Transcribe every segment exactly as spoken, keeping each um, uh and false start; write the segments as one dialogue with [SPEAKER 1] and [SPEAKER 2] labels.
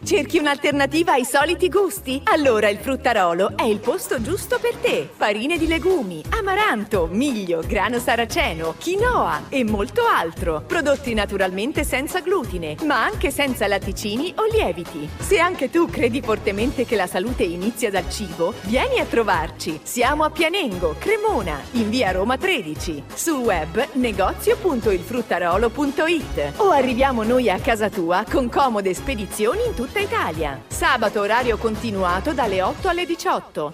[SPEAKER 1] Cerchi un'alternativa ai soliti gusti? Allora il Fruttarolo è il posto giusto per te. Farine di legumi, amaranto, miglio, grano saraceno, quinoa e molto altro. Prodotti naturalmente senza glutine, ma anche senza latticini o lieviti. Se anche tu credi fortemente che la salute inizia dal cibo, vieni a trovarci. Siamo a Pianengo, Cremona, in via Roma tredici. Sul web negozio punto il fruttarolo punto it o arriviamo noi a casa tua con comode spedizioni in tutta Italia. Sabato orario continuato dalle otto alle diciotto.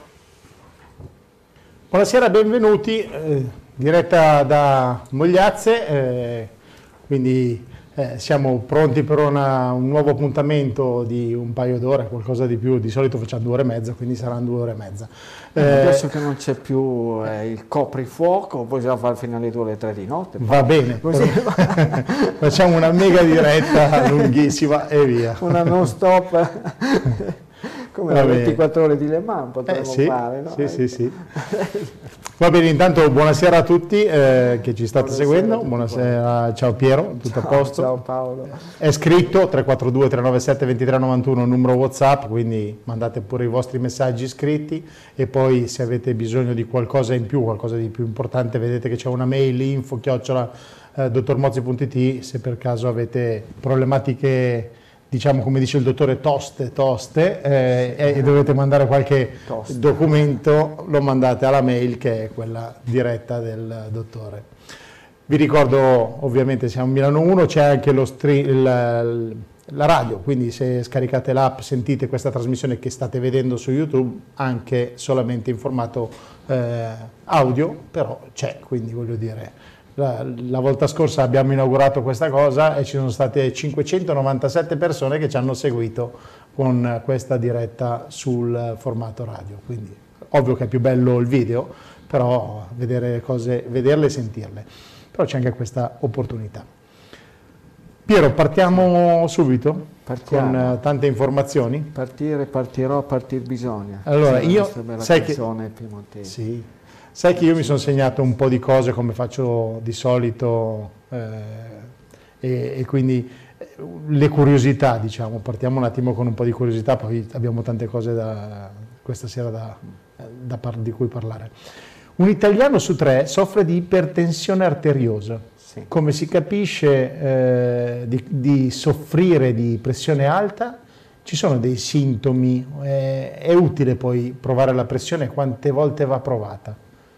[SPEAKER 2] Buonasera, benvenuti. Eh, diretta da Mogliazze, eh, quindi eh, siamo pronti per una, un nuovo appuntamento di un paio d'ore, qualcosa di più. Di solito facciamo due ore e mezza, quindi saranno due ore e mezza.
[SPEAKER 3] Eh, adesso che non c'è più eh, il coprifuoco, possiamo fare fino alle due o alle tre di notte.
[SPEAKER 2] Va bene, così facciamo una mega diretta lunghissima e via.
[SPEAKER 3] Una non stop, come le ventiquattro ore di Le Mans potremmo
[SPEAKER 2] eh, sì,
[SPEAKER 3] fare. No?
[SPEAKER 2] Sì, sì, sì. Va bene, intanto buonasera a tutti eh, che ci state
[SPEAKER 3] Buonasera
[SPEAKER 2] seguendo. Buonasera, ciao Piero, tutto
[SPEAKER 3] ciao,
[SPEAKER 2] a posto?
[SPEAKER 3] Ciao Paolo.
[SPEAKER 2] È scritto tre quattro due tre nove sette due tre nove uno, numero WhatsApp, quindi mandate pure i vostri messaggi scritti e poi se avete bisogno di qualcosa in più, qualcosa di più importante, vedete che c'è una mail info chiocciola eh, dottormozzi punto it, se per caso avete problematiche, diciamo come dice il dottore, toste, toste, eh, e dovete mandare qualche
[SPEAKER 3] Toste.
[SPEAKER 2] documento, lo mandate alla mail che è quella diretta del dottore. Vi ricordo, ovviamente siamo a Milano uno, c'è anche lo stream, il, la radio, quindi se scaricate l'app sentite questa trasmissione che state vedendo su YouTube, anche solamente in formato eh, audio, però c'è, quindi voglio dire... La, la volta scorsa abbiamo inaugurato questa cosa e ci sono state cinquecentonovantasette persone che ci hanno seguito con questa diretta sul formato radio, quindi ovvio che è più bello il video, però vedere cose, vederle e sentirle, però c'è anche questa opportunità. Piero, partiamo subito
[SPEAKER 3] Partiamo.
[SPEAKER 2] con uh, tante informazioni.
[SPEAKER 3] Partire, partirò, partir bisogna.
[SPEAKER 2] Allora,
[SPEAKER 3] sì,
[SPEAKER 2] io sai che
[SPEAKER 3] piemontese.
[SPEAKER 2] sì. Sai che io mi sono segnato un po' di cose come faccio di solito eh, e, e quindi le curiosità, diciamo, partiamo un attimo con un po' di curiosità, poi abbiamo tante cose da, questa sera da, da par, di cui parlare. Un italiano su tre soffre di ipertensione arteriosa.
[SPEAKER 3] Sì.
[SPEAKER 2] Come si capisce eh, di, di soffrire di pressione alta? Ci sono dei sintomi? Eh, è utile poi provare la pressione? Quante volte va provata?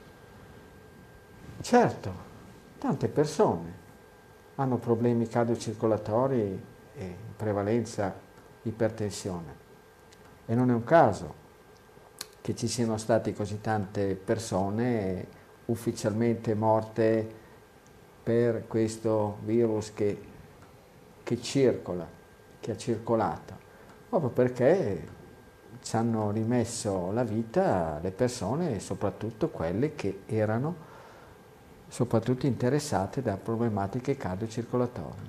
[SPEAKER 3] Certo, tante persone hanno problemi cardiocircolatori e in prevalenza ipertensione e non è un caso che ci siano state così tante persone ufficialmente morte per questo virus che, che circola, che ha circolato, proprio perché ci hanno rimesso la vita le persone, soprattutto quelle che erano soprattutto interessate da problematiche cardiocircolatorie.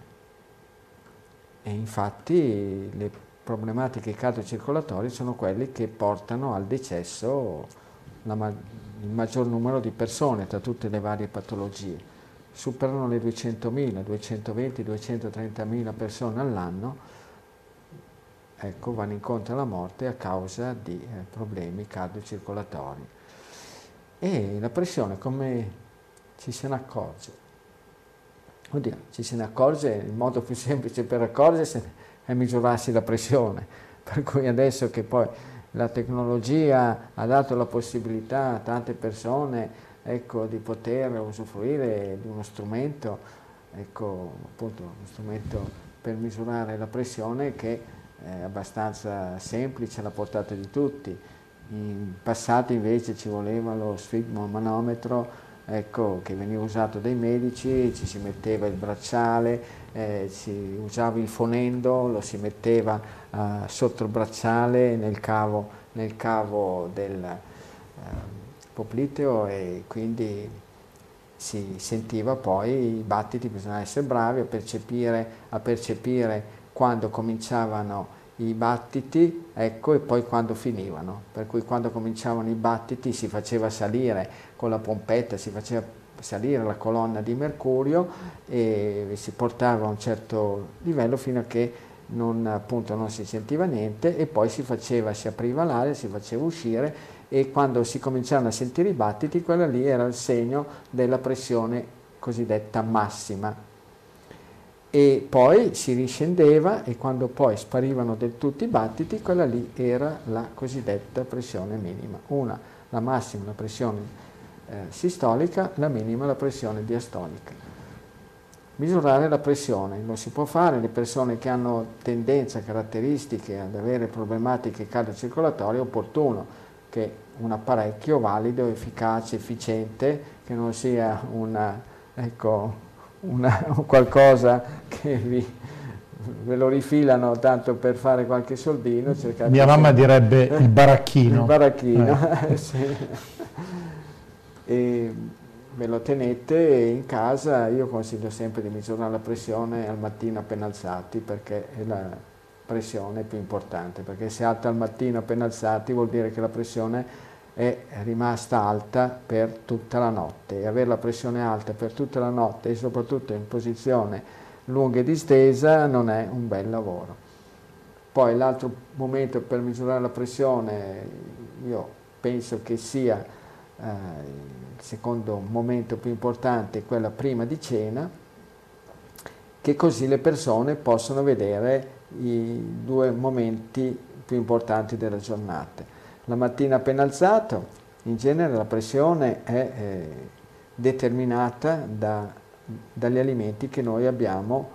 [SPEAKER 3] E infatti le problematiche cardiocircolatorie sono quelle che portano al decesso la ma- il maggior numero di persone tra tutte le varie patologie. Superano le duecentomila, duecentoventi, duecentotrentamila persone all'anno, ecco, vanno incontro alla morte a causa di eh, problemi cardiocircolatori. E la pressione come ci se ne accorge? Oddio, ci se ne accorge, il modo più semplice per accorgersene è misurarsi la pressione, per cui adesso che poi la tecnologia ha dato la possibilità a tante persone, ecco, di poter usufruire di uno strumento, ecco, appunto, uno strumento per misurare la pressione che è abbastanza semplice, alla portata di tutti. In passato invece ci voleva lo sfigmomanometro, ecco, che veniva usato dai medici, ci si metteva il bracciale, eh, si usava il fonendo, lo si metteva eh, sotto il bracciale nel cavo, nel cavo del eh, popliteo e quindi si sentiva poi i battiti. Bisognava essere bravi a percepire, a percepire quando cominciavano i battiti, ecco, e poi quando finivano, per cui quando cominciavano i battiti si faceva salire con la pompetta, si faceva salire la colonna di mercurio e si portava a un certo livello fino a che non, appunto, non si sentiva niente, e poi si faceva, si apriva l'aria, si faceva uscire, e quando si cominciavano a sentire i battiti, quella lì era il segno della pressione cosiddetta massima. E poi si riscendeva, e quando poi sparivano del tutto i battiti, quella lì era la cosiddetta pressione minima. Una, la massima, la pressione eh, sistolica, la minima, la pressione diastolica. Misurare la pressione lo si può fare. Le persone che hanno tendenza, caratteristiche ad avere problematiche cardiocircolatorie, è opportuno che un apparecchio valido, efficace, efficiente, che non sia una, ecco, una, qualcosa che vi, ve lo rifilano tanto per fare qualche soldino.
[SPEAKER 2] Mia mamma direbbe il baracchino.
[SPEAKER 3] Il baracchino,
[SPEAKER 2] eh.
[SPEAKER 3] sì. E, ve lo tenete in casa. Io consiglio sempre di misurare la pressione al mattino appena alzati, perché è la pressione più importante, perché se alta al mattino appena alzati vuol dire che la pressione è rimasta alta per tutta la notte, e avere la pressione alta per tutta la notte, e soprattutto in posizione lunga e distesa, non è un bel lavoro. Poi l'altro momento per misurare la pressione, io penso che sia eh, il secondo momento più importante, quella prima di cena, che così le persone possono vedere i due momenti più importanti della giornata. La mattina appena alzato, in genere la pressione è eh, determinata da, dagli alimenti che noi abbiamo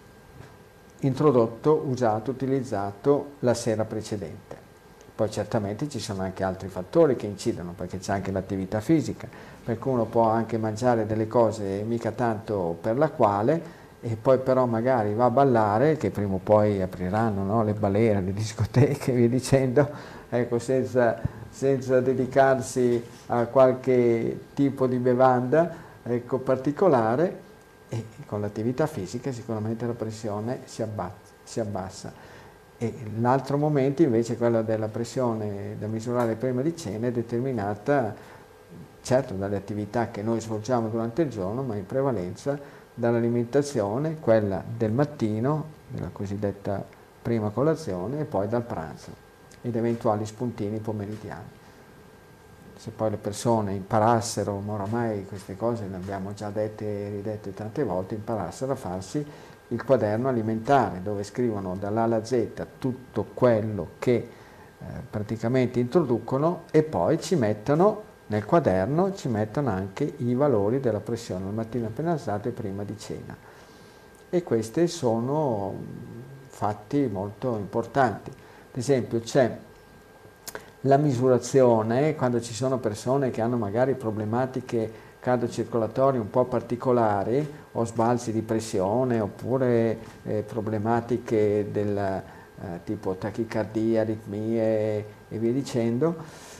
[SPEAKER 3] introdotto, usato, utilizzato la sera precedente. Poi certamente ci sono anche altri fattori che incidono, perché c'è anche l'attività fisica, per cui uno può anche mangiare delle cose mica tanto per la quale, e poi però magari va a ballare, che prima o poi apriranno, no? Le balere, le discoteche, via dicendo, ecco, senza, senza dedicarsi a qualche tipo di bevanda, ecco, particolare, e con l'attività fisica sicuramente la pressione si abbassa. Si abbassa. E l'altro momento invece, quello della pressione da misurare prima di cena, è determinata certo dalle attività che noi svolgiamo durante il giorno, ma in prevalenza dall'alimentazione, quella del mattino, della cosiddetta prima colazione, e poi dal pranzo ed eventuali spuntini pomeridiani. Se poi le persone imparassero, ma oramai queste cose le abbiamo già dette e ridette tante volte, imparassero a farsi il quaderno alimentare, dove scrivono dall'A alla Z tutto quello che eh, praticamente introducono, e poi ci mettono nel quaderno, ci mettono anche i valori della pressione al mattino appena alzato e prima di cena. E questi sono fatti molto importanti. Ad esempio c'è la misurazione quando ci sono persone che hanno magari problematiche cardiocircolatorie un po' particolari, o sbalzi di pressione, oppure eh, problematiche del eh, tipo tachicardia, aritmie e via dicendo,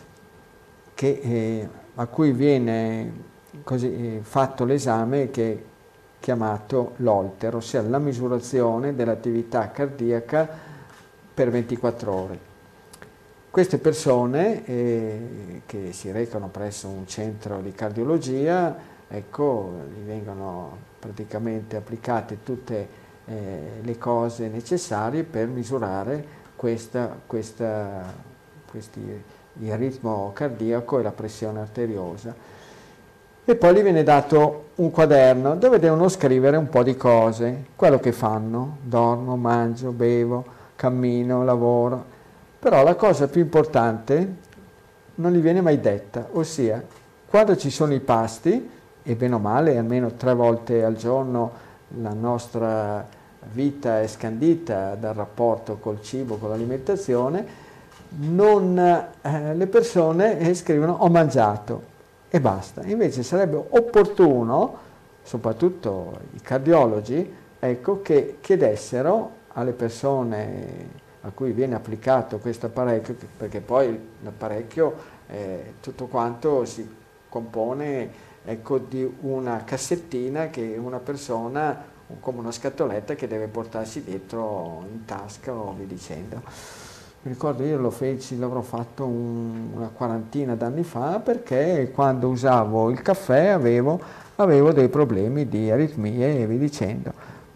[SPEAKER 3] che, eh, a cui viene così, eh, fatto l'esame che è chiamato l'Holter, ossia la misurazione dell'attività cardiaca per ventiquattro ore. Queste persone eh, che si recano presso un centro di cardiologia, ecco, gli vengono praticamente applicate tutte eh, le cose necessarie per misurare questa, questa, questi, il ritmo cardiaco e la pressione arteriosa. E poi gli viene dato un quaderno dove devono scrivere un po' di cose, quello che fanno: dormo, mangio, bevo, cammino, lavoro. Però la cosa più importante non gli viene mai detta, ossia quando ci sono i pasti, e bene o male almeno tre volte al giorno la nostra vita è scandita dal rapporto col cibo, con l'alimentazione, non, eh, le persone scrivono ho mangiato e basta. Invece sarebbe opportuno, soprattutto i cardiologi, ecco, che chiedessero alle persone a cui viene applicato questo apparecchio, perché poi l'apparecchio eh, tutto quanto si compone, ecco, di una cassettina che una persona, come una scatoletta, che deve portarsi dietro in tasca o via dicendo. Mi ricordo, io lo feci, l'avrò fatto un, una quarantina d'anni fa, perché quando usavo il caffè avevo, avevo dei problemi di aritmie e via dicendo.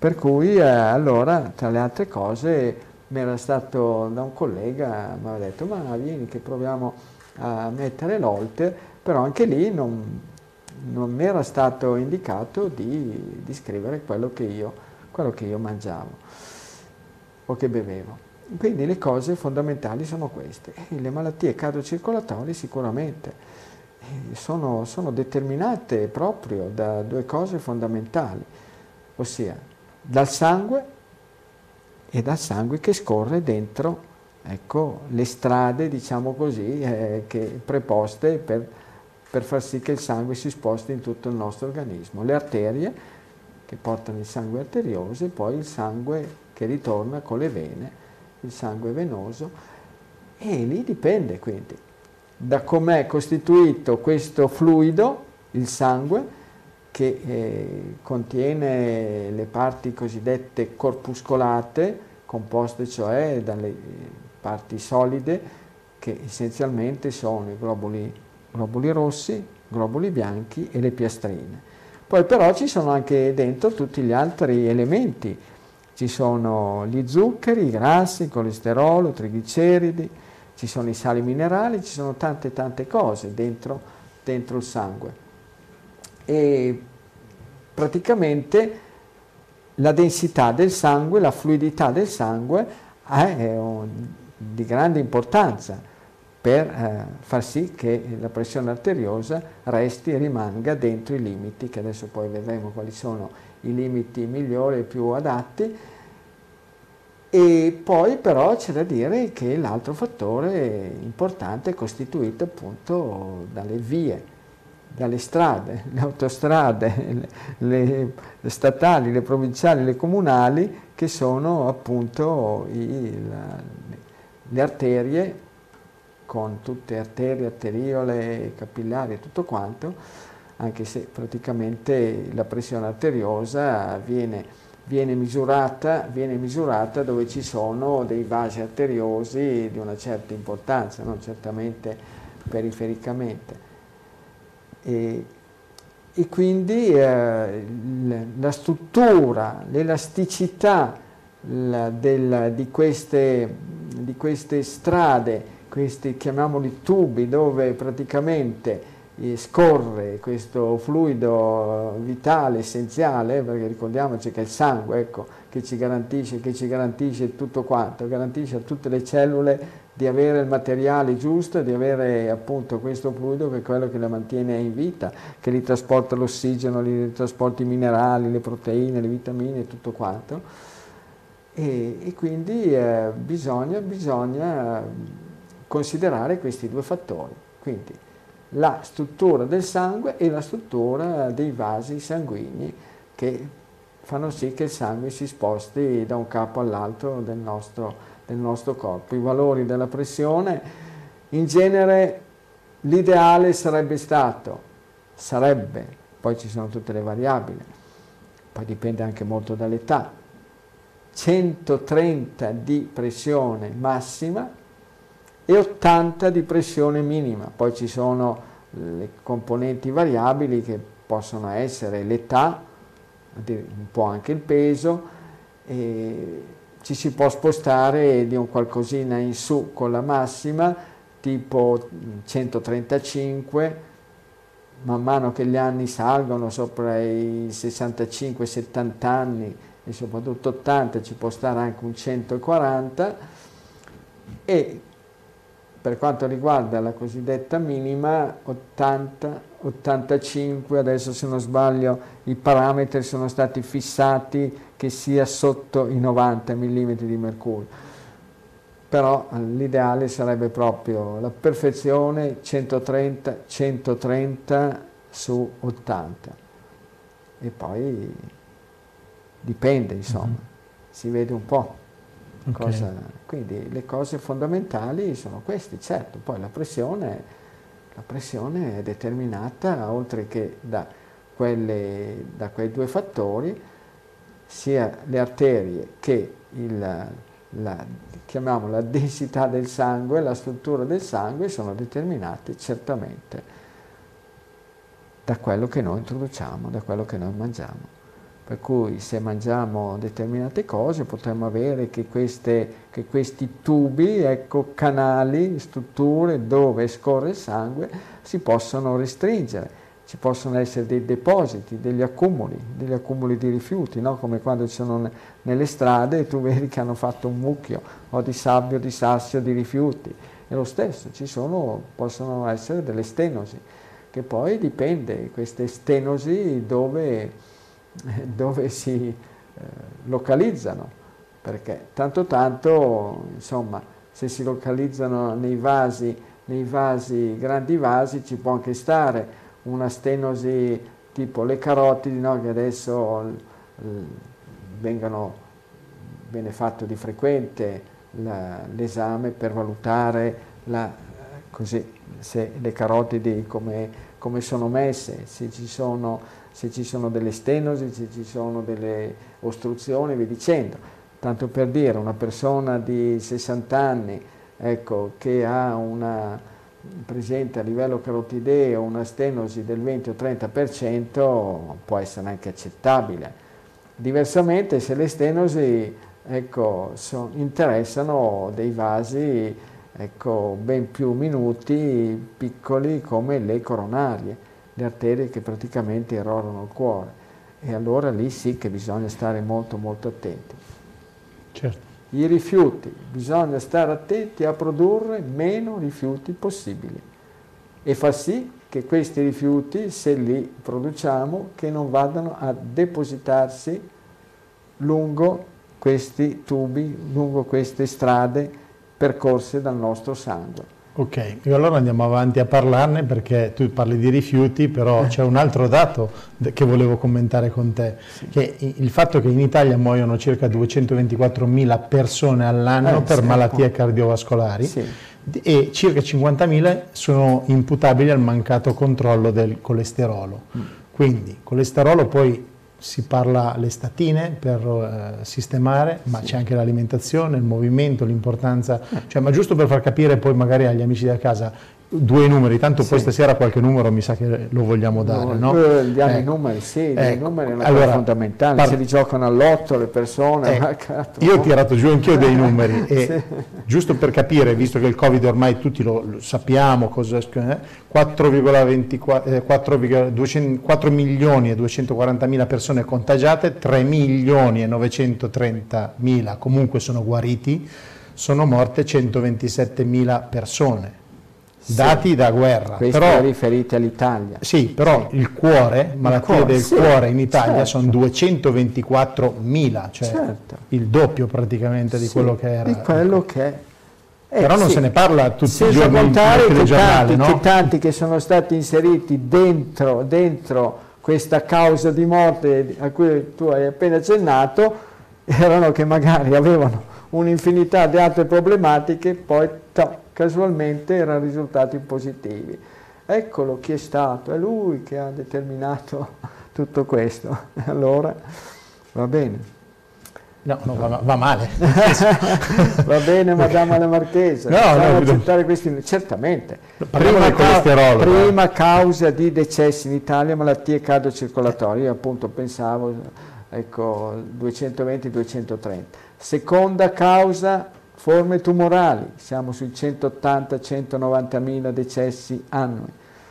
[SPEAKER 3] Per cui eh, allora, tra le altre cose, mi era stato da un collega, mi aveva detto, ma vieni che proviamo a mettere l'Holter, però anche lì non, non mi era stato indicato di, di scrivere quello che, io, quello che io mangiavo o che bevevo. Quindi le cose fondamentali sono queste. E le malattie cardiocircolatorie sicuramente eh, sono, sono determinate proprio da due cose fondamentali, ossia dal sangue e dal sangue che scorre dentro, ecco, le strade, diciamo così, eh, che preposte per, per far sì che il sangue si sposti in tutto il nostro organismo. Le arterie che portano il sangue arterioso e poi il sangue che ritorna con le vene, il sangue venoso, e lì dipende quindi da com'è costituito questo fluido, il sangue, che eh, contiene le parti cosiddette corpuscolate, composte cioè dalle parti solide, che essenzialmente sono i globuli, globuli rossi, globuli bianchi e le piastrine. Poi però ci sono anche dentro tutti gli altri elementi, ci sono gli zuccheri, i grassi, il colesterolo, i trigliceridi, ci sono i sali minerali, ci sono tante tante cose dentro, dentro il sangue. E praticamente la densità del sangue, la fluidità del sangue è di grande importanza per eh, far sì che la pressione arteriosa resti e rimanga dentro i limiti, che adesso poi vedremo quali sono i limiti migliori e più adatti. E poi però c'è da dire che l'altro fattore importante è costituito appunto dalle vie, dalle strade, le autostrade, le, le statali, le provinciali, le comunali, che sono appunto i, la, le arterie, con tutte arterie, arteriole, capillari e tutto quanto, anche se praticamente la pressione arteriosa viene, viene, misurata, viene misurata dove ci sono dei vasi arteriosi di una certa importanza, non certamente perifericamente. E, e quindi eh, la struttura, l'elasticità la, del, di, queste, di queste strade, questi chiamiamoli tubi, dove praticamente eh, scorre questo fluido vitale, essenziale, perché ricordiamoci che è il sangue, ecco, che ci garantisce, che ci garantisce tutto quanto, garantisce a tutte le cellule di avere il materiale giusto, di avere appunto questo fluido che è quello che la mantiene in vita, che li trasporta l'ossigeno, li trasporta i minerali, le proteine, le vitamine e tutto quanto. E, e quindi eh, bisogna, bisogna considerare questi due fattori, quindi la struttura del sangue e la struttura dei vasi sanguigni, che fanno sì che il sangue si sposti da un capo all'altro del nostro del nostro corpo. I valori della pressione, in genere l'ideale sarebbe stato, sarebbe, poi ci sono tutte le variabili, poi dipende anche molto dall'età, centotrenta di pressione massima e ottanta di pressione minima. Poi ci sono le componenti variabili che possono essere l'età, un po' anche il peso, e ci si può spostare di un qualcosina in su con la massima, tipo centotrentacinque, man mano che gli anni salgono sopra i sessantacinque settanta anni e soprattutto ottanta, ci può stare anche un centoquaranta, e per quanto riguarda la cosiddetta minima, ottanta, ottantacinque, adesso se non sbaglio i parametri sono stati fissati che sia sotto i novanta millimetri di mercurio, però l'ideale sarebbe proprio la perfezione, centotrenta, centotrenta su ottanta, e poi dipende, insomma, mm-hmm. si vede un po'. Okay. Cosa, quindi le cose fondamentali sono queste, certo, poi la pressione, la pressione è determinata, oltre che da, quelle, da quei due fattori, sia le arterie che il, la, chiamiamo la densità del sangue, la struttura del sangue, sono determinate certamente da quello che noi introduciamo, da quello che noi mangiamo. Per cui se mangiamo determinate cose potremmo avere che, queste, che questi tubi, ecco, canali, strutture dove scorre il sangue si possono restringere. Ci possono essere dei depositi, degli accumuli, degli accumuli di rifiuti, no? Come quando ci sono nelle strade e tu vedi che hanno fatto un mucchio o di sabbia, o di sassi o di rifiuti. È lo stesso, ci sono, possono essere delle stenosi, che poi dipende, queste stenosi dove, dove si eh, localizzano, perché tanto tanto, insomma, se si localizzano nei vasi, nei vasi, grandi vasi, ci può anche stare una stenosi tipo le carotidi, no? Che adesso vengono, viene fatto di frequente l'esame per valutare la, così, se le carotidi come, come sono messe, se ci sono, se ci sono delle stenosi, se ci sono delle ostruzioni, e via dicendo. Tanto per dire, una persona di sessanta anni, ecco, che ha una presente a livello carotideo una stenosi del venti o trenta per cento può essere anche accettabile. Diversamente se le stenosi, ecco, so, interessano dei vasi, ecco, ben più minuti, piccoli, come le coronarie, le arterie che praticamente irrorano il cuore, e allora lì sì che bisogna stare molto molto attenti.
[SPEAKER 2] Certo.
[SPEAKER 3] I rifiuti, bisogna stare attenti a produrre meno rifiuti possibili e far sì che questi rifiuti, se li produciamo, che non vadano a depositarsi lungo questi tubi, lungo queste strade percorse dal nostro sangue.
[SPEAKER 2] Ok, e allora andiamo avanti a parlarne, perché tu parli di rifiuti, però c'è un altro dato che volevo commentare con te, sì. Che il fatto che in Italia muoiono circa duecentoventiquattromila persone all'anno eh, per sì, malattie ecco. cardiovascolari, sì. E circa cinquantamila sono imputabili al mancato controllo del colesterolo. Mm. Quindi colesterolo poi si parla le statine per eh, sistemare, ma sì. c'è anche l'alimentazione, il movimento, l'importanza, cioè, ma giusto per far capire poi magari agli amici da casa due numeri, tanto sì. poi stasera qualche numero mi sa che lo vogliamo dare, no?
[SPEAKER 3] no? Diamo
[SPEAKER 2] eh,
[SPEAKER 3] i numeri, sì, ecco. I numeri è una
[SPEAKER 2] allora,
[SPEAKER 3] cosa fondamentale, par- se li giocano all'otto le persone.
[SPEAKER 2] Eh, io ho tirato giù anch'io dei numeri e sì. giusto per capire, visto che il Covid ormai tutti lo, lo sappiamo, cosa, eh, quattro milioni e duecentoquarantamila persone contagiate, tre milioni e novecentotrentamila comunque sono guariti, sono morte centoventisettemila persone.
[SPEAKER 3] Sì,
[SPEAKER 2] dati da guerra,
[SPEAKER 3] questi
[SPEAKER 2] però
[SPEAKER 3] riferiti all'Italia.
[SPEAKER 2] Sì, però sì. il cuore, malattie il cuore, del sì, cuore in Italia certo. sono duecentoventiquattromila, cioè certo. il doppio praticamente di sì, quello che era.
[SPEAKER 3] Di quello che è. Eh,
[SPEAKER 2] però non
[SPEAKER 3] sì.
[SPEAKER 2] se ne parla tutti
[SPEAKER 3] Senza
[SPEAKER 2] i giorni
[SPEAKER 3] contare
[SPEAKER 2] che giornali, no?
[SPEAKER 3] che tanti che sono stati inseriti dentro, dentro questa causa di morte a cui tu hai appena accennato, erano che magari avevano un'infinità di altre problematiche, poi to, casualmente erano risultati positivi. Eccolo chi è stato, è lui che ha determinato tutto questo. Allora, va bene.
[SPEAKER 2] No, no va, va male.
[SPEAKER 3] Va bene, Madama la Marchesa.
[SPEAKER 2] No, no,
[SPEAKER 3] accettare questi... Certamente.
[SPEAKER 2] Parliamo del colesterolo.
[SPEAKER 3] Prima causa di decessi in Italia, malattie cardiocircolatorie. Io appunto pensavo, ecco, duecentoventi duecentotrenta. Seconda causa, forme tumorali, siamo sui centottanta centonovantamila decessi annui.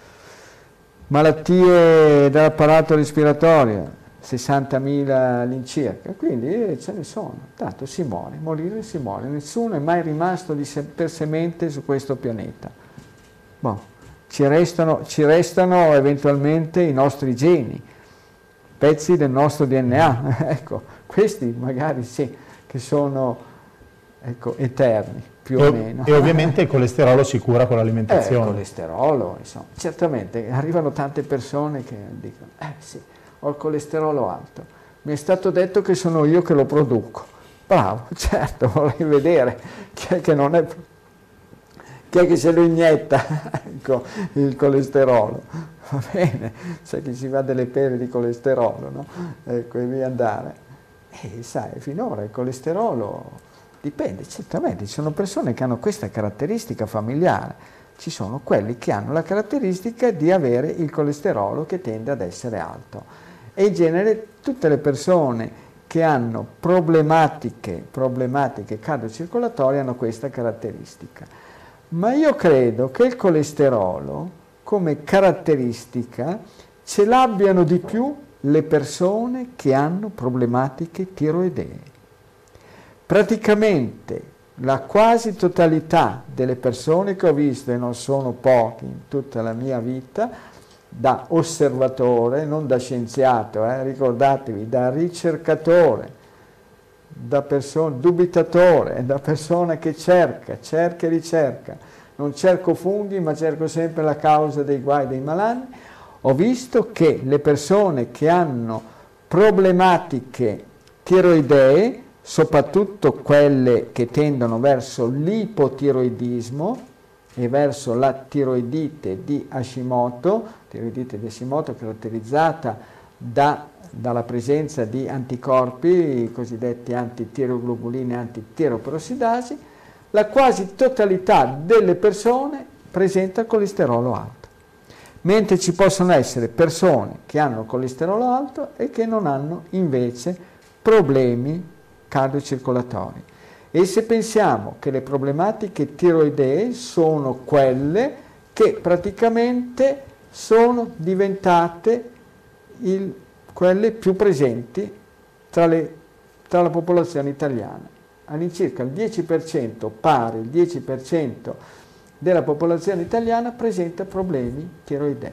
[SPEAKER 3] Malattie dell'apparato respiratorio, sessantamila all'incirca, quindi ce ne sono, tanto si muore, morire si muore, nessuno è mai rimasto di se per semente su questo pianeta. Boh, ci restano, ci restano eventualmente i nostri geni, pezzi del nostro D N A, ecco, questi magari sì, che sono ecco, eterni, più o, o meno.
[SPEAKER 2] E ovviamente il colesterolo si cura con l'alimentazione.
[SPEAKER 3] Eh, il colesterolo, insomma, certamente, arrivano tante persone che dicono, eh sì, ho il colesterolo alto, mi è stato detto che sono io che lo produco. Bravo, certo, vorrei vedere chi è che non è, chi è che se lo inietta, ecco, il colesterolo. Va bene, c'è chi si va delle pere di colesterolo, no? Ecco, e via andare. E sai, finora il colesterolo dipende, certamente, ci sono persone che hanno questa caratteristica familiare, ci sono quelli che hanno la caratteristica di avere il colesterolo che tende ad essere alto. E in genere tutte le persone che hanno problematiche, problematiche cardiocircolatorie hanno questa caratteristica. Ma io credo che il colesterolo, come caratteristica, ce l'abbiano di più le persone che hanno problematiche tiroidee. Praticamente la quasi totalità delle persone che ho visto, e non sono pochi in tutta la mia vita, da osservatore, non da scienziato, eh, ricordatevi, da ricercatore, da persona, dubitatore, da persona che cerca, cerca e ricerca. Non cerco funghi, ma cerco sempre la causa dei guai dei malanni. Ho visto che le persone che hanno problematiche tiroidee, soprattutto quelle che tendono verso l'ipotiroidismo e verso la tiroidite di Hashimoto, tiroidite di Hashimoto caratterizzata da, dalla presenza di anticorpi, i cosiddetti antitiroglobulini e antitiroperoxidasi, la quasi totalità delle persone presenta colesterolo alto, mentre ci possono essere persone che hanno colesterolo alto e che non hanno invece problemi cardiocircolatori. E se pensiamo che le problematiche tiroidee sono quelle che praticamente sono diventate il, quelle più presenti tra, le, tra la popolazione italiana. All'incirca il dieci per cento, pari il dieci per cento della popolazione italiana presenta problemi tiroidei.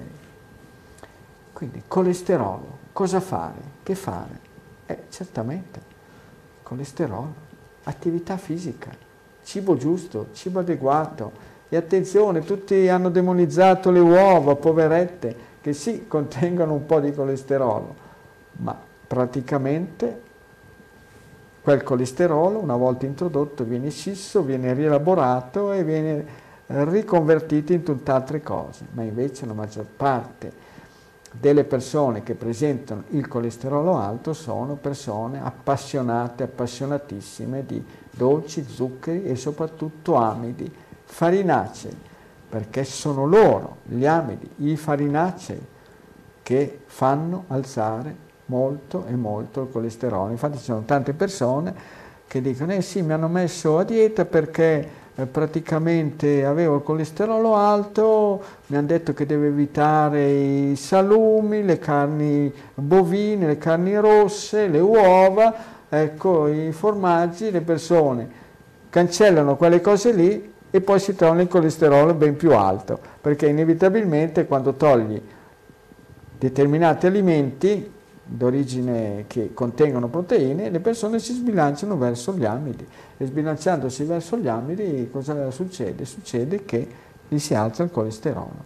[SPEAKER 3] Quindi colesterolo, cosa fare? Che fare? Eh, certamente, colesterolo. Attività fisica, cibo giusto, cibo adeguato. E attenzione, tutti hanno demonizzato le uova, poverette, che sì, contengono un po' di colesterolo, ma praticamente quel colesterolo, una volta introdotto, viene scisso, viene rielaborato e viene riconvertito in tutt'altre cose. Ma invece la maggior parte delle persone che presentano il colesterolo alto sono persone appassionate, appassionatissime di dolci, zuccheri e soprattutto amidi, farinacei, perché sono loro, gli amidi, i farinacei, che fanno alzare molto e molto il colesterolo. Infatti ci sono tante persone che dicono eh sì, mi hanno messo a dieta perché eh, praticamente avevo il colesterolo alto, mi hanno detto che devo evitare i salumi, le carni bovine, le carni rosse, le uova, ecco, i formaggi. Le persone cancellano quelle cose lì e poi si trovano il colesterolo ben più alto, perché inevitabilmente quando togli determinati alimenti d'origine che contengono proteine, le persone si sbilanciano verso gli amidi, e sbilanciandosi verso gli amidi cosa succede? Succede che gli si alza il colesterolo.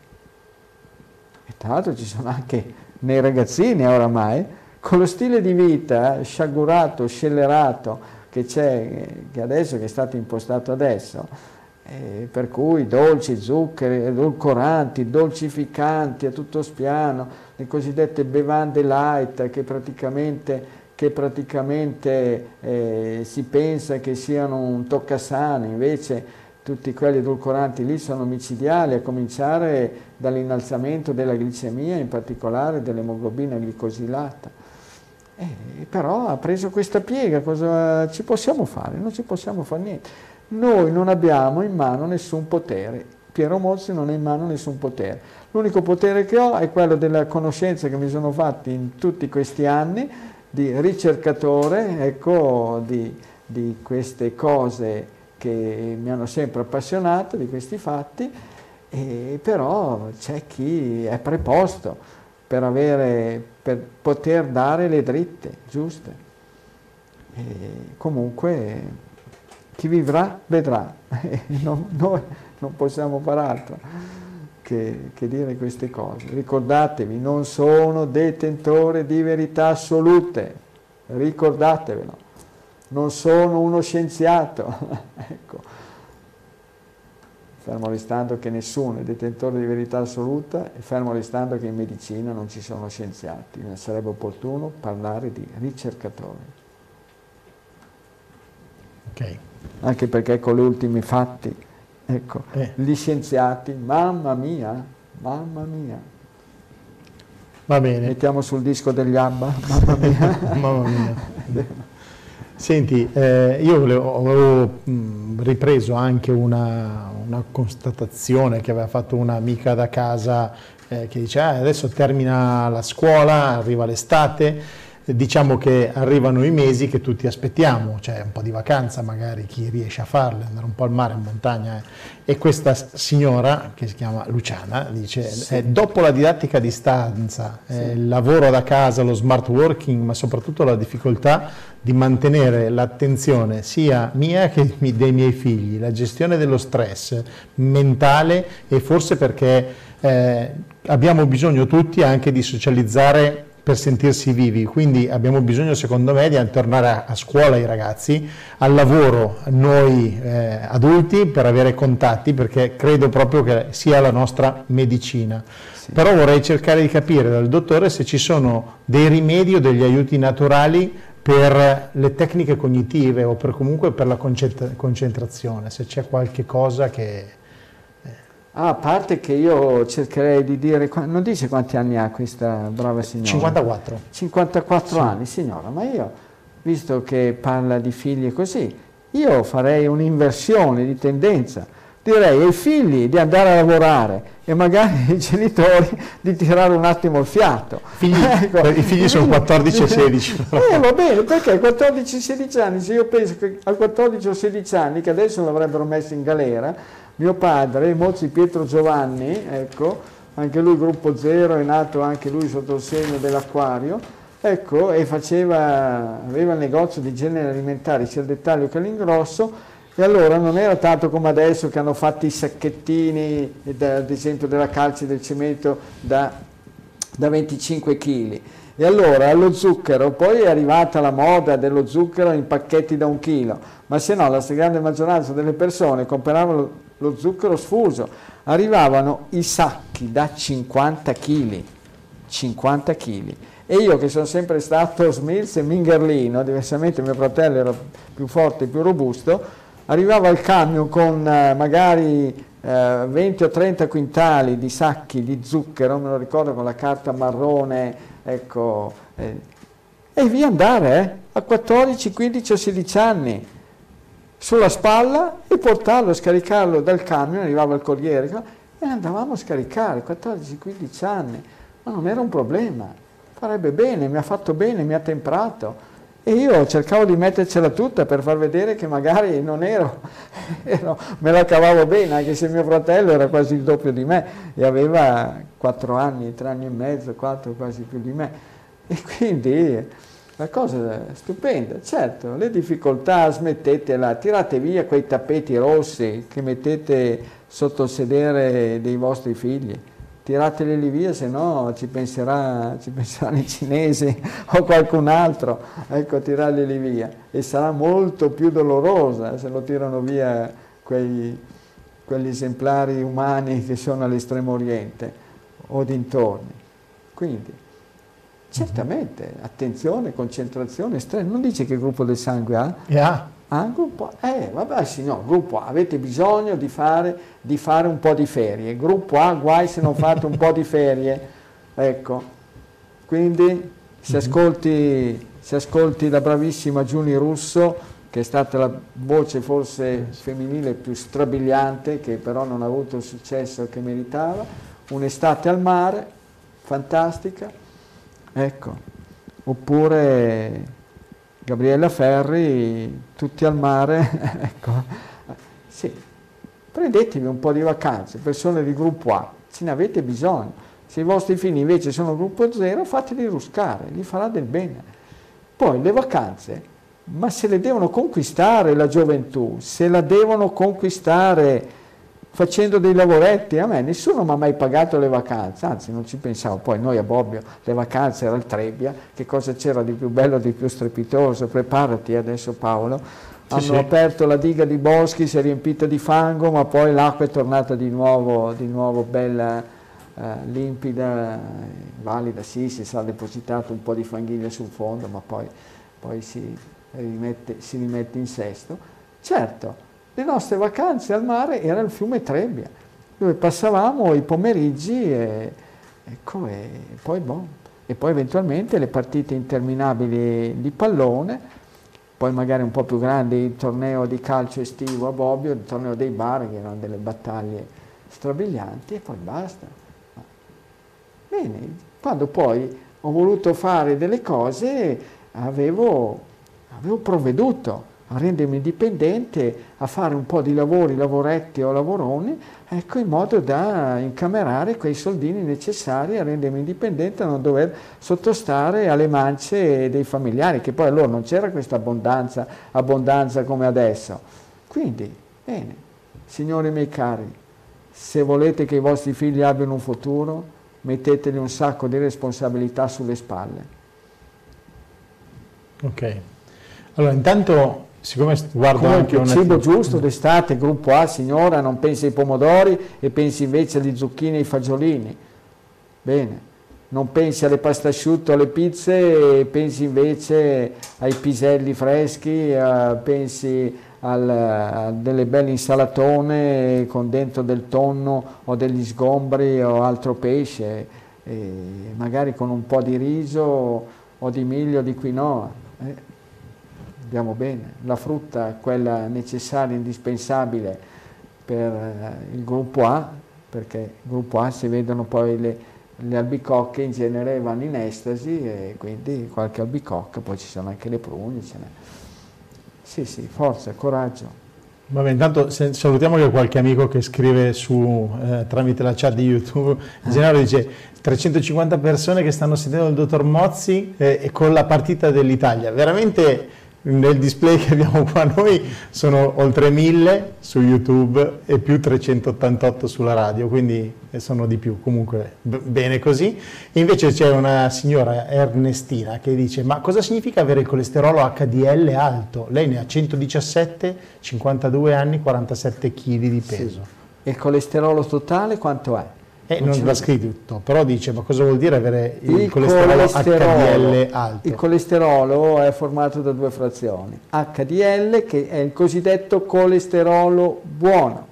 [SPEAKER 3] E tra l'altro ci sono anche nei ragazzini oramai, con lo stile di vita sciagurato, scellerato che c'è, che adesso che è stato impostato adesso, eh, per cui dolci, zuccheri, edulcoranti, dolcificanti a tutto spiano, le cosiddette bevande light che praticamente, che praticamente eh, si pensa che siano un toccasana, invece tutti quegli edulcoranti lì sono micidiali, a cominciare dall'innalzamento della glicemia, in particolare dell'emoglobina glicosilata. Eh, però ha preso questa piega, cosa ci possiamo fare? Non ci possiamo fare niente. Noi non abbiamo in mano nessun potere, Piero Mozzi non ha in mano nessun potere. L'unico potere che ho è quello della conoscenza che mi sono fatti in tutti questi anni di ricercatore, ecco, di, di queste cose che mi hanno sempre appassionato, di questi fatti, e però c'è chi è preposto per, avere, per poter dare le dritte giuste. E comunque chi vivrà vedrà, non, noi non possiamo far altro che, che dire queste cose. Ricordatevi, non sono detentore di verità assolute, ricordatevelo, non sono uno scienziato, ecco. Fermo restando che nessuno è detentore di verità assoluta e fermo restando che in medicina non ci sono scienziati, ma sarebbe opportuno parlare di ricercatori.
[SPEAKER 2] Ok.
[SPEAKER 3] Anche perché con gli ultimi fatti, ecco,
[SPEAKER 2] Eh.
[SPEAKER 3] gli scienziati, mamma mia, mamma mia.
[SPEAKER 2] Va bene.
[SPEAKER 3] Mettiamo sul disco degli ABBA, mamma mia.
[SPEAKER 2] Mamma mia. Senti, eh, io volevo, avevo mh, ripreso anche una, una constatazione che aveva fatto un'amica da casa eh, che dice ah, adesso termina la scuola, arriva l'estate, diciamo che arrivano i mesi che tutti aspettiamo, cioè un po' di vacanza magari chi riesce a farle, andare un po' al mare, in montagna. Eh. E questa signora, che si chiama Luciana, dice sì. eh, dopo la didattica a distanza, sì. eh, il lavoro da casa, lo smart working, ma soprattutto la difficoltà di mantenere l'attenzione sia mia che dei miei figli, la gestione dello stress mentale e forse perché eh, abbiamo bisogno tutti anche di socializzare per sentirsi vivi, quindi abbiamo bisogno secondo me di tornare a, a scuola i ragazzi, al lavoro noi eh, adulti per avere contatti, perché credo proprio che sia la nostra medicina. Sì. Però vorrei cercare di capire dal dottore se ci sono dei rimedi o degli aiuti naturali per le tecniche cognitive o per comunque per la concentrazione, se c'è qualche cosa che...
[SPEAKER 3] Ah, a parte che io cercherei di dire, non dice quanti anni ha questa brava signora?
[SPEAKER 2] cinquantaquattro.
[SPEAKER 3] cinquantaquattro sì. Anni, signora, ma io, visto che parla di figli così, io farei un'inversione di tendenza. Direi ai figli di andare a lavorare e magari ai genitori di tirare un attimo il fiato.
[SPEAKER 2] Figli, ecco, i figli sono quattordici e sedici.
[SPEAKER 3] Eh, va bene, perché a quattordici sedici anni, se io penso che a quattordici o sedici anni, che adesso l'avrebbero messo in galera, mio padre, Mozzi Pietro Giovanni, ecco, anche lui gruppo zero, è nato anche lui sotto il segno dell'acquario, ecco, e faceva, aveva il negozio di generi alimentari sia al dettaglio che all'ingrosso, e allora non era tanto come adesso che hanno fatto i sacchettini, ad esempio della calce del cemento da, da venticinque chili. E allora allo zucchero, poi è arrivata la moda dello zucchero in pacchetti da un chilo, ma se no la stragrande maggioranza delle persone compravano lo zucchero sfuso, arrivavano i sacchi da cinquanta chili, cinquanta chili. E io che sono sempre stato smilzo e mingherlino, diversamente mio fratello era più forte e più robusto, arrivava il camion con eh, magari eh, venti o trenta quintali di sacchi di zucchero, me lo ricordo con la carta marrone, ecco, eh, e via andare, eh, a quattordici, quindici o sedici anni, sulla spalla e portarlo, scaricarlo dal camion, arrivava il corriere e andavamo a scaricare, quattordici quindici anni, ma non era un problema, farebbe bene, mi ha fatto bene, mi ha temprato. E io cercavo di mettercela tutta per far vedere che magari non ero, ero, me la cavavo bene, anche se mio fratello era quasi il doppio di me e aveva quattro anni, tre anni e mezzo, quattro quasi più di me. E quindi la cosa è stupenda, certo, le difficoltà smettetela, tirate via quei tappeti rossi che mettete sotto il sedere dei vostri figli. Tirateli lì via, se no ci, penserà, ci penseranno i cinesi o qualcun altro, ecco, tirarli lì via. E sarà molto più dolorosa se lo tirano via quei, quegli esemplari umani che sono all'estremo oriente o dintorni. Quindi, certamente, attenzione, concentrazione, stress. Non dice che gruppo del sangue ha?
[SPEAKER 2] Yeah.
[SPEAKER 3] Ah, gruppo A. Eh, vabbè signor, gruppo A, avete bisogno di fare, di fare un po' di ferie. Gruppo A, guai se non fate un po' di ferie. Ecco, quindi se ascolti, se ascolti la bravissima Giuni Russo, che è stata la voce forse femminile più strabiliante, che però non ha avuto il successo che meritava, un'estate al mare, fantastica, ecco, oppure Gabriella Ferri, tutti al mare, ecco, sì, prendetevi un po' di vacanze, persone di gruppo A, ce ne avete bisogno. Se i vostri figli invece sono gruppo zero, fateli ruscare, gli farà del bene. Poi le vacanze, ma se le devono conquistare la gioventù, se la devono conquistare facendo dei lavoretti. A me nessuno mi ha mai pagato le vacanze, anzi non ci pensavo. Poi noi a Bobbio le vacanze era il Trebbia, che cosa c'era di più bello, di più strepitoso? Preparati adesso Paolo, hanno sì, sì. aperto la diga di Boschi, si è riempita di fango, ma poi l'acqua è tornata di nuovo, di nuovo bella, eh, limpida, valida, sì, si sarà depositato un po' di fanghiglia sul fondo, ma poi, poi si, rimette, si rimette in sesto. Certo, le nostre vacanze al mare era il fiume Trebbia, dove passavamo i pomeriggi e, Ecco, e poi, boh, e poi eventualmente le partite interminabili di pallone, poi magari un po' più grandi il torneo di calcio estivo a Bobbio, il torneo dei bar, che erano delle battaglie strabilianti, e poi basta. Bene, quando poi ho voluto fare delle cose avevo, avevo provveduto a rendermi indipendente, a fare un po' di lavori, lavoretti o lavoroni, ecco, in modo da incamerare quei soldini necessari a rendermi indipendente, a non dover sottostare alle mance dei familiari, che poi allora non c'era questa abbondanza, abbondanza come adesso. Quindi, bene, signori miei cari, se volete che i vostri figli abbiano un futuro, metteteli un sacco di responsabilità sulle spalle.
[SPEAKER 2] Ok, allora intanto, siccome guardo
[SPEAKER 3] Comunque,
[SPEAKER 2] anche una...
[SPEAKER 3] cibo giusto d'estate, gruppo A, signora, non pensi ai pomodori e pensi invece alle zucchine e ai fagiolini. Bene, non pensi alle pasta asciutto, alle pizze, e pensi invece ai piselli freschi, eh, pensi al, a delle belle insalatone con dentro del tonno o degli sgombri o altro pesce, e magari con un po' di riso o di miglio o di quinoa. Eh. Andiamo bene. La frutta è quella necessaria, indispensabile per il gruppo A, perché il gruppo A si vedono poi le, le albicocche, in genere vanno in estasi, e quindi qualche albicocca, poi ci sono anche le prugne. Ce n'è. Sì, sì, forza, coraggio.
[SPEAKER 2] Vabbè, intanto salutiamo che qualche amico che scrive su, eh, tramite la chat di YouTube, in generale dice trecentocinquanta persone che stanno sentendo il dottor Mozzi eh, e con la partita dell'Italia. Veramente nel display che abbiamo qua noi sono oltre mille su YouTube e più trecentottantotto sulla radio, quindi sono di più, comunque bene così. E invece c'è una signora, Ernestina, che dice: ma cosa significa avere il colesterolo H D L alto? Lei ne ha centodiciassette, cinquantadue anni, quarantasette chili di peso.
[SPEAKER 3] Sì. E il colesterolo totale quanto è?
[SPEAKER 2] Eh, non non l'ha scritto, però dice: ma cosa vuol dire avere il,
[SPEAKER 3] il
[SPEAKER 2] colesterolo,
[SPEAKER 3] colesterolo
[SPEAKER 2] H D L alto?
[SPEAKER 3] Il colesterolo è formato da due frazioni, H D L, che è il cosiddetto colesterolo buono,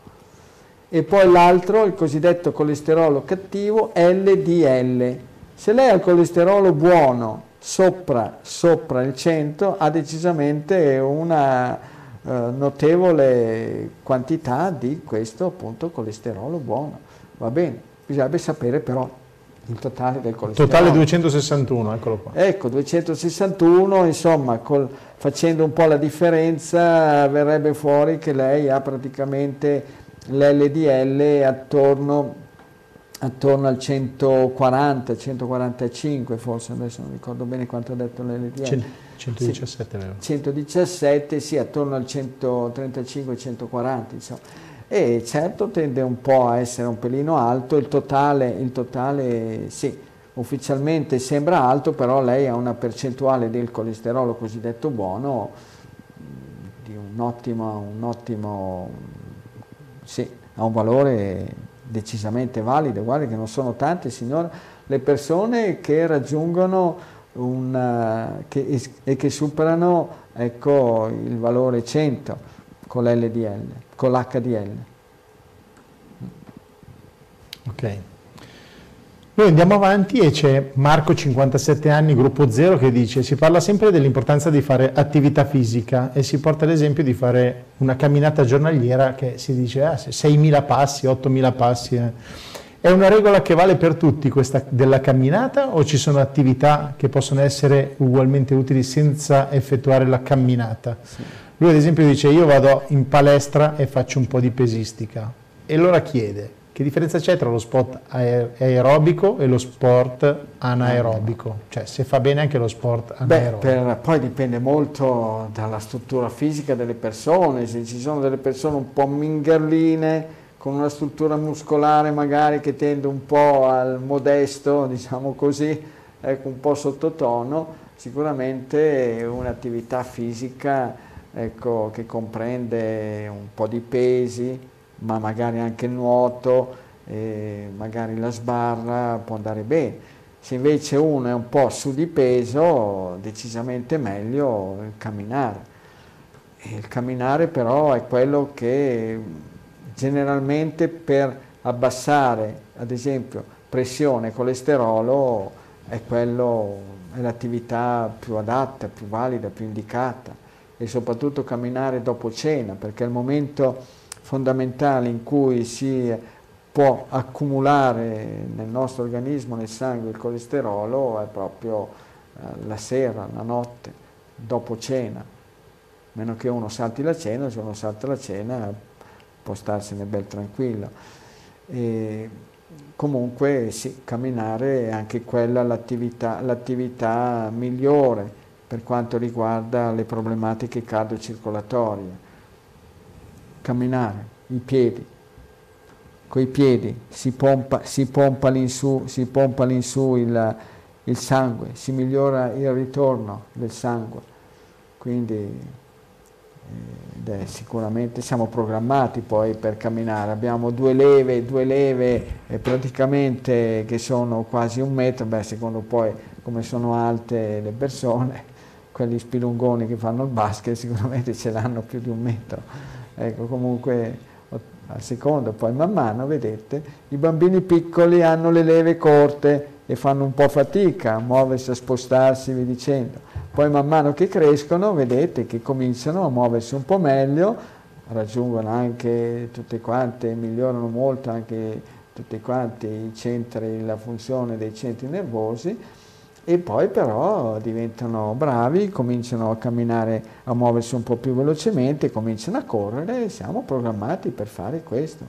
[SPEAKER 3] e poi l'altro, il cosiddetto colesterolo cattivo, L D L. Se lei ha il colesterolo buono sopra, sopra il cento, ha decisamente una eh, notevole quantità di questo appunto colesterolo buono. Va bene. Bisognerebbe sapere però il totale del colesterolo.
[SPEAKER 2] Totale duecentosessantuno, eccolo qua.
[SPEAKER 3] Ecco, duecentosessantuno, insomma, col, facendo un po' la differenza, verrebbe fuori che lei ha praticamente l'L D L attorno, attorno al centoquaranta, centoquarantacinque, forse, adesso non ricordo bene quanto ha detto l'L D L.
[SPEAKER 2] centodiciassette, vero?
[SPEAKER 3] centodiciassette, sì, attorno al centotrentacinque, centoquaranta, insomma. E certo tende un po' a essere un pelino alto, il totale, il totale sì, ufficialmente sembra alto, però lei ha una percentuale del colesterolo cosiddetto buono di un ottimo, un ottimo, sì, ha un valore decisamente valido. Guardi che non sono tante, signora, le persone che raggiungono un, che, e che superano, ecco, il valore cento con l'L D L, con l'H D L.
[SPEAKER 2] Ok. Noi andiamo avanti e c'è Marco, cinquantasette anni, gruppo zero, che dice: si parla sempre dell'importanza di fare attività fisica e si porta l'esempio di fare una camminata giornaliera che si dice ah, seimila passi, ottomila passi. Eh. È una regola che vale per tutti questa della camminata, o ci sono attività che possono essere ugualmente utili senza effettuare la camminata? Sì. Lui ad esempio dice: io vado in palestra e faccio un po' di pesistica, e allora chiede: che differenza c'è tra lo sport aerobico e lo sport anaerobico? Cioè, se fa bene anche lo sport anaerobico?
[SPEAKER 3] Beh, per, poi dipende molto dalla struttura fisica delle persone. Se ci sono delle persone un po' mingerline, con una struttura muscolare magari che tende un po' al modesto, diciamo così, ecco, un po' sottotono, sicuramente un'attività fisica, ecco, che comprende un po' di pesi, ma magari anche il nuoto, eh, magari la sbarra, può andare bene. Se invece uno è un po' su di peso, decisamente meglio il camminare. E il camminare però è quello che generalmente per abbassare, ad esempio, pressione, colesterolo, è quello, è l'attività più adatta, più valida, più indicata, e soprattutto camminare dopo cena, perché è il momento fondamentale in cui si può accumulare nel nostro organismo, nel sangue, il colesterolo, è proprio eh, la sera, la notte, dopo cena. A meno che uno salti la cena, se uno salta la cena può starsene bel tranquillo. E comunque sì, camminare è anche quella l'attività, l'attività migliore per quanto riguarda le problematiche cardiocircolatorie. Camminare, i piedi, coi piedi si pompa, si pompa all'insù, si pompa all'insù il, il sangue, si migliora il ritorno del sangue, quindi ed è sicuramente siamo programmati poi per camminare. Abbiamo due leve, due leve eh, praticamente che sono quasi un metro, beh, secondo poi come sono alte le persone, quelli spilungoni che fanno il basket sicuramente ce l'hanno più di un metro. Ecco, comunque al secondo, poi man mano, vedete, i bambini piccoli hanno le leve corte e fanno un po' fatica a muoversi, a spostarsi, vi dicendo. Poi man mano che crescono, vedete che cominciano a muoversi un po' meglio, raggiungono anche tutte quante, migliorano molto anche tutti quanti i centri, la funzione dei centri nervosi, e poi però diventano bravi, cominciano a camminare, a muoversi un po' più velocemente, cominciano a correre, e siamo programmati per fare questo.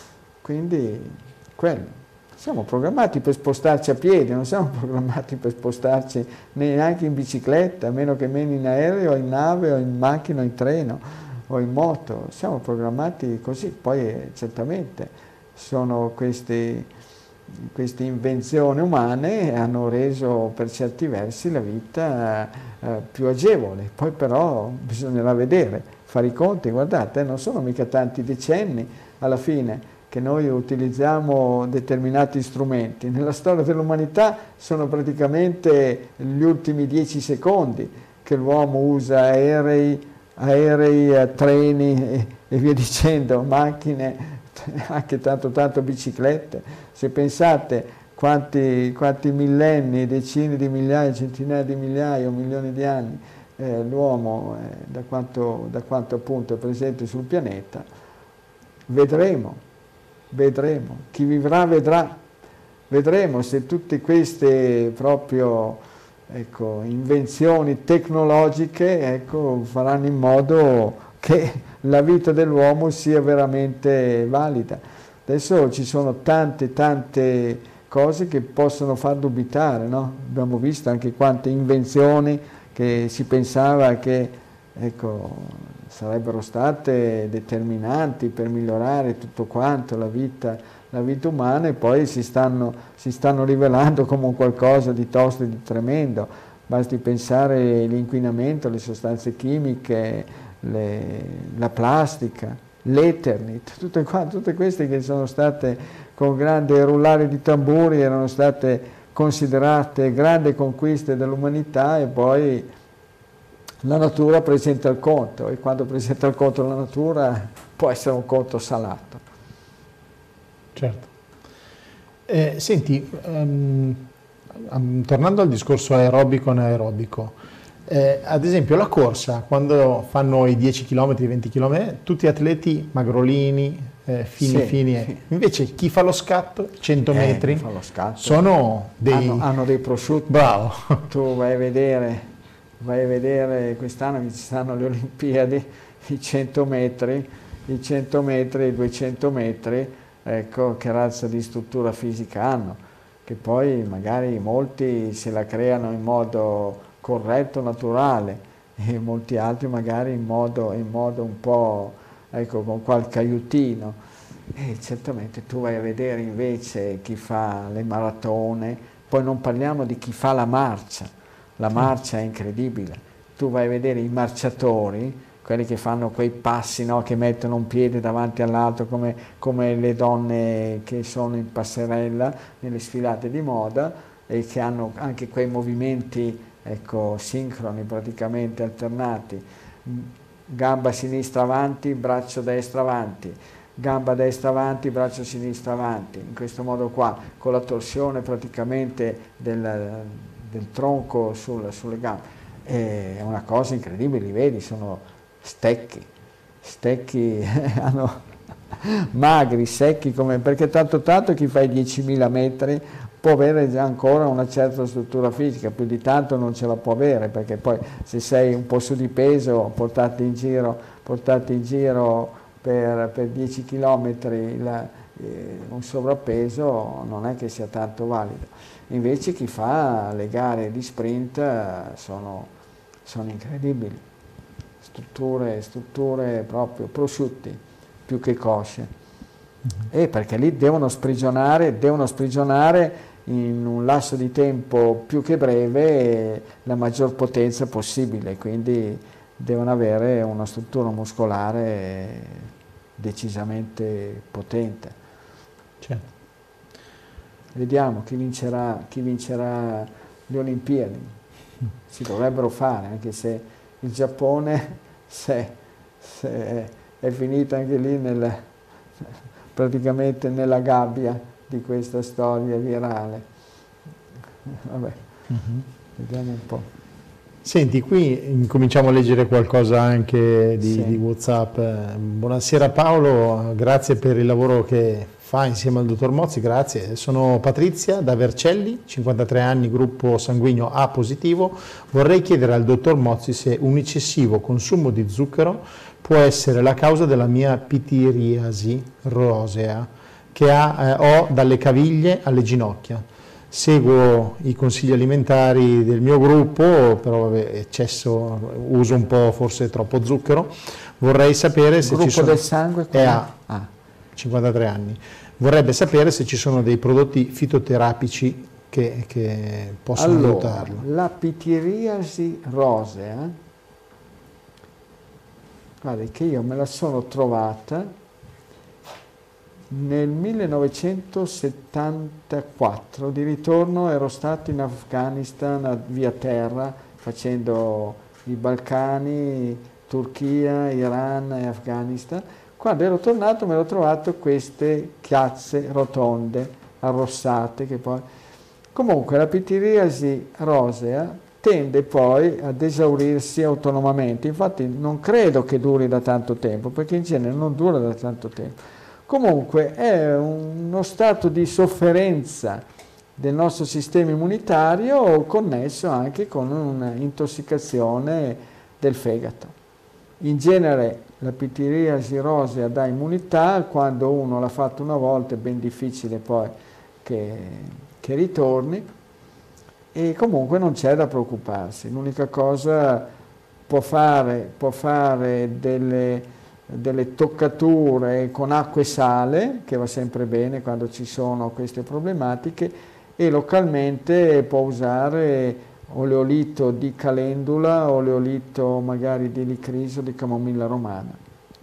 [SPEAKER 3] Quindi quello. Siamo programmati per spostarci a piedi, non siamo programmati per spostarci neanche in bicicletta, a meno che meno in aereo, in nave, o in macchina, o in treno, o in moto. Siamo programmati così. Poi eh, certamente sono questi, queste invenzioni umane hanno reso per certi versi la vita eh, più agevole. Poi però bisognerà vedere, fare i conti. Guardate, eh, non sono mica tanti decenni alla fine che noi utilizziamo determinati strumenti. Nella storia dell'umanità sono praticamente gli ultimi dieci secondi che l'uomo usa aerei, aerei treni e, e via dicendo, macchine, anche tanto tanto biciclette. Se pensate quanti, quanti millenni, decine di migliaia, centinaia di migliaia o milioni di anni eh, l'uomo, eh, da quanto, da quanto appunto è presente sul pianeta, vedremo. Vedremo, chi vivrà vedrà, vedremo se tutte queste proprio ecco, invenzioni tecnologiche ecco, faranno in modo che la vita dell'uomo sia veramente valida. Adesso ci sono tante tante cose che possono far dubitare, no? Abbiamo visto anche quante invenzioni che si pensava che ecco, sarebbero state determinanti per migliorare tutto quanto la vita, la vita umana, e poi si stanno, si stanno rivelando come un qualcosa di tosto e di tremendo. Basti pensare all'inquinamento, le sostanze chimiche, le, la plastica, l'Eternit, tutte, qua, tutte queste che sono state con grande rullare di tamburi, erano state considerate grandi conquiste dell'umanità, e poi la natura presenta il conto, e quando presenta il conto la natura può essere un conto salato.
[SPEAKER 2] Certo. Eh, senti, um, um, tornando al discorso aerobico e anaerobico, eh, ad esempio la corsa, quando fanno i dieci chilometri, i venti chilometri, tutti atleti magrolini, eh, fini
[SPEAKER 3] sì,
[SPEAKER 2] fini,
[SPEAKER 3] sì.
[SPEAKER 2] Invece chi fa lo scatto, cento metri,
[SPEAKER 3] eh, fa lo scatto.
[SPEAKER 2] sono dei...
[SPEAKER 3] Hanno, hanno dei prosciutti.
[SPEAKER 2] Bravo.
[SPEAKER 3] Tu vai a vedere... Vai a vedere quest'anno che ci stanno le Olimpiadi, i cento metri, i cento metri, i duecento metri, ecco che razza di struttura fisica hanno, che poi magari molti se la creano in modo corretto, naturale, e molti altri magari in modo, in modo un po', ecco, con qualche aiutino. E certamente tu vai a vedere invece chi fa le maratone, poi non parliamo di chi fa la marcia. La marcia è incredibile. Tu vai a vedere i marciatori, quelli che fanno quei passi, no, che mettono un piede davanti all'altro come, come le donne che sono in passerella nelle sfilate di moda, e che hanno anche quei movimenti ecco, sincroni, praticamente alternati. Gamba sinistra avanti, braccio destro avanti, gamba destra avanti, braccio sinistro avanti, in questo modo qua, con la torsione praticamente del, del tronco sul, sulle gambe. È una cosa incredibile, li vedi, sono stecchi, stecchi hanno magri, secchi, come, perché tanto tanto chi fa i diecimila metri può avere già ancora una certa struttura fisica, più di tanto non ce la può avere, perché poi se sei un po' su di peso, portati in giro, portati in giro per, per dieci chilometri la, eh, un sovrappeso non è che sia tanto valido. Invece chi fa le gare di sprint eh, sono, sono incredibili, strutture, strutture proprio prosciutti, più che cosce. Mm-hmm. E perché lì devono sprigionare, devono sprigionare in un lasso di tempo più che breve la maggior potenza possibile, quindi devono avere una struttura muscolare decisamente potente.
[SPEAKER 2] Certo.
[SPEAKER 3] Vediamo chi vincerà, chi vincerà le Olimpiadi. Si dovrebbero fare, anche se il Giappone se, se è finito anche lì nel, praticamente nella gabbia di questa storia virale. Vabbè, uh-huh. Vediamo un po'.
[SPEAKER 2] Senti, qui incominciamo a leggere qualcosa anche di, sì. di WhatsApp. Buonasera Paolo, grazie per il lavoro che fa insieme al dottor Mozzi, grazie. Sono Patrizia da Vercelli, cinquantatré anni, gruppo sanguigno A positivo. Vorrei chiedere al dottor Mozzi se un eccessivo consumo di zucchero può essere la causa della mia pitiriasi rosea che ha, eh, ho dalle caviglie alle ginocchia. Seguo i consigli alimentari del mio gruppo, però vabbè, eccesso, uso un po' forse troppo zucchero. Vorrei sapere
[SPEAKER 3] il
[SPEAKER 2] se
[SPEAKER 3] gruppo
[SPEAKER 2] ci sono...
[SPEAKER 3] del sangue
[SPEAKER 2] è A, ah. cinquantatré anni. Vorrebbe sapere se ci sono dei prodotti fitoterapici che, che possono
[SPEAKER 3] allora,
[SPEAKER 2] aiutarlo.
[SPEAKER 3] La pitiriasi rosea, guarda che io me la sono trovata nel millenovecentosettantaquattro, di ritorno ero stato in Afghanistan via terra facendo i Balcani, Turchia, Iran e Afghanistan. Quando ero tornato mi ero trovato queste chiazze rotonde, arrossate, che poi... Comunque la pitiriasi rosea tende poi ad esaurirsi autonomamente, infatti non credo che duri da tanto tempo, perché in genere non dura da tanto tempo. Comunque è uno stato di sofferenza del nostro sistema immunitario connesso anche con un'intossicazione del fegato. In genere la pitiriasi rosea dà immunità, quando uno l'ha fatto una volta è ben difficile poi che, che ritorni, e comunque non c'è da preoccuparsi. L'unica cosa, può fare, può fare delle... delle toccature con acqua e sale, che va sempre bene quando ci sono queste problematiche, e localmente può usare oleolito di calendula, oleolito magari di licriso, di camomilla romana.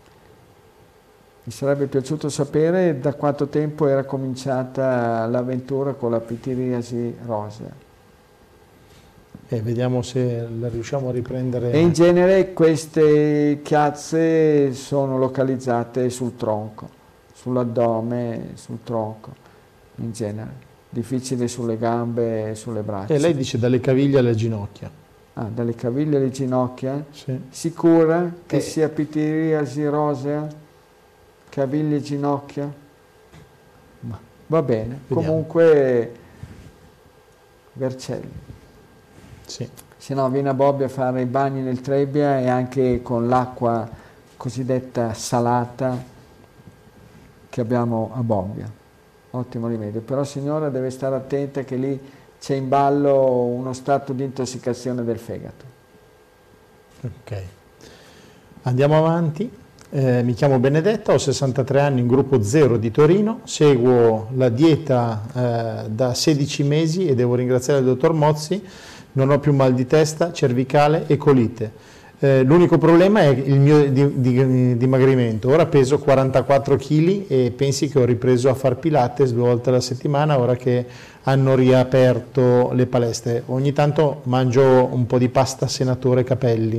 [SPEAKER 3] Mi sarebbe piaciuto sapere da quanto tempo era cominciata l'avventura con la pitiriasi rosea.
[SPEAKER 2] E vediamo se la riusciamo a riprendere.
[SPEAKER 3] E in genere queste chiazze sono localizzate sul tronco, sull'addome, sul tronco, in genere. Difficile sulle gambe e sulle braccia.
[SPEAKER 2] E lei dice dalle caviglie alle ginocchia.
[SPEAKER 3] Ah, dalle caviglie alle ginocchia?
[SPEAKER 2] Sì.
[SPEAKER 3] Sicura che
[SPEAKER 2] e...
[SPEAKER 3] sia pitiriasi rosea? Caviglie e ginocchia? Ma, va bene. Vediamo. Comunque, Vercelli.
[SPEAKER 2] Sì.
[SPEAKER 3] Se no viene a Bobbio a fare i bagni nel Trebbia, e anche con l'acqua cosiddetta salata che abbiamo a Bobbio. Ottimo rimedio. Però signora deve stare attenta che lì c'è in ballo uno stato di intossicazione del fegato.
[SPEAKER 2] Ok. Andiamo avanti. Eh, mi chiamo Benedetta, ho sessantatré anni, in gruppo zero di Torino, seguo la dieta eh, da sedici mesi e devo ringraziare il dottor Mozzi. Non ho più mal di testa, cervicale e colite. Eh, l'unico problema è il mio di, di, dimagrimento. Ora peso quarantaquattro chili e pensi che ho ripreso a far Pilates due volte alla settimana ora che hanno riaperto le palestre. Ogni tanto mangio un po' di pasta senatore Capelli,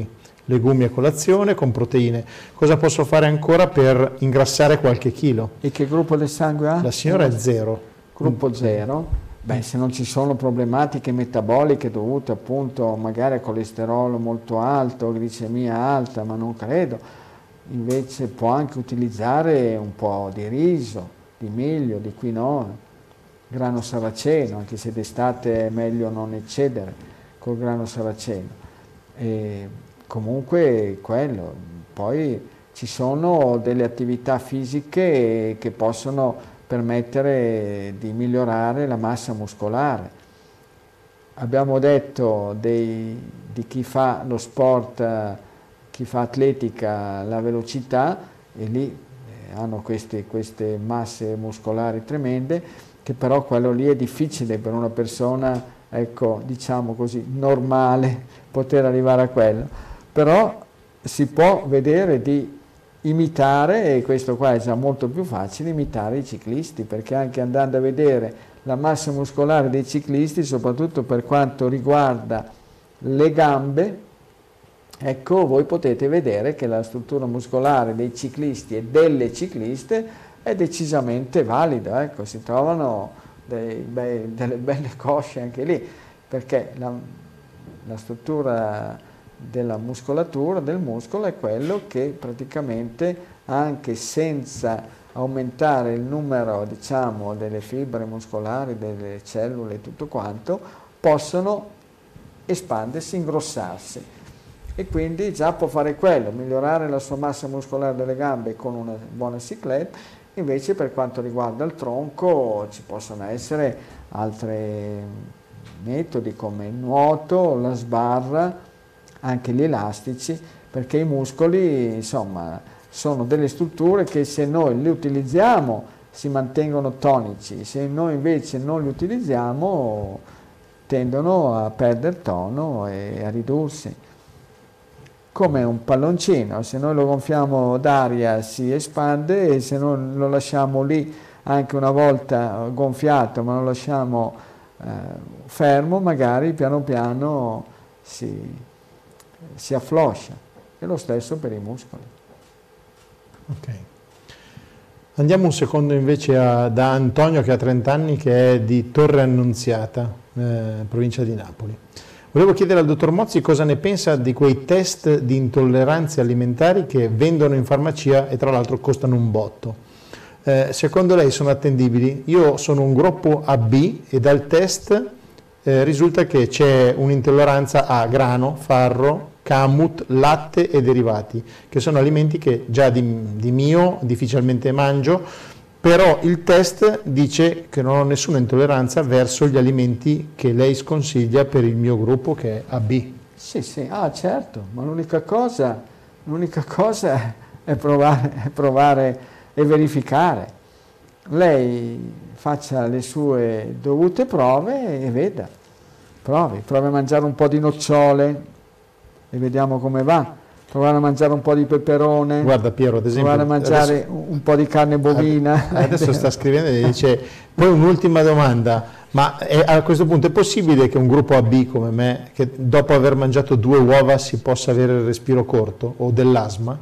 [SPEAKER 2] legumi a colazione con proteine. Cosa posso fare ancora per ingrassare qualche chilo?
[SPEAKER 3] E che gruppo del sangue ha?
[SPEAKER 2] La signora è zero.
[SPEAKER 3] Gruppo zero? Beh, se non ci sono problematiche metaboliche dovute appunto magari a colesterolo molto alto, glicemia alta, ma non credo, invece può anche utilizzare un po' di riso, di miglio, di quinoa, grano saraceno, anche se d'estate è meglio non eccedere col grano saraceno. E comunque quello. Poi ci sono delle attività fisiche che possono permettere di migliorare la massa muscolare. Abbiamo detto dei, di chi fa lo sport, chi fa atletica, la velocità, e lì eh, hanno queste, queste masse muscolari tremende, che però quello lì è difficile per una persona, ecco, diciamo così, normale, poter arrivare a quello. Però si può vedere di imitare, e questo qua è già molto più facile, imitare i ciclisti, perché anche andando a vedere la massa muscolare dei ciclisti, soprattutto per quanto riguarda le gambe, ecco, voi potete vedere che la struttura muscolare dei ciclisti e delle cicliste è decisamente valida, ecco, si trovano dei bei, delle belle cosce anche lì, perché la, la struttura della muscolatura, del muscolo, è quello che praticamente, anche senza aumentare il numero, diciamo, delle fibre muscolari, delle cellule e tutto quanto, possono espandersi, ingrossarsi, e quindi già può fare quello, migliorare la sua massa muscolare delle gambe con una buona cyclette. Invece per quanto riguarda il tronco ci possono essere altri metodi come il nuoto, la sbarra, anche gli elastici, perché i muscoli, insomma, sono delle strutture che se noi li utilizziamo si mantengono tonici, se noi invece non li utilizziamo tendono a perdere tono e a ridursi. Come un palloncino, se noi lo gonfiamo d'aria si espande, e se non lo lasciamo lì anche una volta gonfiato, ma lo lasciamo eh, fermo, magari piano piano si si affloscia. E lo stesso per i muscoli.
[SPEAKER 2] Ok. Andiamo un secondo invece a, da Antonio, che ha trenta anni, che è di Torre Annunziata, eh, provincia di Napoli. Volevo chiedere al dottor Mozzi cosa ne pensa di quei test di intolleranze alimentari che vendono in farmacia e tra l'altro costano un botto. Eh, secondo lei sono attendibili? Io sono un gruppo A B e dal test eh, risulta che c'è un'intolleranza a grano, farro, kamut, latte e derivati, che sono alimenti che già di, di mio difficilmente mangio, però il test dice che non ho nessuna intolleranza verso gli alimenti che lei sconsiglia per il mio gruppo, che è A B.
[SPEAKER 3] Sì, sì, ah certo, ma l'unica cosa, l'unica cosa è provare, è provare e verificare. Lei faccia le sue dovute prove e veda, provi, provi a mangiare un po' di nocciole e vediamo come va, provare a mangiare un po' di peperone.
[SPEAKER 2] Guarda Piero, ad esempio,
[SPEAKER 3] provare a mangiare
[SPEAKER 2] adesso,
[SPEAKER 3] un po' di carne bovina.
[SPEAKER 2] Adesso sta scrivendo e dice, poi un'ultima domanda, ma è, a questo punto è possibile che un gruppo A B come me, che dopo aver mangiato due uova si possa avere il respiro corto o dell'asma?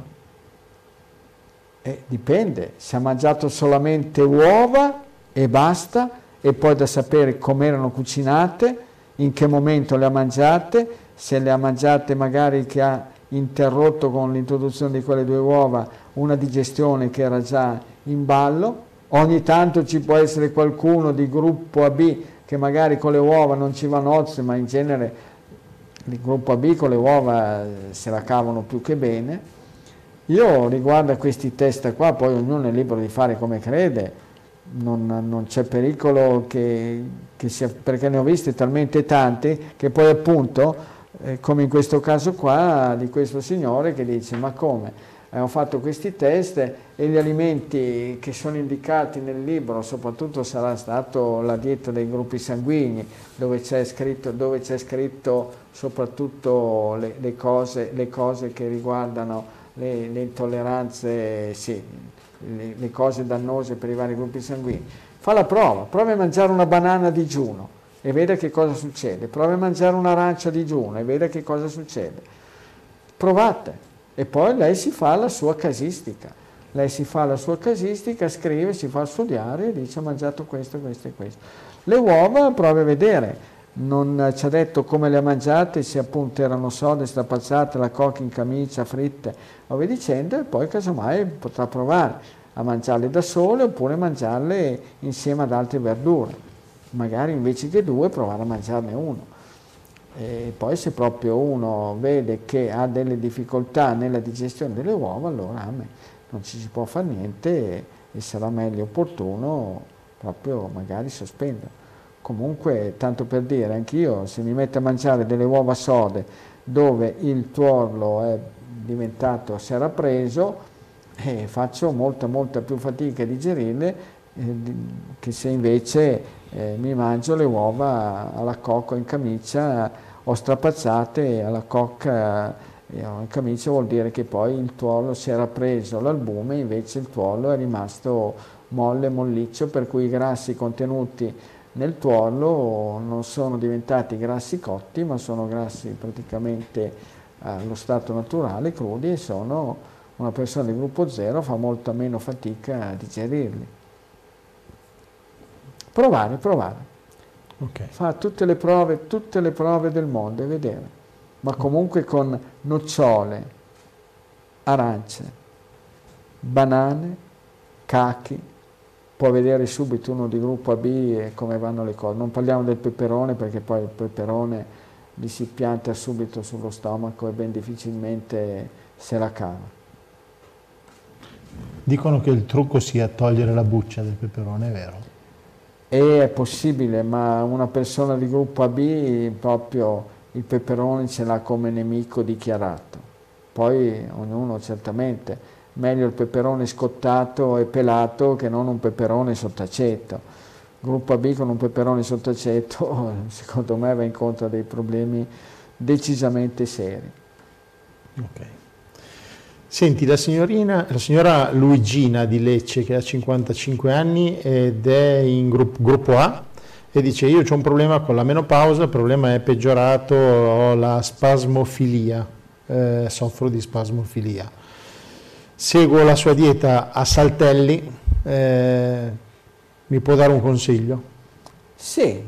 [SPEAKER 3] Eh, dipende, se ha mangiato solamente uova e basta, e poi da sapere come erano cucinate, in che momento le ha mangiate, se le ha mangiate magari che ha interrotto con l'introduzione di quelle due uova una digestione che era già in ballo. Ogni tanto ci può essere qualcuno di gruppo A B che magari con le uova non ci va nozze, ma in genere il gruppo A B con le uova se la cavano più che bene. Io riguardo a questi test qua, poi ognuno è libero di fare come crede, non, non c'è pericolo che, che sia, perché ne ho viste talmente tante che poi appunto Eh, come in questo caso qua di questo signore che dice ma come, eh, ho fatto questi test e gli alimenti che sono indicati nel libro, soprattutto sarà stato la dieta dei gruppi sanguigni, dove c'è scritto, dove c'è scritto soprattutto le, le, cose, le cose che riguardano le, le intolleranze, sì, le, le cose dannose per i vari gruppi sanguigni. Fa la prova, prova a mangiare una banana a digiuno e veda che cosa succede, prova a mangiare un'arancia a digiuno e veda che cosa succede. provate, e poi lei si fa la sua casistica, lei si fa la sua casistica, scrive, si fa il suo diario e dice: ho mangiato questo, questo e questo. Le uova provi a vedere, non ci ha detto come le ha mangiate, se appunto erano sode, strapazzate, la cocca in camicia, fritte o via dicendo, e poi casomai potrà provare a mangiarle da sole oppure mangiarle insieme ad altre verdure, magari invece che due provare a mangiarne uno. E poi se proprio uno vede che ha delle difficoltà nella digestione delle uova, allora a me non ci si può fare niente e, e sarà meglio opportuno proprio magari sospendere. Comunque, tanto per dire, anch'io se mi metto a mangiare delle uova sode dove il tuorlo è diventato, si era preso, eh, faccio molta molta più fatica a digerirle eh, che se invece eh, mi mangio le uova alla cocca in camicia o strapazzate alla cocca eh, in camicia, vuol dire che poi il tuorlo si era preso l'albume, invece il tuorlo è rimasto molle, molliccio, per cui i grassi contenuti nel tuorlo non sono diventati grassi cotti, ma sono grassi praticamente allo stato naturale, crudi, e sono, una persona di gruppo zero fa molta meno fatica a digerirli. Provare, provare. Okay. Fa tutte le prove, tutte le prove del mondo e vedere, ma comunque con nocciole, arance, banane, cachi. Può vedere subito uno di gruppo A B e come vanno le cose. Non parliamo del peperone, perché poi il peperone gli si pianta subito sullo stomaco e ben difficilmente se la cava.
[SPEAKER 2] Dicono che il trucco sia togliere la buccia del peperone, è vero?
[SPEAKER 3] E è possibile, ma una persona di gruppo A B proprio il peperone ce l'ha come nemico dichiarato. Poi ognuno certamente, meglio il peperone scottato e pelato che non un peperone sott'aceto. Gruppo A B con un peperone sott'aceto secondo me va incontro a dei problemi decisamente seri.
[SPEAKER 2] Ok. Senti, la signorina, la signora Luigina di Lecce, che ha cinquantacinque anni ed è in gruppo, gruppo A, e dice: io ho un problema con la menopausa, il problema è peggiorato, ho la spasmofilia, eh, soffro di spasmofilia. Seguo la sua dieta a saltelli, eh, mi può dare un consiglio?
[SPEAKER 3] Sì,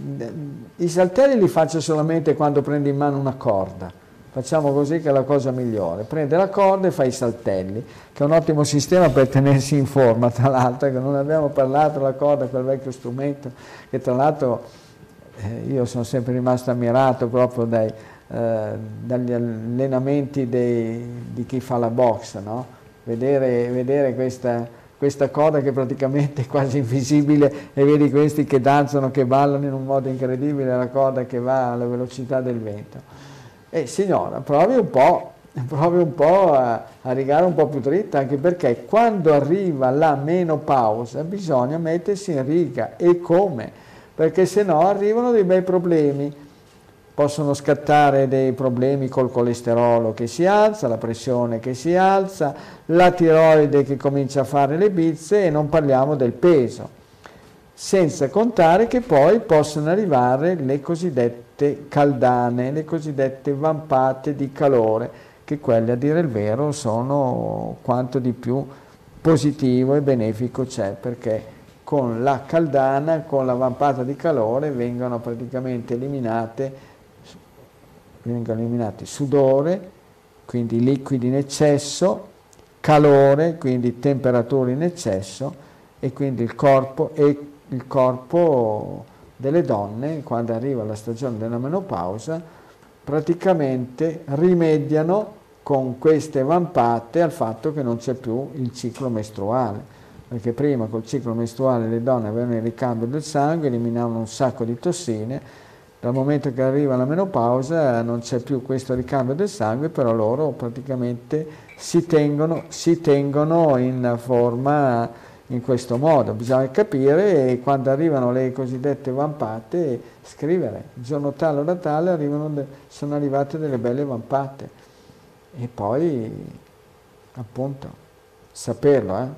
[SPEAKER 3] i saltelli li faccio solamente quando prendo in mano una corda. Facciamo così, che è la cosa migliore. Prende la corda e fa i saltelli, che è un ottimo sistema per tenersi in forma, tra l'altro, che non abbiamo parlato, la corda, quel vecchio strumento, che tra l'altro eh, io sono sempre rimasto ammirato proprio dai, eh, dagli allenamenti dei, di chi fa la box, no? Vedere, vedere questa, questa corda che praticamente è quasi invisibile, e vedi questi che danzano, che ballano in un modo incredibile, la corda che va alla velocità del vento. E signora, provi un po', provi un po' a, a rigare un po' più dritta, anche perché quando arriva la menopausa bisogna mettersi in riga. E come? Perché se no arrivano dei bei problemi. Possono scattare dei problemi col colesterolo che si alza, la pressione che si alza, la tiroide che comincia a fare le bizze, e non parliamo del peso. Senza contare che poi possono arrivare le cosiddette caldane, le cosiddette vampate di calore, che quelle, a dire il vero, sono quanto di più positivo e benefico c'è, perché con la caldana, con la vampata di calore vengono praticamente eliminate, vengono eliminati sudore, quindi liquidi in eccesso, calore, quindi temperatura in eccesso, e quindi il corpo e il corpo delle donne, quando arriva la stagione della menopausa, praticamente rimediano con queste vampate al fatto che non c'è più il ciclo mestruale, perché prima col ciclo mestruale le donne avevano il ricambio del sangue, eliminavano un sacco di tossine. Dal momento che arriva la menopausa non c'è più questo ricambio del sangue, però loro praticamente si tengono, si tengono in forma in questo modo. Bisogna capire, e quando arrivano le cosiddette vampate, scrivere il giorno tale ora tale arrivano de, sono arrivate delle belle vampate, e poi appunto saperlo, eh?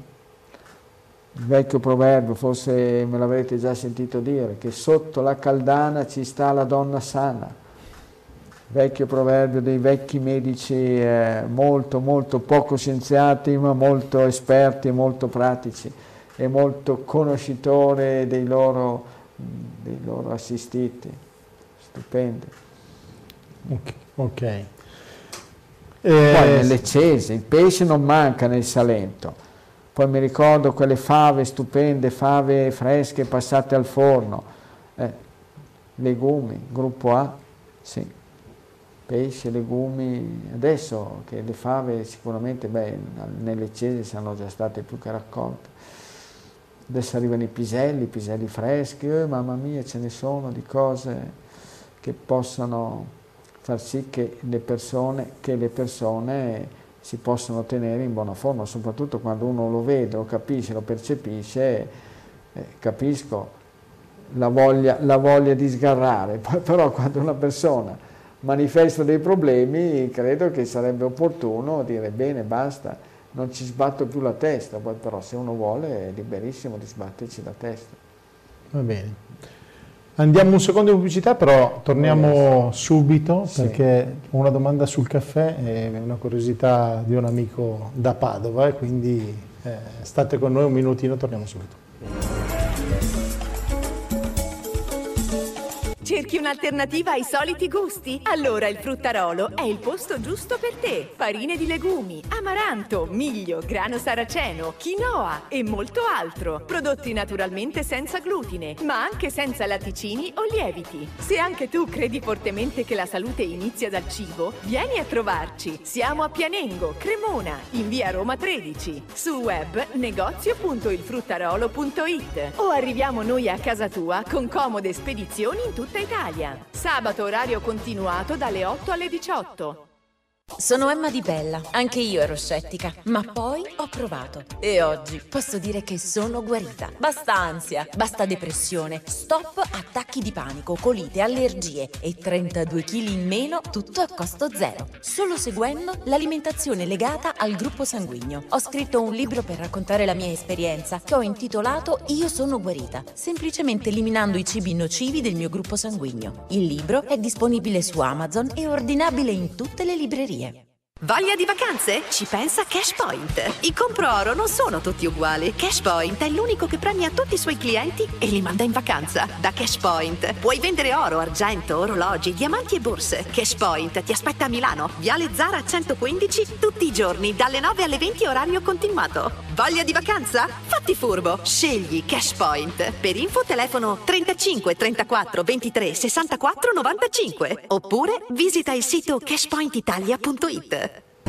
[SPEAKER 3] Il vecchio proverbio, forse me l'avrete già sentito dire, che sotto la caldana ci sta la donna sana. vecchio proverbio dei vecchi medici eh, molto molto poco scienziati ma molto esperti, molto pratici e molto conoscitori dei loro, dei loro assistiti. Stupendo.
[SPEAKER 2] Ok. okay.
[SPEAKER 3] Poi
[SPEAKER 2] Eh,
[SPEAKER 3] nelle Cese, il pesce non manca nel Salento. Poi mi ricordo quelle fave stupende, fave fresche passate al forno. Eh, legumi, gruppo A, sì. Pesce, legumi. Adesso che le fave sicuramente, beh, nelle Cese sono già state più che raccolte. Adesso arrivano i piselli, i piselli freschi, eh, mamma mia, ce ne sono di cose che possano far sì che le persone, che le persone si possano tenere in buona forma, soprattutto quando uno lo vede, lo capisce, lo percepisce, eh, capisco la voglia, la voglia di sgarrare, poi, però quando una persona manifesta dei problemi credo che sarebbe opportuno dire bene, basta, non ci sbatto più la testa, poi però se uno vuole è liberissimo di sbatterci la testa.
[SPEAKER 2] Va bene. Andiamo un secondo in pubblicità, però torniamo
[SPEAKER 3] oh, yes.
[SPEAKER 2] subito
[SPEAKER 3] sì.
[SPEAKER 2] perché ho una domanda sul caffè e una curiosità di un amico da Padova e quindi eh, state con noi un minutino, torniamo subito.
[SPEAKER 1] Cerchi un'alternativa ai soliti gusti? Allora il Fruttarolo è il posto giusto per te. Farine di legumi, amaranto, miglio, grano saraceno, quinoa e molto altro. Prodotti naturalmente senza glutine, ma anche senza latticini o lieviti. Se anche tu credi fortemente che la salute inizia dal cibo, vieni a trovarci. Siamo a Pianengo, Cremona, in via Roma tredici. Sul web negozio punto il fruttarolo punto it o arriviamo noi a casa tua con comode spedizioni in tutta Italia. Sabato orario continuato dalle otto alle diciotto.
[SPEAKER 4] Sono Emma Di Bella, anche io ero scettica, ma poi ho provato e oggi posso dire che sono guarita. Basta ansia, basta depressione, stop attacchi di panico, colite, allergie e trentadue chili in meno, tutto a costo zero, solo seguendo l'alimentazione legata al gruppo sanguigno. Ho scritto un libro per raccontare la mia esperienza che ho intitolato Io sono guarita, semplicemente eliminando i cibi nocivi del mio gruppo sanguigno. Il libro è disponibile su Amazon e ordinabile in tutte le librerie.
[SPEAKER 5] Voglia di vacanze? Ci pensa Cashpoint. I compro oro non sono tutti uguali. Cashpoint è l'unico che premia tutti i suoi clienti e li manda in vacanza. Da Cashpoint puoi vendere oro, argento, orologi, diamanti e borse. Cashpoint ti aspetta a Milano, Viale Zara centoquindici, tutti i giorni, dalle nove alle venti orario continuato. Voglia di vacanza? Fatti furbo, scegli Cashpoint. Per info telefono trentacinque trentaquattro ventitré sessantaquattro novantacinque oppure visita il sito cashpoint italia punto it.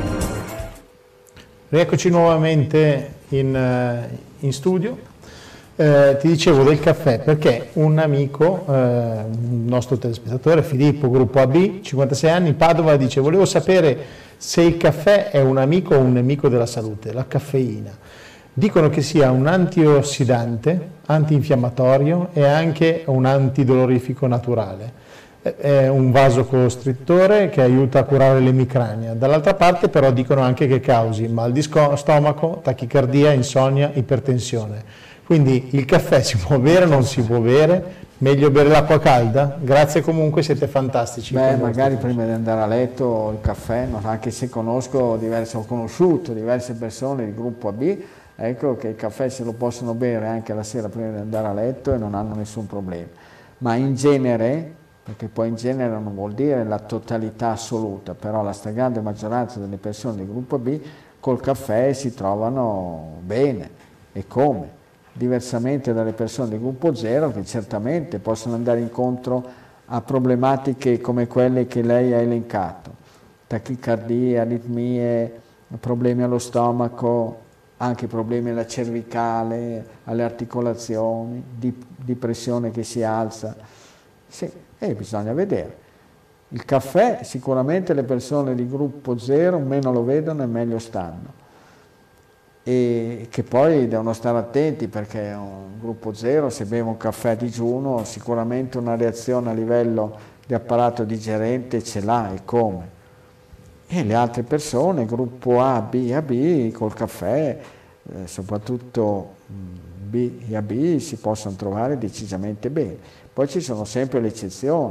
[SPEAKER 2] Rieccoci nuovamente in, in studio. Eh, ti dicevo del caffè perché un amico, eh, un nostro telespettatore, Filippo, gruppo A B, cinquantasei anni, Padova, dice: volevo sapere se il caffè è un amico o un nemico della salute, la caffeina. Dicono che sia un antiossidante, antinfiammatorio e anche un antidolorifico naturale. È un vasocostrittore che aiuta a curare l'emicrania. Dall'altra parte però dicono anche che causi mal di stomaco, tachicardia, insonnia, ipertensione. Quindi il caffè si può bere o non si può bere? Meglio bere l'acqua calda? Grazie comunque, siete fantastici.
[SPEAKER 3] Beh, magari prima di andare a letto il caffè, anche se conosco diverse, ho conosciuto diverse persone di gruppo A B, ecco che il caffè se lo possono bere anche la sera prima di andare a letto e non hanno nessun problema. Ma in genere, perché poi in genere non vuol dire la totalità assoluta, però la stragrande maggioranza delle persone del gruppo B col caffè si trovano bene. E come? Diversamente dalle persone del gruppo zero che certamente possono andare incontro a problematiche come quelle che lei ha elencato, tachicardia, aritmie, problemi allo stomaco, anche problemi alla cervicale, alle articolazioni, di, di pressione che si alza. Sì, e bisogna vedere. Il caffè sicuramente le persone di gruppo zero meno lo vedono e meglio stanno. E che poi devono stare attenti perché un gruppo zero se beve un caffè a digiuno sicuramente una reazione a livello di apparato digerente ce l'ha e come. E le altre persone, gruppo A, B e A B, col caffè, eh, soprattutto B e A B, si possono trovare decisamente bene. Poi ci sono sempre le eccezioni,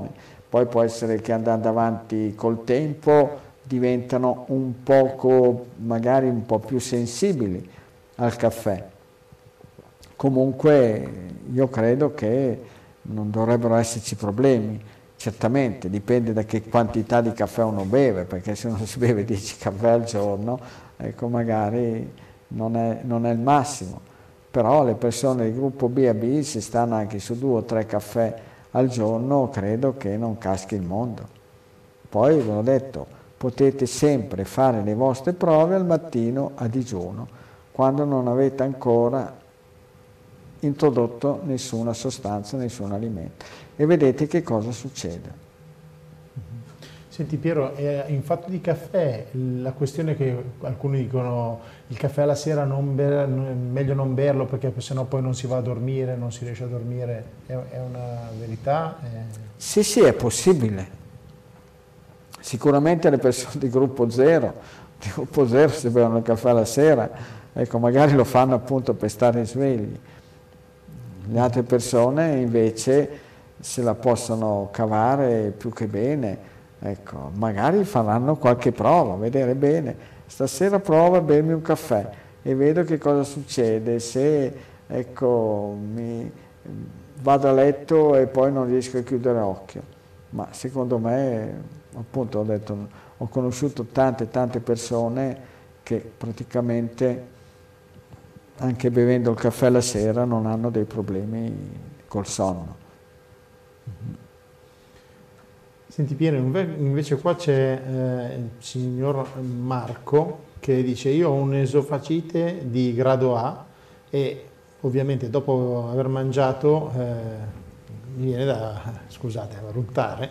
[SPEAKER 3] poi può essere che andando avanti col tempo diventano un poco, magari un po' più sensibili al caffè. Comunque io credo che non dovrebbero esserci problemi, certamente dipende da che quantità di caffè uno beve, perché se uno si beve dieci caffè al giorno, ecco, magari non è, non è il massimo, però le persone di gruppo B A B, se stanno anche su due o tre caffè al giorno, credo che non caschi il mondo. Poi ve l'ho detto, potete sempre fare le vostre prove al mattino a digiuno, quando non avete ancora introdotto nessuna sostanza, nessun alimento, e vedete che cosa succede.
[SPEAKER 2] Senti Piero, eh, in fatto di caffè, la questione che alcuni dicono il caffè alla sera non ber, meglio non berlo perché sennò poi non si va a dormire, non si riesce a dormire, è, è una verità? È...
[SPEAKER 3] Sì, sì, è possibile. Sicuramente le persone di gruppo zero, di gruppo zero se bevono il caffè alla sera, ecco, magari lo fanno appunto per stare svegli. Le altre persone invece se la possono cavare più che bene, ecco, magari faranno qualche prova, vedere bene, stasera provo a bermi un caffè e vedo che cosa succede, se ecco, mi vado a letto e poi non riesco a chiudere occhio. Ma secondo me, appunto ho detto, ho conosciuto tante tante persone che praticamente anche bevendo il caffè la sera non hanno dei problemi col sonno.
[SPEAKER 2] Senti Piero, invece qua c'è eh, il signor Marco che dice io ho un'esofagite di grado A e ovviamente dopo aver mangiato eh, mi viene da, scusate, a ruttare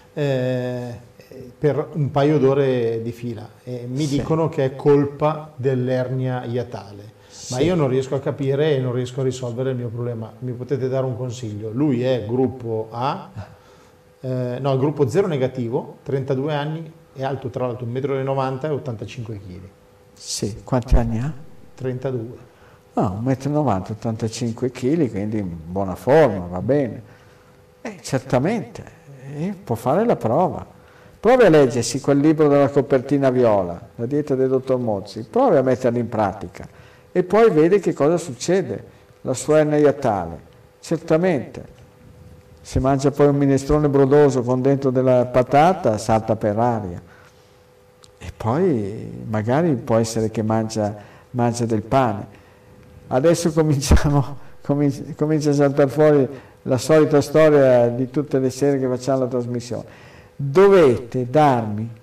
[SPEAKER 2] eh, per un paio d'ore di fila e mi sì. dicono che è colpa dell'ernia iatale. Ma io non riesco a capire e non riesco a risolvere il mio problema. Mi potete dare un consiglio? Lui è gruppo A, eh, no, gruppo zero negativo, trentadue anni, è alto tra l'altro un metro e novanta e ottantacinque chili.
[SPEAKER 3] Sì, quanti anni ha?
[SPEAKER 2] trentadue.
[SPEAKER 3] No, un metro e novanta, ottantacinque chili, quindi in buona forma, va bene. Eh, certamente, eh, può fare la prova. Provi a leggersi quel libro della copertina viola, La dieta del dottor Mozzi, provi a metterlo in pratica. E poi vede che cosa succede, la sua ernia iatale. Certamente, se mangia poi un minestrone brodoso con dentro della patata, salta per aria. E poi magari può essere che mangia, mangia del pane. Adesso cominciamo, comincia, comincia a saltare fuori la solita storia di tutte le sere che facciamo la trasmissione. Dovete darmi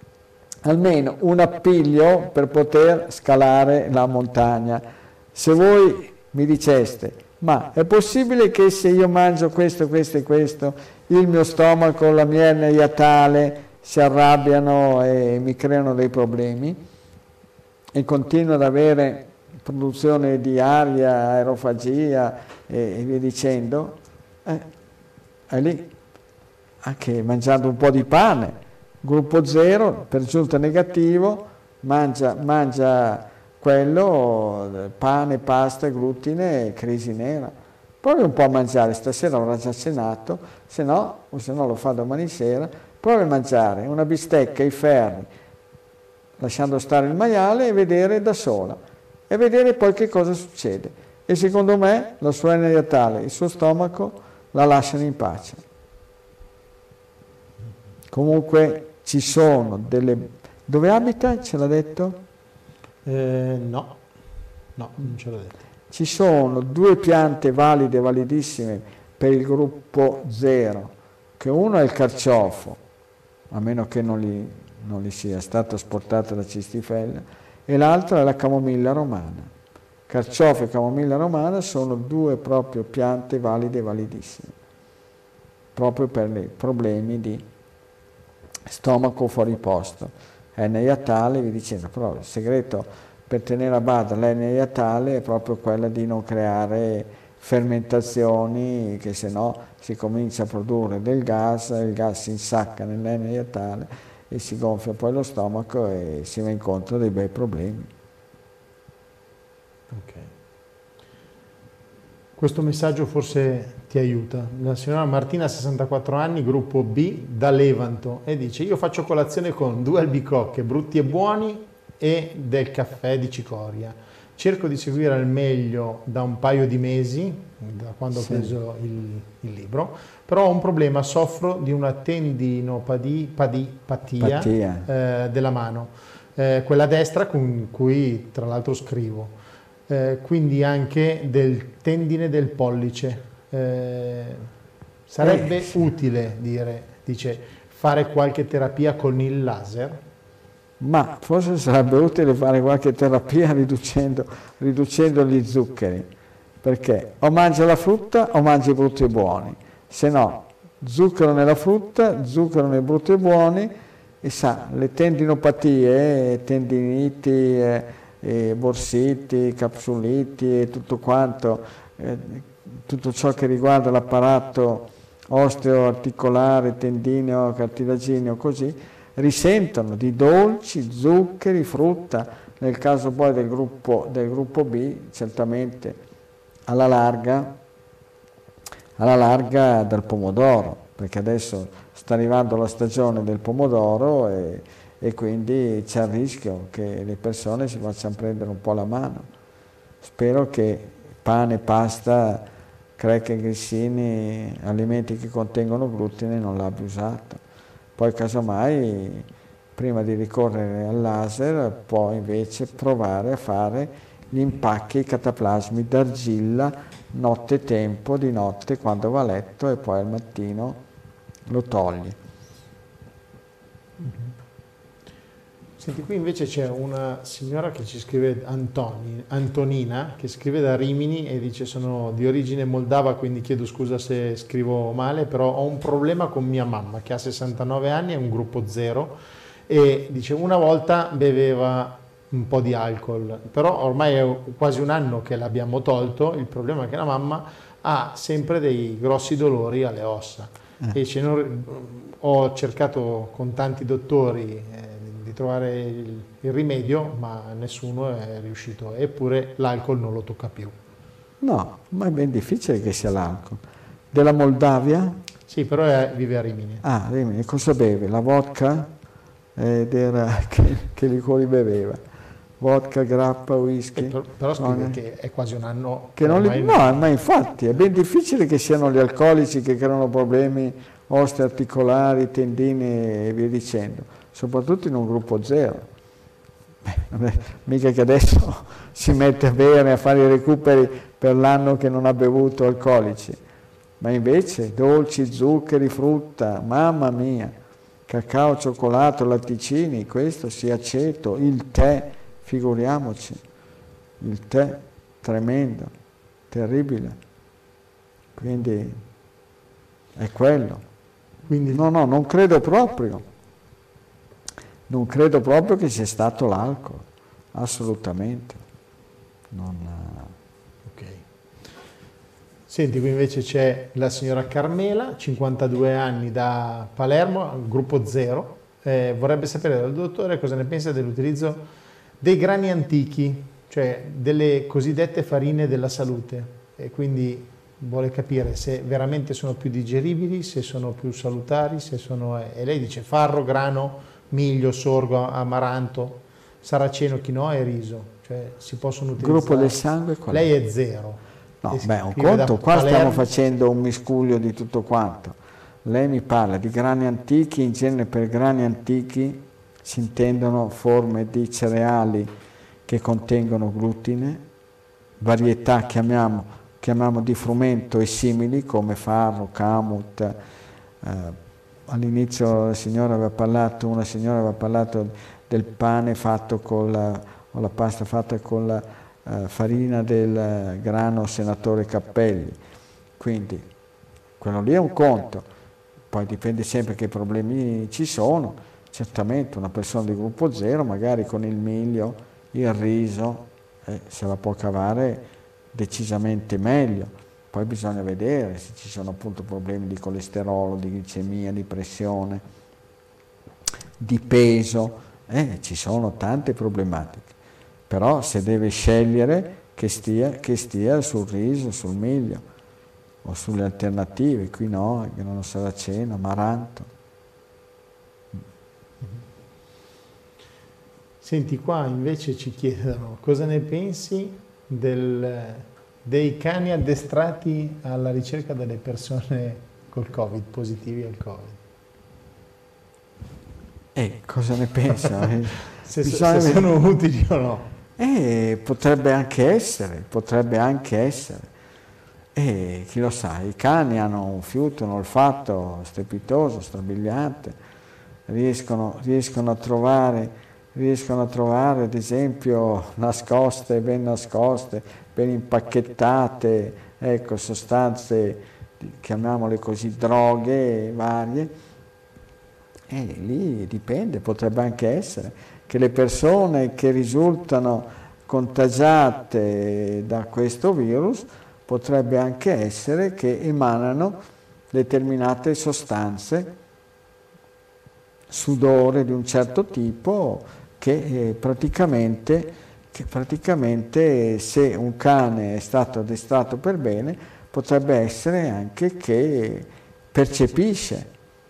[SPEAKER 3] almeno un appiglio per poter scalare la montagna. Se voi mi diceste, ma è possibile che se io mangio questo, questo e questo, il mio stomaco, la mia ernia iatale si arrabbiano e mi creano dei problemi e continuo ad avere produzione di aria, aerofagia e, e via dicendo, eh, è lì, anche mangiando un po' di pane, gruppo zero, per giunta negativo, mangia, mangia quello, pane, pasta, glutine, crisi nera. Provi un po' a mangiare, stasera avrà già cenato, se no, o se no lo fa domani sera, provi a mangiare una bistecca ai ferri, lasciando stare il maiale e vedere da sola, e vedere poi che cosa succede. E secondo me la sua ernia iatale, il suo stomaco la lasciano in pace. Comunque ci sono delle... Dove abita? Ce l'ha detto?
[SPEAKER 2] Eh, no, no, non ce l'ha detto.
[SPEAKER 3] Ci sono due piante valide, validissime per il gruppo zero, che uno è il carciofo, a meno che non gli, non gli sia stata asportata la cistifellea, e l'altra è la camomilla romana. Carciofo e camomilla romana sono due proprio piante valide e validissime, proprio per i problemi di stomaco fuori posto, ernia iatale, vi dicendo, però il segreto per tenere a bada l'ernia iatale è proprio quella di non creare fermentazioni, che se no si comincia a produrre del gas, il gas si insacca nell'ernia iatale e si gonfia poi lo stomaco e si va incontro a dei bei problemi.
[SPEAKER 2] Ok. Questo messaggio forse ti aiuta. La signora Martina, sessantaquattro anni, gruppo B, da Levanto, e dice: io faccio colazione con due albicocche brutti e buoni e del caffè di cicoria. Cerco di seguire al meglio da un paio di mesi, da quando sì. ho preso il, il libro, però ho un problema, soffro di una tendinopatia patia, eh, della mano, eh, quella destra con cui tra l'altro scrivo. Eh, quindi anche del tendine del pollice. Eh, sarebbe eh. utile dire, dice, fare qualche terapia con il laser?
[SPEAKER 3] Ma forse sarebbe utile fare qualche terapia riducendo, riducendo gli zuccheri, perché o mangia la frutta o mangi brutti e buoni, se no zucchero nella frutta, zucchero nei brutti e buoni, e sa, le tendinopatie, tendiniti, eh, E borsiti, capsuliti e tutto quanto, eh, tutto ciò che riguarda l'apparato osteoarticolare, tendineo, cartilagineo, così, risentono di dolci, zuccheri, frutta. Nel caso poi del gruppo, del gruppo B, certamente alla larga, alla larga dal pomodoro, perché adesso sta arrivando la stagione del pomodoro e e quindi c'è il rischio che le persone si facciano prendere un po' la mano. Spero che pane, pasta, cracker, grissini, alimenti che contengono glutine non l'abbia usato. Poi casomai, prima di ricorrere al laser, può invece provare a fare gli impacchi, i cataplasmi d'argilla notte tempo, di notte quando va a letto, e poi al mattino lo toglie.
[SPEAKER 2] Mm-hmm. Senti, qui invece c'è una signora che ci scrive, Antoni, Antonina, che scrive da Rimini e dice: sono di origine moldava, quindi chiedo scusa se scrivo male, però ho un problema con mia mamma che ha sessantanove anni, è un gruppo zero, e dice una volta beveva un po' di alcol, però ormai è quasi un anno che l'abbiamo tolto. Il problema è che la mamma ha sempre dei grossi dolori alle ossa. Eh. E dice, non, ho cercato con tanti dottori eh, di trovare il, il rimedio, ma nessuno è riuscito, eppure l'alcol non lo tocca più.
[SPEAKER 3] No, ma è ben difficile che sia l'alcol. Della Moldavia?
[SPEAKER 2] Sì, però è, vive a Rimini.
[SPEAKER 3] Ah, Rimini. Cosa beve? La vodka? Ed era che, che liquori beveva? Vodka, grappa, whisky?
[SPEAKER 2] Eh, per, però scrive no, che è quasi un anno...
[SPEAKER 3] Che non li, no, ma infatti è ben difficile che siano gli alcolici che creano problemi osteoarticolari, tendini e via dicendo. Soprattutto in un gruppo zero. Beh, vabbè, mica che adesso si mette a bere, a fare i recuperi per l'anno che non ha bevuto alcolici, ma invece dolci, zuccheri, frutta, mamma mia, cacao, cioccolato, latticini, questo sì, aceto, il tè, figuriamoci, il tè, tremendo, terribile, quindi è quello. Quindi, no, no, non credo proprio. Non credo proprio che sia stato l'alcol, assolutamente. Non...
[SPEAKER 2] Ok. Senti, qui invece c'è la signora Carmela, cinquantadue anni, da Palermo, gruppo zero. Eh, vorrebbe sapere dal dottore cosa ne pensa dell'utilizzo dei grani antichi, cioè delle cosiddette farine della salute. E quindi vuole capire se veramente sono più digeribili, se sono più salutari, se sono... E lei dice farro, grano, miglio, sorgo, amaranto, saraceno, quinoa e riso, cioè si possono utilizzare.
[SPEAKER 3] Gruppo del sangue qual è?
[SPEAKER 2] Lei è zero.
[SPEAKER 3] No, beh, un conto, qua Palermo. Stiamo facendo un miscuglio di tutto quanto. Lei mi parla di grani antichi, in genere per grani antichi si intendono forme di cereali che contengono glutine, varietà chiamiamo, chiamiamo di frumento e simili come farro, camut. Eh, all'inizio la signora aveva parlato, una signora aveva parlato del pane fatto con la, o la pasta fatta con la uh, farina del grano senatore Cappelli, quindi quello lì è un conto, poi dipende sempre che problemi ci sono. Certamente una persona di gruppo zero magari con il miglio, il riso, eh, se la può cavare decisamente meglio. Poi bisogna vedere se ci sono appunto problemi di colesterolo, di glicemia, di pressione, di peso, eh, ci sono tante problematiche. Però se deve scegliere che stia, che stia sul riso, sul miglio o sulle alternative, quinoa, grano saraceno, amaranto.
[SPEAKER 2] Senti, qua invece ci chiedono cosa ne pensi del, dei cani addestrati alla ricerca delle persone col Covid, positivi al Covid.
[SPEAKER 3] Eh, cosa ne pensa?
[SPEAKER 2] se, se sono utili o no?
[SPEAKER 3] Eh, potrebbe anche essere, potrebbe anche essere. E chi lo sa, i cani hanno un fiuto, un olfatto strepitoso, strabiliante, riescono, riescono a trovare, riescono a trovare ad esempio nascoste, ben nascoste, ben impacchettate, ecco, sostanze, chiamiamole così, droghe varie. E lì dipende, potrebbe anche essere che le persone che risultano contagiate da questo virus potrebbe anche essere che emanano determinate sostanze, sudore di un certo tipo, che, eh, praticamente, che praticamente se un cane è stato addestrato per bene, potrebbe essere anche che percepisce,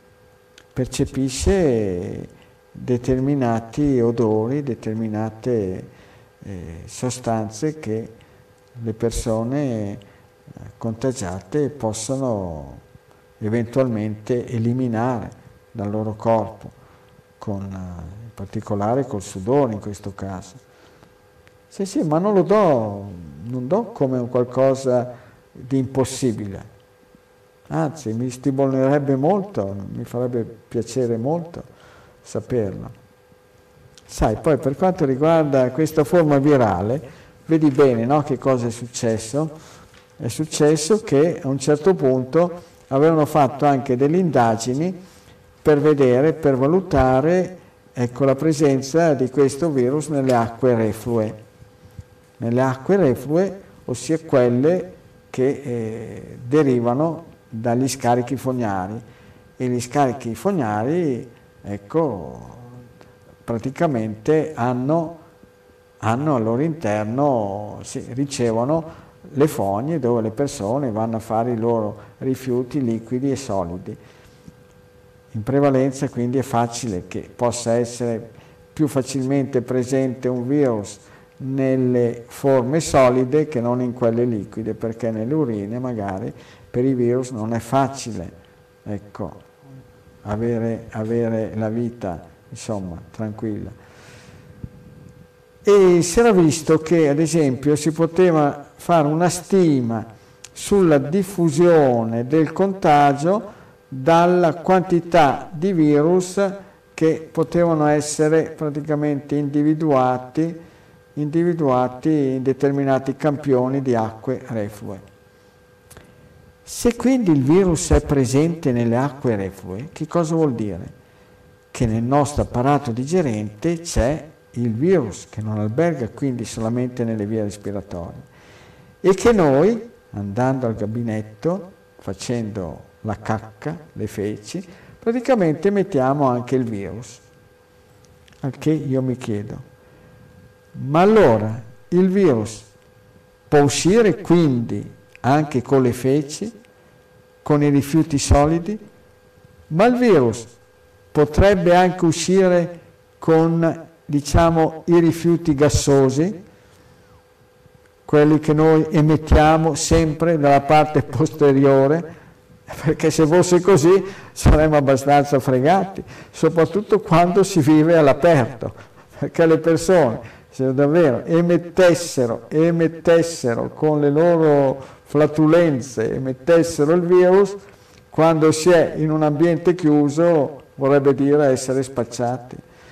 [SPEAKER 3] percepisce determinati odori, determinate eh, sostanze che le persone contagiate possono eventualmente eliminare dal loro corpo, con, in particolare col sudore in questo caso. Sì, sì, ma non lo do, non do come un qualcosa di impossibile, anzi mi stimolerebbe molto, mi farebbe piacere molto saperlo. Sai, poi per quanto riguarda questa forma virale, vedi bene, no, che cosa è successo? È successo che a un certo punto avevano fatto anche delle indagini per vedere, per valutare, ecco, la presenza di questo virus nelle acque reflue. Nelle acque reflue, ossia quelle che eh, derivano dagli scarichi fognari. E gli scarichi fognari, ecco, praticamente hanno, hanno al loro interno, sì, ricevono le fogne dove le persone vanno a fare i loro rifiuti liquidi e solidi. In prevalenza quindi è facile che possa essere più facilmente presente un virus nelle forme solide che non in quelle liquide, perché nelle urine magari per i virus non è facile, ecco, avere, avere la vita, insomma, tranquilla. E si era visto che, ad esempio, si poteva fare una stima sulla diffusione del contagio dalla quantità di virus che potevano essere praticamente individuati, individuati in determinati campioni di acque reflue. Se quindi il virus è presente nelle acque reflue, che cosa vuol dire? Che nel nostro apparato digerente c'è il virus, che non alberga quindi solamente nelle vie respiratorie, e che noi, andando al gabinetto, facendo la cacca, le feci, praticamente mettiamo anche il virus. Al che io mi chiedo, ma allora il virus può uscire quindi anche con le feci, con i rifiuti solidi, ma il virus potrebbe anche uscire con, diciamo, i rifiuti gassosi, quelli che noi emettiamo sempre dalla parte posteriore, perché se fosse così saremmo abbastanza fregati, soprattutto quando si vive all'aperto, perché le persone, se davvero emettessero, emettessero con le loro flatulenze, emettessero il virus, quando si è in un ambiente chiuso vorrebbe dire essere spacciati.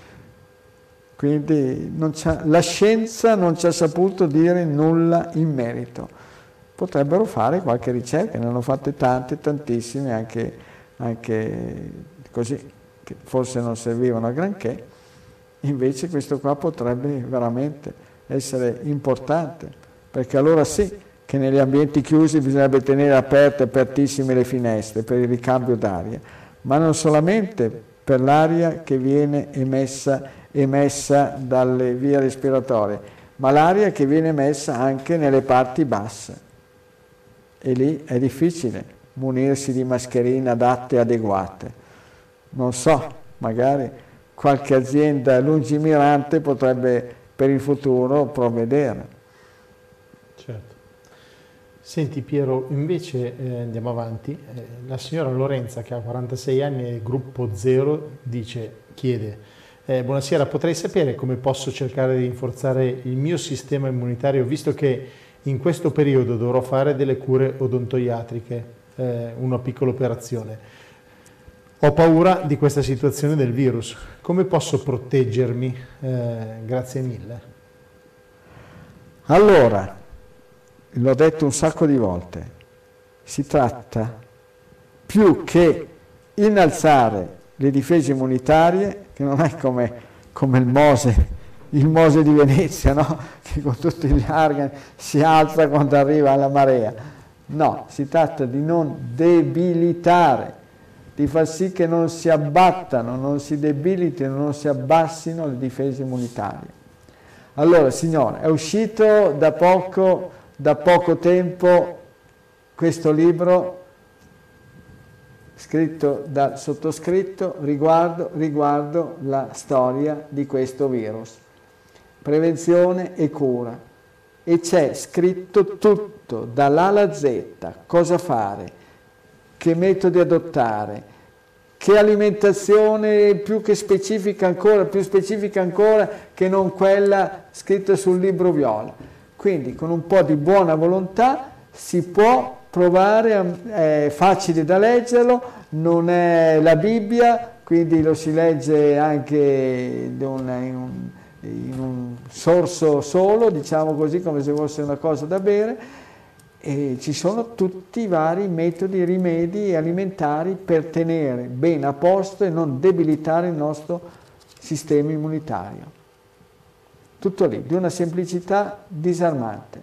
[SPEAKER 3] Quindi non la scienza non ci ha saputo dire nulla in merito. Potrebbero fare qualche ricerca, ne hanno fatte tante, tantissime, anche, anche così, che forse non servivano a granché. Invece questo qua potrebbe veramente essere importante, perché allora sì che negli ambienti chiusi bisognerebbe tenere aperte, apertissime le finestre per il ricambio d'aria, ma non solamente per l'aria che viene emessa, emessa dalle vie respiratorie, ma l'aria che viene messa anche nelle parti basse. E lì è difficile munirsi di mascherine adatte e adeguate. Non so, magari qualche azienda lungimirante potrebbe per il futuro provvedere.
[SPEAKER 2] Certo. Senti Piero, invece eh, andiamo avanti, eh, la signora Lorenza che ha quarantasei anni e gruppo zero dice, chiede, eh, buonasera, potrei sapere come posso cercare di rinforzare il mio sistema immunitario visto che in questo periodo dovrò fare delle cure odontoiatriche, eh, una piccola operazione. Ho paura di questa situazione del virus, come posso proteggermi? Eh, grazie mille.
[SPEAKER 3] Allora, l'ho detto un sacco di volte, si tratta più che innalzare le difese immunitarie, che non è come, come il Mose, il Mose di Venezia, no? Che con tutti gli organi si alza quando arriva alla marea. No, si tratta di non debilitare, di far sì che non si abbattano, non si debilitino, non si abbassino le difese immunitarie. Allora, signore, è uscito da poco... Da poco tempo questo libro scritto dal sottoscritto riguardo, riguardo la storia di questo virus, prevenzione e cura, e c'è scritto tutto dall'A alla Z, cosa fare, che metodi adottare, che alimentazione più che specifica ancora, più specifica ancora che non quella scritta sul libro viola. Quindi con un po' di buona volontà si può provare, è facile da leggerlo, non è la Bibbia, quindi lo si legge anche in un, in un, in un sorso solo, diciamo così, come se fosse una cosa da bere, e ci sono tutti i vari metodi, rimedi alimentari per tenere bene a posto e non debilitare il nostro sistema immunitario. Tutto lì, di una semplicità disarmante.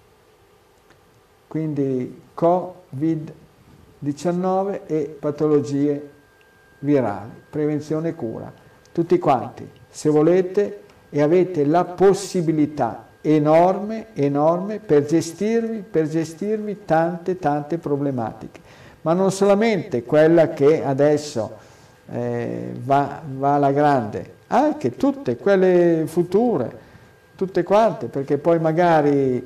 [SPEAKER 3] Quindi covid diciannove e patologie virali, prevenzione e cura. Tutti quanti, se volete e avete la possibilità enorme, enorme per gestirvi, per gestirvi tante, tante problematiche. Ma non solamente quella che adesso eh, va, va alla grande, anche tutte quelle future, tutte quante, perché poi magari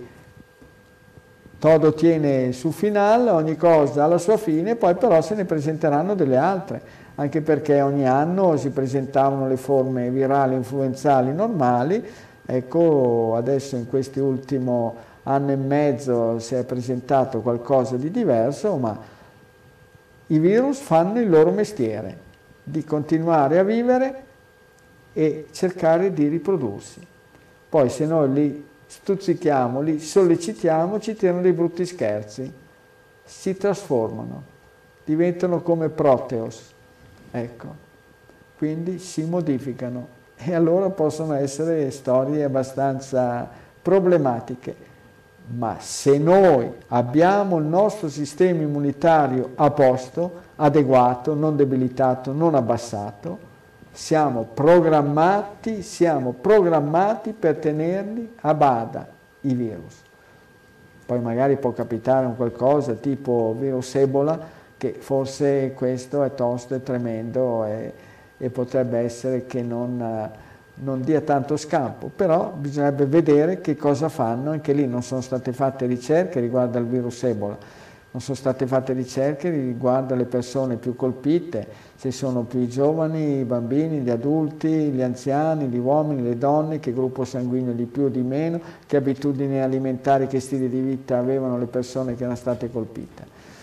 [SPEAKER 3] todo tiene su finale, ogni cosa ha la sua fine, poi però se ne presenteranno delle altre, anche perché ogni anno si presentavano le forme virali influenzali normali, ecco adesso in questi ultimi anno e mezzo si è presentato qualcosa di diverso, ma i virus fanno il loro mestiere, di continuare a vivere e cercare di riprodursi. Poi se noi li stuzzichiamo, li sollecitiamo, ci tirano dei brutti scherzi, si trasformano, diventano come Proteus, ecco, quindi si modificano e allora possono essere storie abbastanza problematiche. Ma se noi abbiamo il nostro sistema immunitario a posto, adeguato, non debilitato, non abbassato, siamo programmati, siamo programmati per tenerli a bada, i virus. Poi magari può capitare un qualcosa tipo virus Ebola, che forse questo è tosto e tremendo e, e potrebbe essere che non, non dia tanto scampo, però bisognerebbe vedere che cosa fanno, anche lì non sono state fatte ricerche riguardo al virus Ebola, non sono state fatte ricerche riguardo alle persone più colpite, se sono più i giovani, i bambini, gli adulti, gli anziani, gli uomini, le donne, che gruppo sanguigno di più o di meno, che abitudini alimentari, che stili di vita avevano le persone che erano state colpite.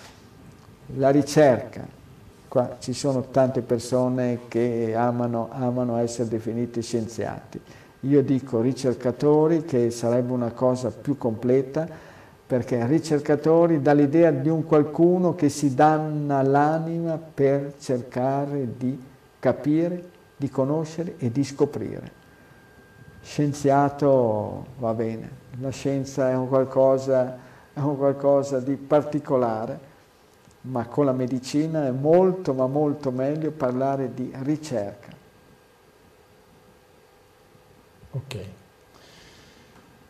[SPEAKER 3] La ricerca, qua ci sono tante persone che amano, amano essere definiti scienziati, io dico ricercatori, che sarebbe una cosa più completa, perché ricercatori dà l'idea di un qualcuno che si danna l'anima per cercare di capire, di conoscere e di scoprire. Scienziato va bene, la scienza è un qualcosa, è un qualcosa di particolare, ma con la medicina è molto ma molto meglio parlare di ricerca.
[SPEAKER 2] Ok.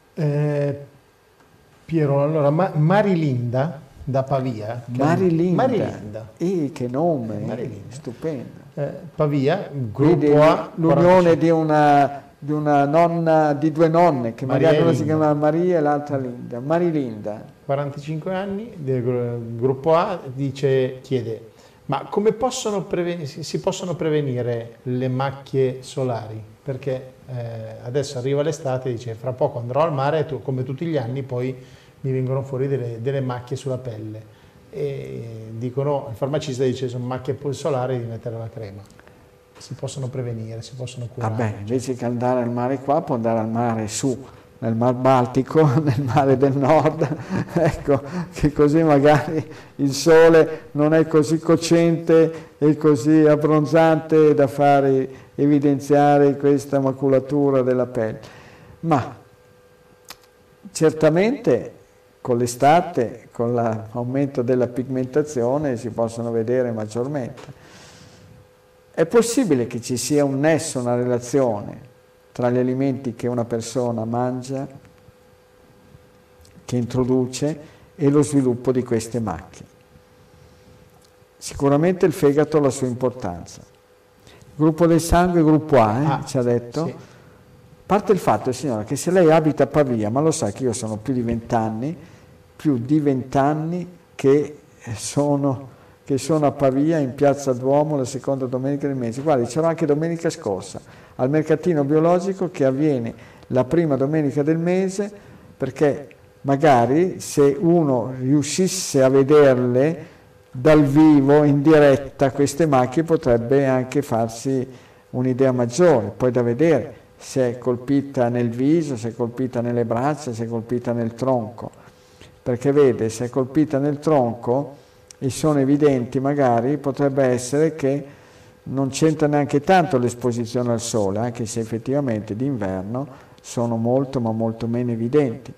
[SPEAKER 2] Eh, Piero, allora, Ma- Marilinda da Pavia. che-
[SPEAKER 3] Marilinda.
[SPEAKER 2] Marilinda.
[SPEAKER 3] Eh, che nome,
[SPEAKER 2] Marilinda.
[SPEAKER 3] stupendo.
[SPEAKER 2] Eh, Pavia,
[SPEAKER 3] Vedi,
[SPEAKER 2] gruppo A.
[SPEAKER 3] l'unione di una, di una nonna, di due nonne, che
[SPEAKER 2] Maria
[SPEAKER 3] magari
[SPEAKER 2] e
[SPEAKER 3] una si
[SPEAKER 2] Linda.
[SPEAKER 3] chiama Maria e l'altra Linda. Marilinda.
[SPEAKER 2] quarantacinque anni, del gru- gruppo A, dice, chiede, ma come possono preveni- si si possono prevenire le macchie solari? Perché eh, adesso arriva l'estate, dice, fra poco andrò al mare e tu, come tutti gli anni poi mi vengono fuori delle, delle macchie sulla pelle. E dicono, il farmacista dice, sono macchie solari, di mettere la crema. Si possono prevenire, si possono curare.
[SPEAKER 3] Vabbè, invece che andare al mare qua, può andare al mare su, nel Mar Baltico, nel mare del Nord, ecco, che così magari il sole non è così cocente e così abbronzante da fare evidenziare questa maculatura della pelle. Ma certamente con l'estate, con l'aumento della pigmentazione, si possono vedere maggiormente. È possibile che ci sia un nesso, una relazione tra gli alimenti che una persona mangia, che introduce, e lo sviluppo di queste macchie. Sicuramente il fegato ha la sua importanza. Gruppo del sangue, gruppo A, eh,
[SPEAKER 2] Ah,
[SPEAKER 3] ci ha detto.
[SPEAKER 2] sì.
[SPEAKER 3] Parte il fatto, signora, che se lei abita a Pavia, ma lo sa che io sono più di vent'anni, più di vent'anni che sono, che sono a Pavia, in Piazza Duomo, la seconda domenica del mese. Guardi, c'ero anche domenica scorsa, al mercatino biologico che avviene la prima domenica del mese, perché magari se uno riuscisse a vederle dal vivo, in diretta, queste macchie, potrebbe anche farsi un'idea maggiore. Poi da vedere se è colpita nel viso, se è colpita nelle braccia, se è colpita nel tronco. Perché vede, se è colpita nel tronco e sono evidenti, magari potrebbe essere che non c'entra neanche tanto l'esposizione al sole, anche se effettivamente d'inverno sono molto ma molto meno evidenti.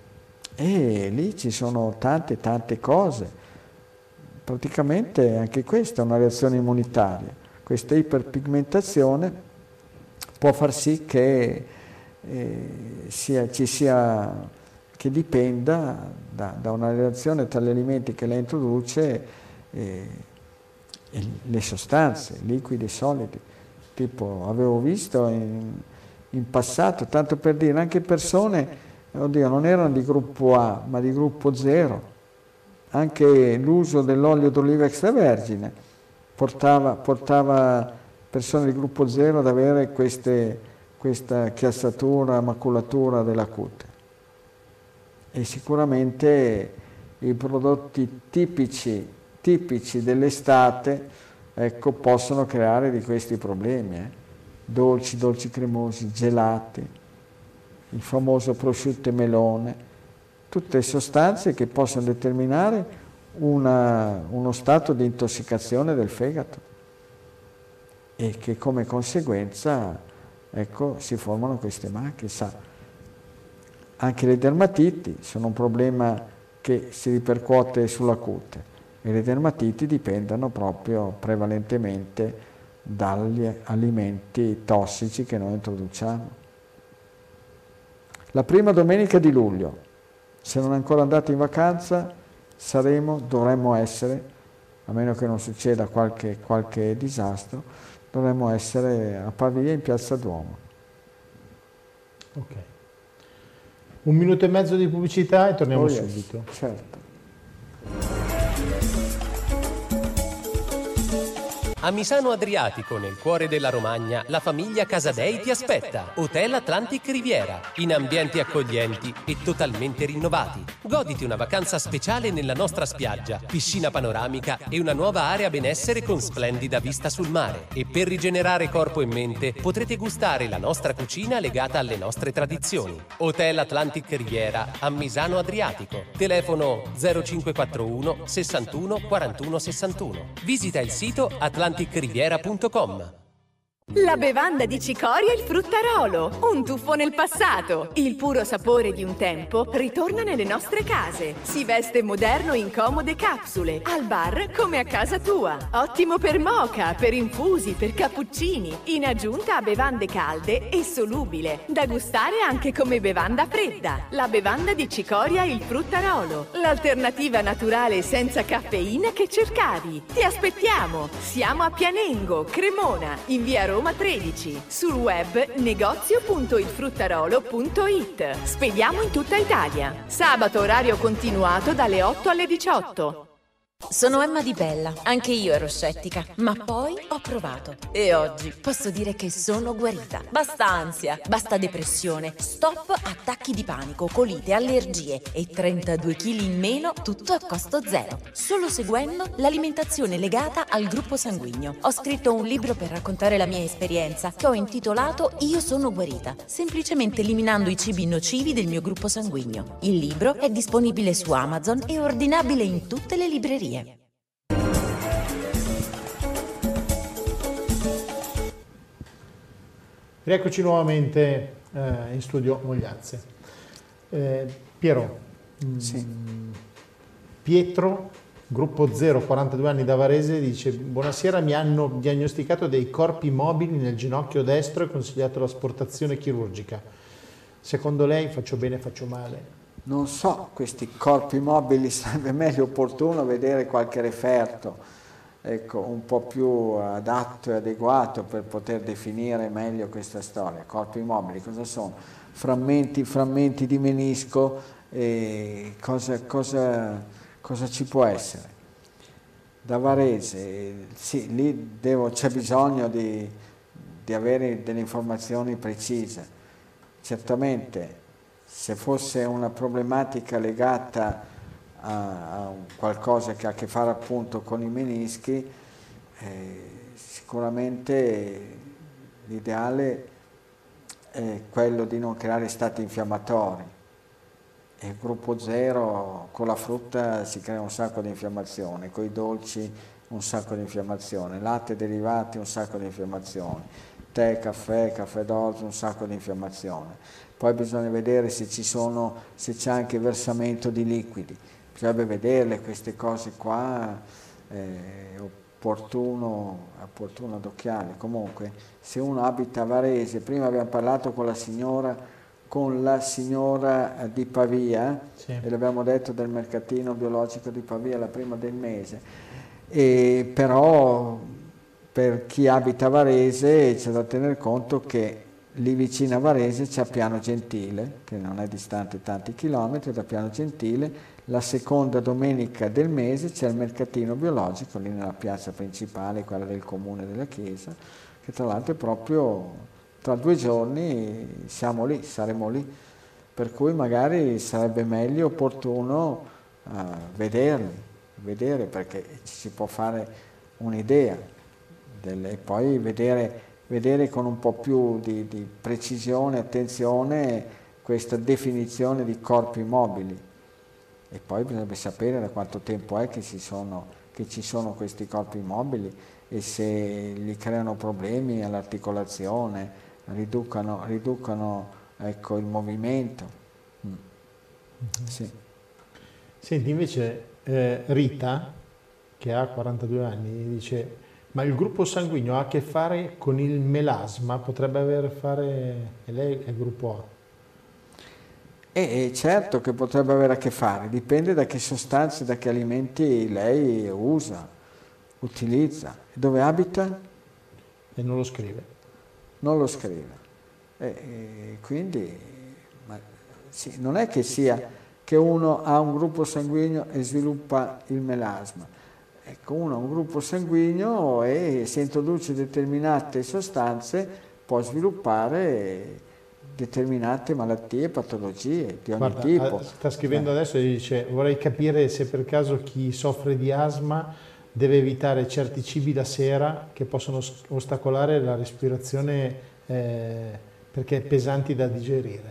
[SPEAKER 3] E lì ci sono tante tante cose. Praticamente anche questa è una reazione immunitaria. Questa iperpigmentazione può far sì che eh, sia, ci sia, che dipenda da, da una relazione tra gli alimenti che lei introduce e, e le sostanze, liquidi e solidi. Tipo, avevo visto in, in passato, tanto per dire, anche persone, oddio, non erano di gruppo A, ma di gruppo zero. Anche l'uso dell'olio d'oliva extravergine portava, portava persone di gruppo zero ad avere queste, questa chiassatura, maculatura della cute. E sicuramente i prodotti tipici, tipici dell'estate, ecco, possono creare di questi problemi. Eh? Dolci, dolci cremosi, gelati, il famoso prosciutto e melone. Tutte sostanze che possono determinare una, uno stato di intossicazione del fegato e che come conseguenza, ecco, si formano queste macchie. Sa. Anche le dermatiti sono un problema che si ripercuote sulla cute e le dermatiti dipendono proprio prevalentemente dagli alimenti tossici che noi introduciamo. La prima domenica di luglio, se non è ancora andati in vacanza, saremo, dovremmo essere, a meno che non succeda qualche, qualche disastro, dovremmo essere a Pavia in Piazza Duomo.
[SPEAKER 2] Ok. Un minuto e mezzo di pubblicità e torniamo
[SPEAKER 3] Oh, yes,
[SPEAKER 2] subito.
[SPEAKER 3] certo.
[SPEAKER 6] A Misano Adriatico, nel cuore della Romagna, la famiglia Casadei ti aspetta. Hotel Atlantic Riviera, in ambienti accoglienti e totalmente rinnovati. Goditi una vacanza speciale nella nostra spiaggia, piscina panoramica e una nuova area benessere con splendida vista sul mare. E per rigenerare corpo e mente potrete gustare la nostra cucina legata alle nostre tradizioni. Hotel Atlantic Riviera a Misano Adriatico. Telefono zero cinque quattro uno sessantuno quarantuno sessantuno. Visita il sito atlantic riviera punto com.
[SPEAKER 1] La bevanda di cicoria il fruttarolo, un tuffo nel passato. Il puro sapore di un tempo ritorna nelle nostre case. Si veste moderno in comode capsule, al bar come a casa tua. Ottimo per moka, per infusi, per cappuccini, in aggiunta a bevande calde e solubile, da gustare anche come bevanda fredda. La bevanda di cicoria il fruttarolo, l'alternativa naturale senza caffeina che cercavi. Ti aspettiamo! Siamo a Pianengo, Cremona, in via Roma tredici, sul web negozio punto il fruttarolo punto it. Spediamo in tutta Italia. Sabato orario continuato dalle otto alle diciotto.
[SPEAKER 4] Sono Emma Di Bella, anche io ero scettica, ma poi ho provato e oggi posso dire che sono guarita. Basta ansia, basta depressione, stop attacchi di panico, colite, allergie e trentadue chili in meno, tutto a costo zero, solo seguendo l'alimentazione legata al gruppo sanguigno. Ho scritto un libro per raccontare la mia esperienza che ho intitolato Io sono guarita, semplicemente eliminando i cibi nocivi del mio gruppo sanguigno. Il libro è disponibile su Amazon e ordinabile in tutte le librerie.
[SPEAKER 2] Rieccoci nuovamente eh, in studio Mogliazze. Eh, Piero,
[SPEAKER 3] sì.
[SPEAKER 2] mh, Pietro, gruppo zero, quarantadue anni da Varese, dice: buonasera, mi hanno diagnosticato dei corpi mobili nel ginocchio destro e consigliato l'asportazione chirurgica. Secondo lei faccio bene, faccio male?
[SPEAKER 3] Non so, questi corpi mobili sarebbe meglio opportuno vedere qualche referto, ecco, un po' più adatto e adeguato per poter definire meglio questa storia. Corpi mobili cosa sono? Frammenti, frammenti di menisco, e cosa, cosa, cosa ci può essere? Da Varese, sì, lì devo, c'è bisogno di, di avere delle informazioni precise. Certamente, se fosse una problematica legata a, a qualcosa che ha a che fare appunto con i menischi, eh, sicuramente l'ideale è quello di non creare stati infiammatori. E il gruppo zero con la frutta si crea un sacco di infiammazione, con i dolci un sacco di infiammazione, latte derivati un sacco di infiammazione, tè, caffè, caffè dolce un sacco di infiammazione. Poi bisogna vedere se ci sono, se c'è anche versamento di liquidi, bisogna vederle queste cose qua, è opportuno, opportuno ad occhiali. Comunque, se uno abita a Varese, prima abbiamo parlato con la signora, con la signora di Pavia, sì. E l'abbiamo detto del mercatino biologico di Pavia, la prima del mese, e però per chi abita a Varese c'è da tener conto che lì vicino a Varese c'è Piano Gentile, che non è distante tanti chilometri da Piano Gentile, la seconda domenica del mese c'è il mercatino biologico, lì nella piazza principale, quella del comune della chiesa, che tra l'altro è proprio tra due giorni siamo lì, saremo lì, per cui magari sarebbe meglio, opportuno uh, vederli, vedere, perché ci si può fare un'idea, e poi vedere vedere con un po' più di, di precisione, attenzione, questa definizione di corpi mobili. E poi bisogna sapere da quanto tempo è che ci sono, che ci sono questi corpi mobili e se gli creano problemi all'articolazione, riducano, riducano ecco, il movimento. Mm. Mm-hmm. Sì.
[SPEAKER 2] Senti, invece eh, Rita, che ha quarantadue anni, dice: ma il gruppo sanguigno ha a che fare con il melasma? Potrebbe aver fare... e lei è il gruppo A.
[SPEAKER 3] E certo che potrebbe avere a che fare, dipende da che sostanze, da che alimenti lei usa, utilizza. Dove abita?
[SPEAKER 2] E non lo scrive.
[SPEAKER 3] Non lo scrive. E, e quindi, ma, sì, non è che sia che uno ha un gruppo sanguigno e sviluppa il melasma. Ecco, uno ha un gruppo sanguigno e se introduce determinate sostanze può sviluppare determinate malattie, patologie di ogni
[SPEAKER 2] Guarda,
[SPEAKER 3] tipo.
[SPEAKER 2] Sta scrivendo eh. adesso e dice: vorrei capire se per caso chi soffre di asma deve evitare certi cibi la sera che possono ostacolare la respirazione eh, perché pesanti da digerire.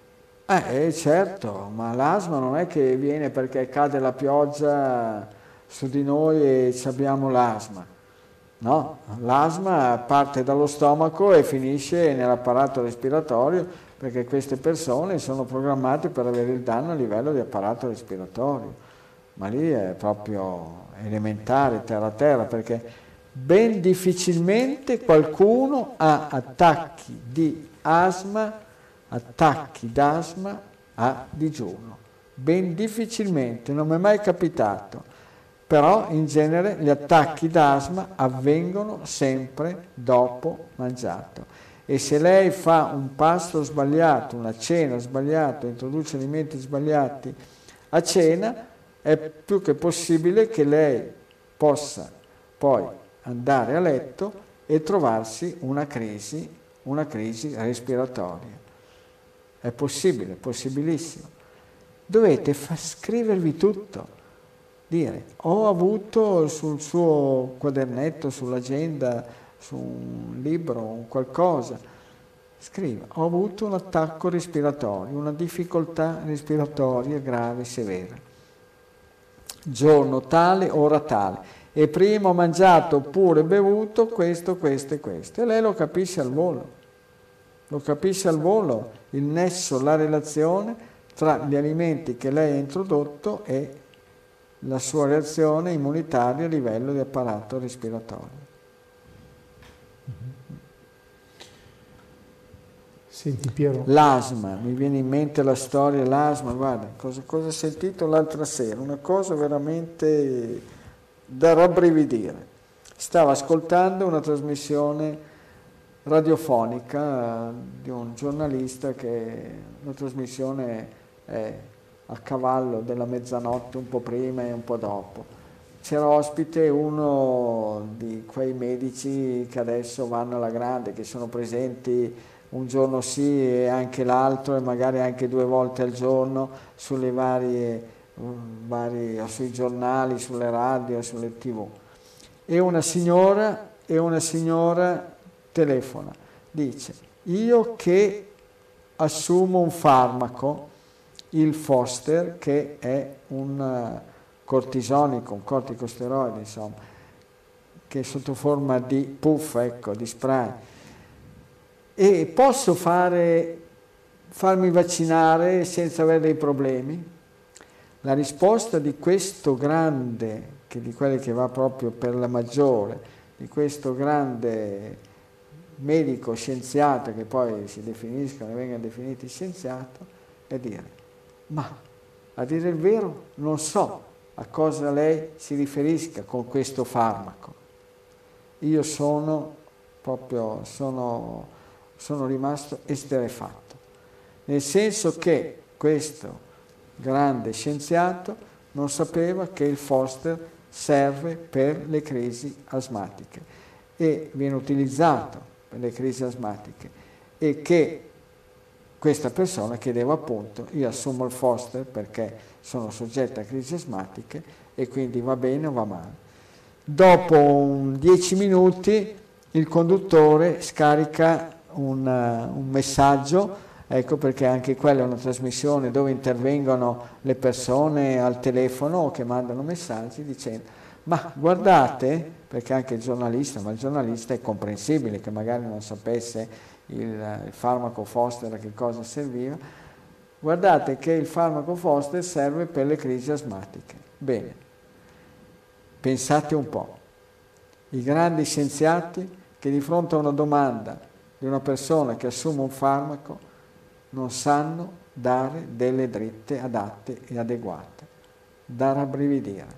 [SPEAKER 3] Eh, certo, ma l'asma non è che viene perché cade la pioggia su di noi e abbiamo l'asma. no? L'asma parte dallo stomaco e finisce nell'apparato respiratorio, perché queste persone sono programmate per avere il danno a livello di apparato respiratorio, ma lì è proprio elementare, terra terra, perché ben difficilmente qualcuno ha attacchi di asma, attacchi d'asma a digiuno, ben difficilmente, non mi è mai capitato, però in genere gli attacchi d'asma avvengono sempre dopo mangiato, e se lei fa un pasto sbagliato, una cena sbagliata, introduce alimenti sbagliati a cena, è più che possibile che lei possa poi andare a letto e trovarsi una crisi, una crisi respiratoria. È possibile, possibilissimo. Dovete fa- scrivervi tutto, dire ho avuto sul suo quadernetto, sull'agenda, su un libro, un qualcosa, scriva ho avuto un attacco respiratorio, una difficoltà respiratoria grave, severa, giorno tale, ora tale, e prima ho mangiato oppure bevuto questo, questo e questo, e lei lo capisce al volo. Lo capisce al volo, il nesso, la relazione tra gli alimenti che lei ha introdotto e la sua reazione immunitaria a livello di apparato respiratorio.
[SPEAKER 2] Senti Piero.
[SPEAKER 3] L'asma, mi viene in mente la storia, l'asma, guarda, cosa, cosa ho sentito l'altra sera, una cosa veramente da rabbrividire. Stavo ascoltando una trasmissione radiofonica di un giornalista, che la trasmissione è a cavallo della mezzanotte, un po' prima e un po' dopo. C'era ospite uno di quei medici che adesso vanno alla grande, che sono presenti un giorno sì e anche l'altro, e magari anche due volte al giorno sulle varie, vari, sui giornali, sulle radio, sulle tivù. E una signora, e una signora telefona, dice io che assumo un farmaco, il Foster, che è un cortisonico, un corticosteroide, insomma, che è sotto forma di puff, ecco, di spray, e posso fare, farmi vaccinare senza avere dei problemi? La risposta di questo grande, che di quelli che va proprio per la maggiore, di questo grande medico scienziato, che poi si definiscono e vengono definiti scienziato, è dire ma a dire il vero non so a cosa lei si riferisca con questo farmaco. Io sono proprio sono, sono rimasto esterrefatto, nel senso che questo grande scienziato non sapeva che il Foster serve per le crisi asmatiche e viene utilizzato per le crisi asmatiche, e che questa persona chiedeva appunto io assumo il Foster perché sono soggetta a crisi asmatiche e quindi va bene o va male. Dopo un dieci minuti il conduttore scarica un, uh, un messaggio, ecco, perché anche quella è una trasmissione dove intervengono le persone al telefono o che mandano messaggi dicendo ma guardate, perché anche il giornalista, ma il giornalista è comprensibile che magari non sapesse il, il farmaco Foster a che cosa serviva, guardate che il farmaco Foster serve per le crisi asmatiche. Bene, pensate un po', i grandi scienziati che di fronte a una domanda di una persona che assume un farmaco non sanno dare delle dritte adatte e adeguate, da rabbrividire.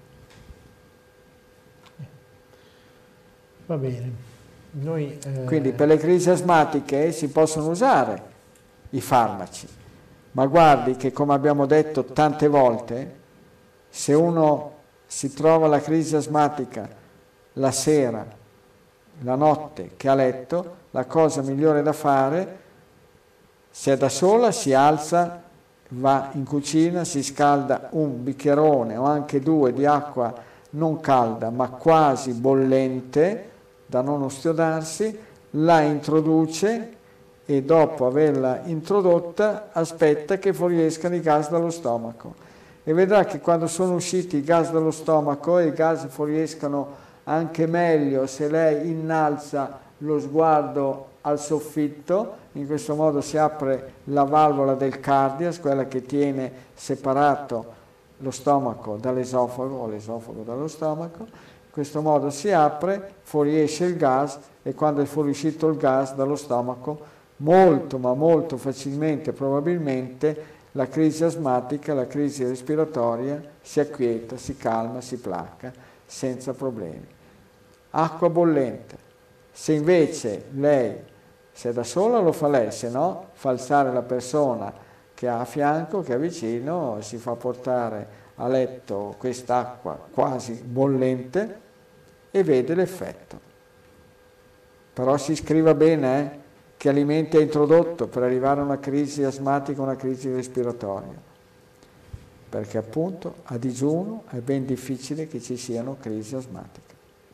[SPEAKER 2] Va bene. Noi, eh...
[SPEAKER 3] Quindi per le crisi asmatiche si possono usare i farmaci, ma guardi che, come abbiamo detto tante volte, se uno si trova la crisi asmatica la sera, la notte che a letto, la cosa migliore da fare, se è da sola, si alza, va in cucina, si scalda un bicchierone o anche due di acqua non calda ma quasi bollente, da non ostiodarsi, la introduce e dopo averla introdotta aspetta che fuoriescano i gas dallo stomaco, e vedrà che quando sono usciti i gas dallo stomaco e i gas fuoriescano anche meglio se lei innalza lo sguardo al soffitto, in questo modo si apre la valvola del cardias, quella che tiene separato lo stomaco dall'esofago o l'esofago dallo stomaco. In questo modo si apre, fuoriesce il gas e quando è fuoriuscito il gas dallo stomaco, molto ma molto facilmente probabilmente la crisi asmatica, la crisi respiratoria si acquieta, si calma, si placa senza problemi. Acqua bollente. Se invece lei, se è da sola lo fa lei, se no fa alzare la persona che ha a fianco, che è vicino, si fa portare a letto quest'acqua quasi bollente e vede l'effetto. Però si scriva bene eh, che alimenti ha introdotto per arrivare a una crisi asmatica, una crisi respiratoria, perché appunto a digiuno è ben difficile che ci siano crisi asmatiche.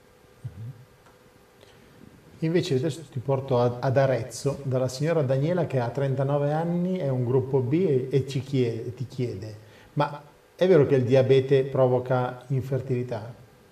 [SPEAKER 2] Invece adesso ti porto ad Arezzo, dalla signora Daniela che ha trentanove anni, è un gruppo B e, e ci chiede, ti chiede, ma è vero che il diabete provoca infertilità?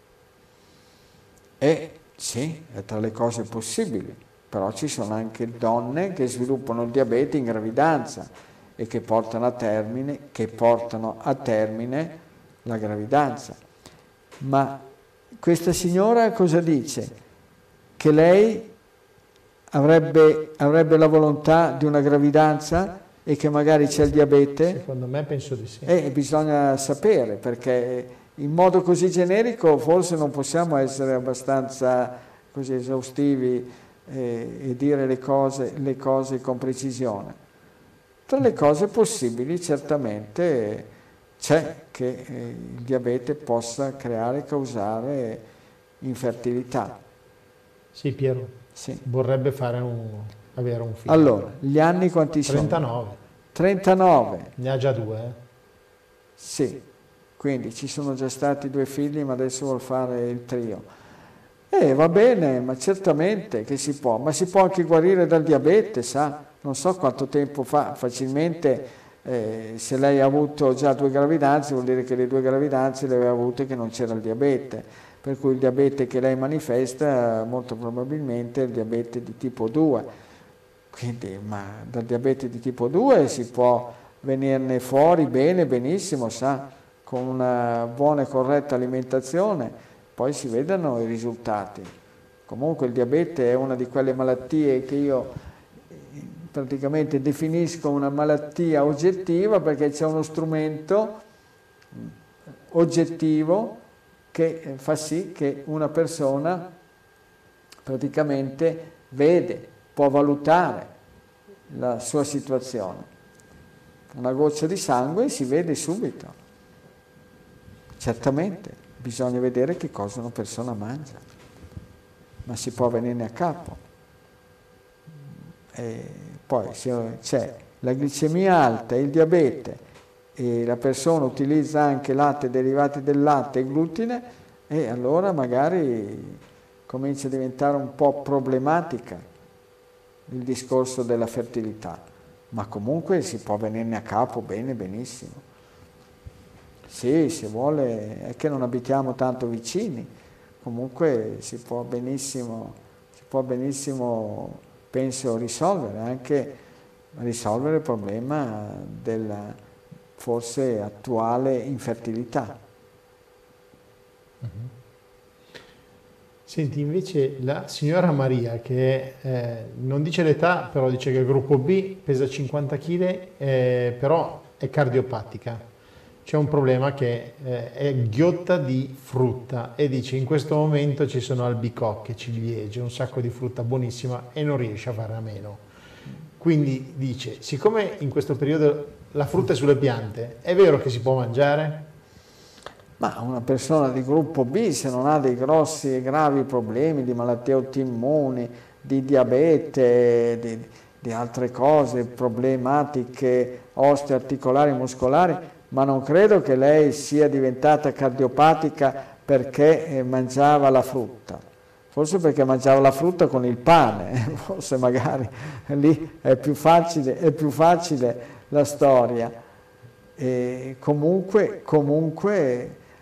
[SPEAKER 3] Eh sì, è tra le cose possibili, però ci sono anche donne che sviluppano il diabete in gravidanza e che portano a termine, che portano a termine la gravidanza. Ma questa signora cosa dice? Che lei avrebbe, avrebbe la volontà di una gravidanza e che magari c'è il diabete?
[SPEAKER 2] Secondo me penso di sì.
[SPEAKER 3] E bisogna sapere, perché in modo così generico forse non possiamo essere abbastanza così esaustivi e, e dire le cose, le cose con precisione. Tra le cose possibili certamente c'è che eh, il diabete possa creare e causare infertilità.
[SPEAKER 2] Sì, Piero,
[SPEAKER 3] sì.
[SPEAKER 2] Vorrebbe fare un, avere un figlio.
[SPEAKER 3] Allora, gli anni quanti sono?
[SPEAKER 2] trentanove.
[SPEAKER 3] trentanove.
[SPEAKER 2] Ne ha già due, eh?
[SPEAKER 3] Sì, quindi ci sono già stati due figli, ma adesso vuol fare il trio. Eh, va bene, ma certamente che si può, ma si può anche guarire dal diabete, sa? Non so quanto tempo fa, facilmente, eh, se lei ha avuto già due gravidanze, vuol dire che le due gravidanze le aveva avute e che non c'era il diabete. Per cui il diabete che lei manifesta molto probabilmente è il diabete di tipo due. Quindi, ma dal diabete di tipo due si può venirne fuori bene, benissimo, sa, con una buona e corretta alimentazione, poi si vedano i risultati. Comunque il diabete è una di quelle malattie che io praticamente definisco una malattia oggettiva, perché c'è uno strumento oggettivo che fa sì che una persona praticamente vede, può valutare la sua situazione. Una goccia di sangue si vede subito. Certamente bisogna vedere che cosa una persona mangia, ma si può venirne a capo. E poi se c'è la glicemia alta e il diabete, e la persona utilizza anche latte, derivati del latte e glutine, e allora magari comincia a diventare un po' problematica il discorso della fertilità, ma comunque si può venirne a capo bene, benissimo. Sì, se vuole, è che non abitiamo tanto vicini, comunque si può benissimo, si può benissimo, penso, risolvere, anche risolvere il problema della forse attuale infertilità.
[SPEAKER 2] Uh-huh. Senti, invece la signora Maria, che eh, non dice l'età, però dice che il gruppo B, pesa cinquanta chili, eh, però è cardiopatica. C'è un problema che eh, è ghiotta di frutta e dice in questo momento ci sono albicocche, ciliegie, un sacco di frutta buonissima e non riesce a fare a meno. Quindi dice, siccome in questo periodo la frutta è sulle piante, è vero che si può mangiare?
[SPEAKER 3] Ma una persona di gruppo B, se non ha dei grossi e gravi problemi di malattie autoimmuni, di diabete, di, di altre cose, problematiche osteoarticolari, muscolari, ma non credo che lei sia diventata cardiopatica perché mangiava la frutta. Forse perché mangiava la frutta con il pane, forse magari lì è più facile, è più facile la storia. E comunque, comunque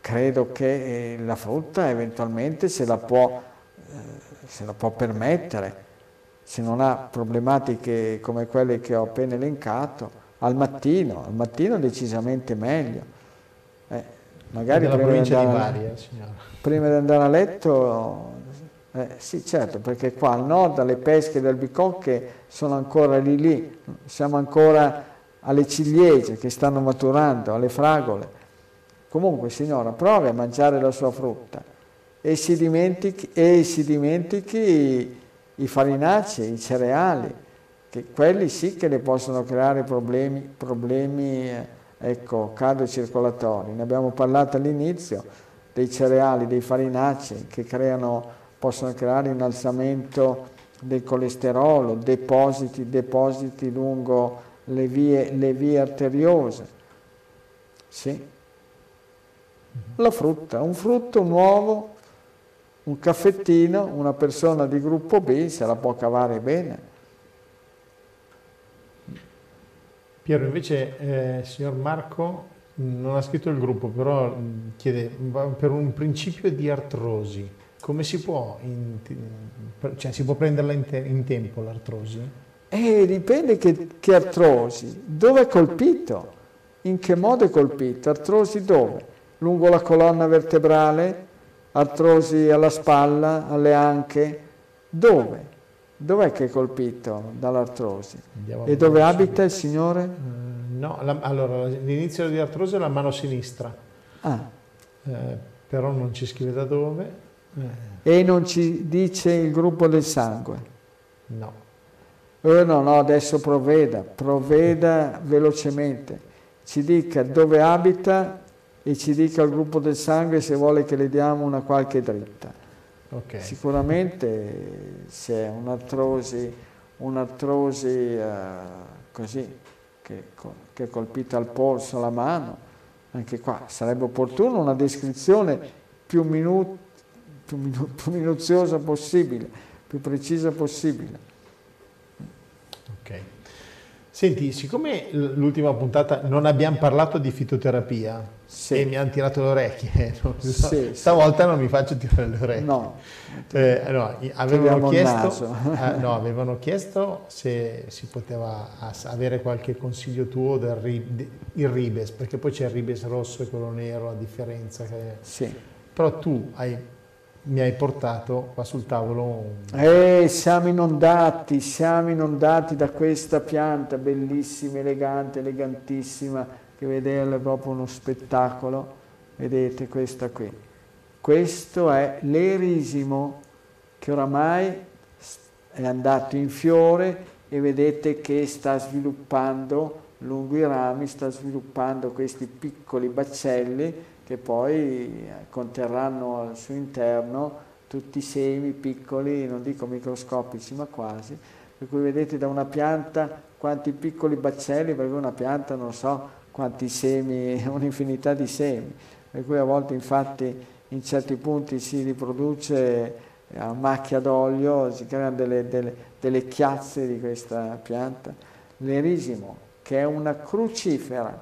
[SPEAKER 3] credo che la frutta eventualmente se la può, eh, se la può permettere, se non ha problematiche come quelle che ho appena elencato, al mattino, al mattino decisamente meglio. Eh, magari prima di, andare,
[SPEAKER 2] di Bari, eh, signora.
[SPEAKER 3] prima di andare a letto, eh, sì certo, perché qua al nord le pesche del bicocche sono ancora lì lì, siamo ancora alle ciliegie che stanno maturando, alle fragole. Comunque signora, provi a mangiare la sua frutta e si dimentichi, e si dimentichi i, i farinacei, i cereali, che quelli sì che le possono creare problemi, problemi eh, ecco, cardiocircolatori. Ne abbiamo parlato all'inizio, dei cereali, dei farinacei che creano, possono creare innalzamento del colesterolo, depositi, depositi lungo le vie, le vie arteriose. Sì. La frutta, un frutto, un uovo, un caffettino, una persona di gruppo B se la può cavare bene.
[SPEAKER 2] Piero, invece, eh, signor Marco non ha scritto il gruppo, però chiede, per un principio di artrosi, come si può, in, cioè si può prenderla in, te, in tempo l'artrosi?
[SPEAKER 3] Eh, dipende che, che artrosi, dove è colpito, in che modo è colpito, artrosi dove? Lungo la colonna vertebrale, artrosi alla spalla, alle anche, dove? Dov'è che è colpito dall'artrosi? E dove abita il signore?
[SPEAKER 2] Uh, no, la, allora l'inizio di artrosi è la mano sinistra,
[SPEAKER 3] ah.
[SPEAKER 2] eh, però non ci scrive da dove.
[SPEAKER 3] Eh. E non ci dice il gruppo del sangue?
[SPEAKER 2] No.
[SPEAKER 3] Eh, no, no, adesso provveda, provveda velocemente, ci dica dove abita e ci dica il gruppo del sangue se vuole che le diamo una qualche dritta.
[SPEAKER 2] Okay.
[SPEAKER 3] Sicuramente c'è un'artrosi, un'artrosi eh, così, che, che è colpita al polso, alla mano, anche qua sarebbe opportuno una descrizione più, minu più, minu più minuziosa possibile, più precisa possibile.
[SPEAKER 2] Ok. Senti, siccome l'ultima puntata non abbiamo parlato di fitoterapia, sì. E mi hanno tirato le orecchie, sì, stavolta sì. Non mi faccio tirare le orecchie.
[SPEAKER 3] No,
[SPEAKER 2] eh, no avevano, chiesto, eh, no, avevano chiesto se si poteva avere qualche consiglio tuo del ri, il ribes, perché poi c'è il ribes rosso e quello nero, a differenza. Che...
[SPEAKER 3] Sì.
[SPEAKER 2] Però tu hai, mi hai portato qua sul tavolo un...
[SPEAKER 3] Eh, siamo inondati, siamo inondati da questa pianta bellissima, elegante, elegantissima, che vederla è proprio uno spettacolo. Vedete questa qui, questo è l'erisimo che oramai è andato in fiore e vedete che sta sviluppando lungo i rami, sta sviluppando questi piccoli baccelli che poi conterranno al suo interno tutti i semi piccoli, non dico microscopici ma quasi, per cui vedete da una pianta quanti piccoli baccelli, perché una pianta non so quanti semi, un'infinità di semi, per cui a volte infatti in certi punti si riproduce a macchia d'olio, si creano delle, delle, delle chiazze di questa pianta. L'erisimo, che è una crucifera,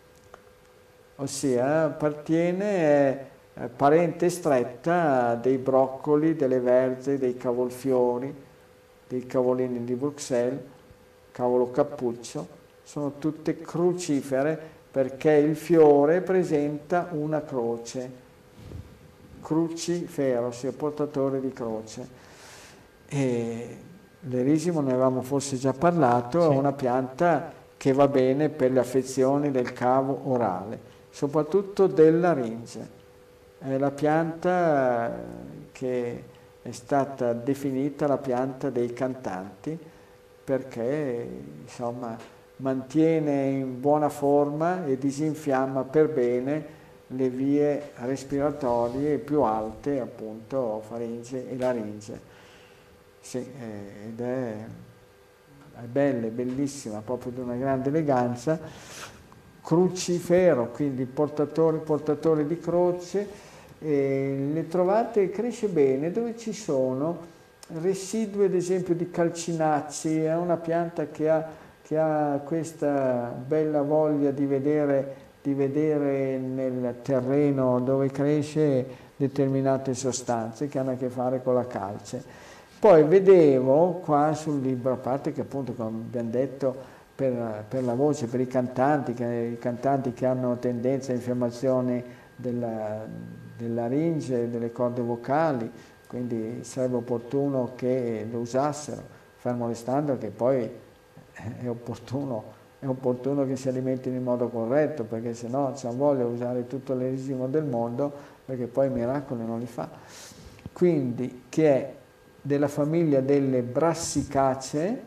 [SPEAKER 3] ossia appartiene, è parente stretta dei broccoli, delle verze, dei cavolfiori, dei cavolini di Bruxelles, cavolo cappuccio, sono tutte crucifere perché il fiore presenta una croce, crucifero, ossia portatore di croce. E l'erisimo, ne avevamo forse già parlato, sì. È una pianta che va bene per le affezioni del cavo orale, soprattutto del laringe. È la pianta che è stata definita la pianta dei cantanti perché, insomma, mantiene in buona forma e disinfiamma per bene le vie respiratorie più alte, appunto faringe e laringe. Sì, ed è, è bella, è bellissima, proprio di una grande eleganza. Crucifero, quindi portatore, portatore di croce, e le trovate, cresce bene dove ci sono residui ad esempio di calcinacci, è una pianta che ha che ha questa bella voglia di vedere di vedere nel terreno dove cresce determinate sostanze che hanno a che fare con la calce. Poi vedevo qua sul libro, a parte che appunto, come abbiamo detto, per, per la voce, per i cantanti, che, i cantanti che hanno tendenza a infiammazioni della, della laringe, delle corde vocali, quindi sarebbe opportuno che lo usassero, fermo restando che poi è opportuno È opportuno che si alimentino in modo corretto, perché se no c'è voglia di usare tutto l'eresimo del mondo, perché poi i miracoli non li fa. Quindi, che è della famiglia delle brassicacee,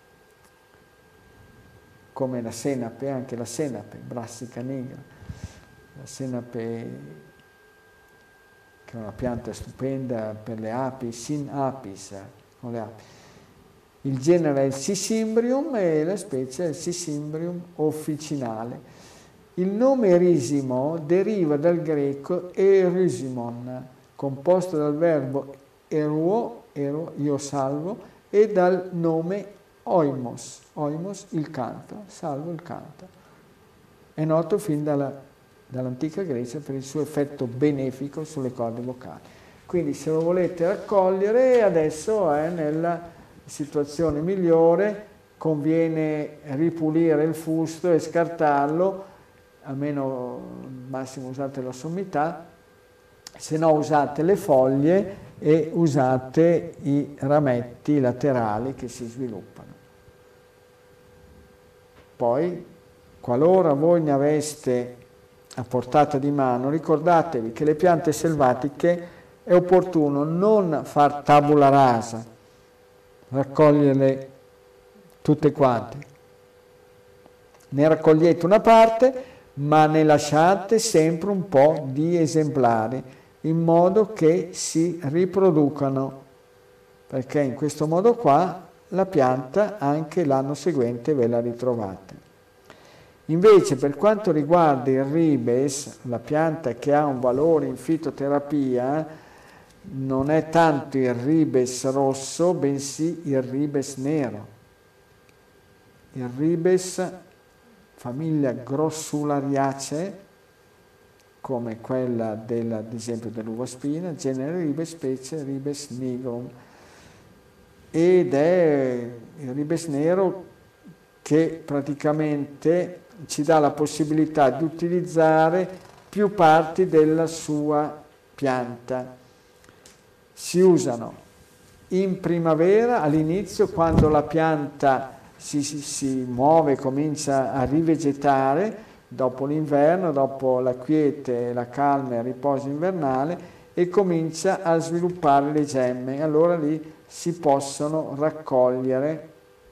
[SPEAKER 3] come la senape, anche la senape, brassica nigra, la senape che è una pianta stupenda per le api, sin apis, con le api. Il genere è il Sicimbrium e la specie è il Sicimbrium officinale. Il nome erisimo deriva dal greco erysimon, composto dal verbo eruo, ero, io salvo, e dal nome oimos, oimos il canto, salvo il canto. È noto fin dalla, dall'antica Grecia per il suo effetto benefico sulle corde vocali. Quindi se lo volete raccogliere adesso è nella situazione migliore, conviene ripulire il fusto e scartarlo, almeno massimo usate la sommità, se no usate le foglie e usate i rametti laterali che si sviluppano. Poi, qualora voi ne aveste a portata di mano, ricordatevi che le piante selvatiche è opportuno non far tabula rasa, raccoglierle tutte quante. Ne raccogliete una parte, ma ne lasciate sempre un po' di esemplari, in modo che si riproducano, perché in questo modo qua la pianta anche l'anno seguente ve la ritrovate. Invece per quanto riguarda il ribes, la pianta che ha un valore in fitoterapia, non è tanto il ribes rosso, bensì il ribes nero. Il ribes, famiglia grossulariaceae, come quella della, ad esempio dell'uva spina, genere ribes, specie ribes nigrum. Ed è il ribes nero che praticamente ci dà la possibilità di utilizzare più parti della sua pianta. Si usano in primavera, all'inizio, quando la pianta si, si, si muove, comincia a rivegetare, dopo l'inverno, dopo la quiete, la calma e il riposo invernale, e comincia a sviluppare le gemme. Allora lì si possono raccogliere,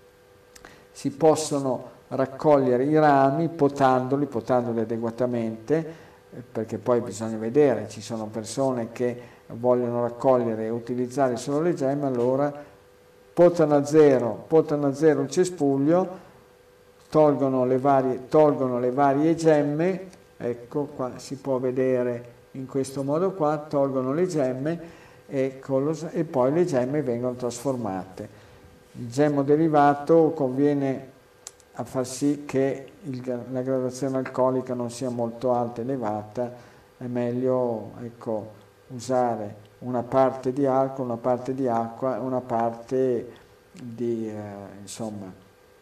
[SPEAKER 3] si possono raccogliere i rami potandoli, potandoli adeguatamente, perché poi bisogna vedere, ci sono persone che vogliono raccogliere e utilizzare solo le gemme, allora potano a zero, potano a zero il cespuglio, tolgono le varie, tolgono le varie gemme, ecco qua si può vedere in questo modo qua, tolgono le gemme e, lo, e poi le gemme vengono trasformate. Il gemmo derivato conviene a far sì che il, la gradazione alcolica non sia molto alta, elevata, è meglio, ecco, usare una parte di alcol, una parte di acqua, una parte di, eh, insomma,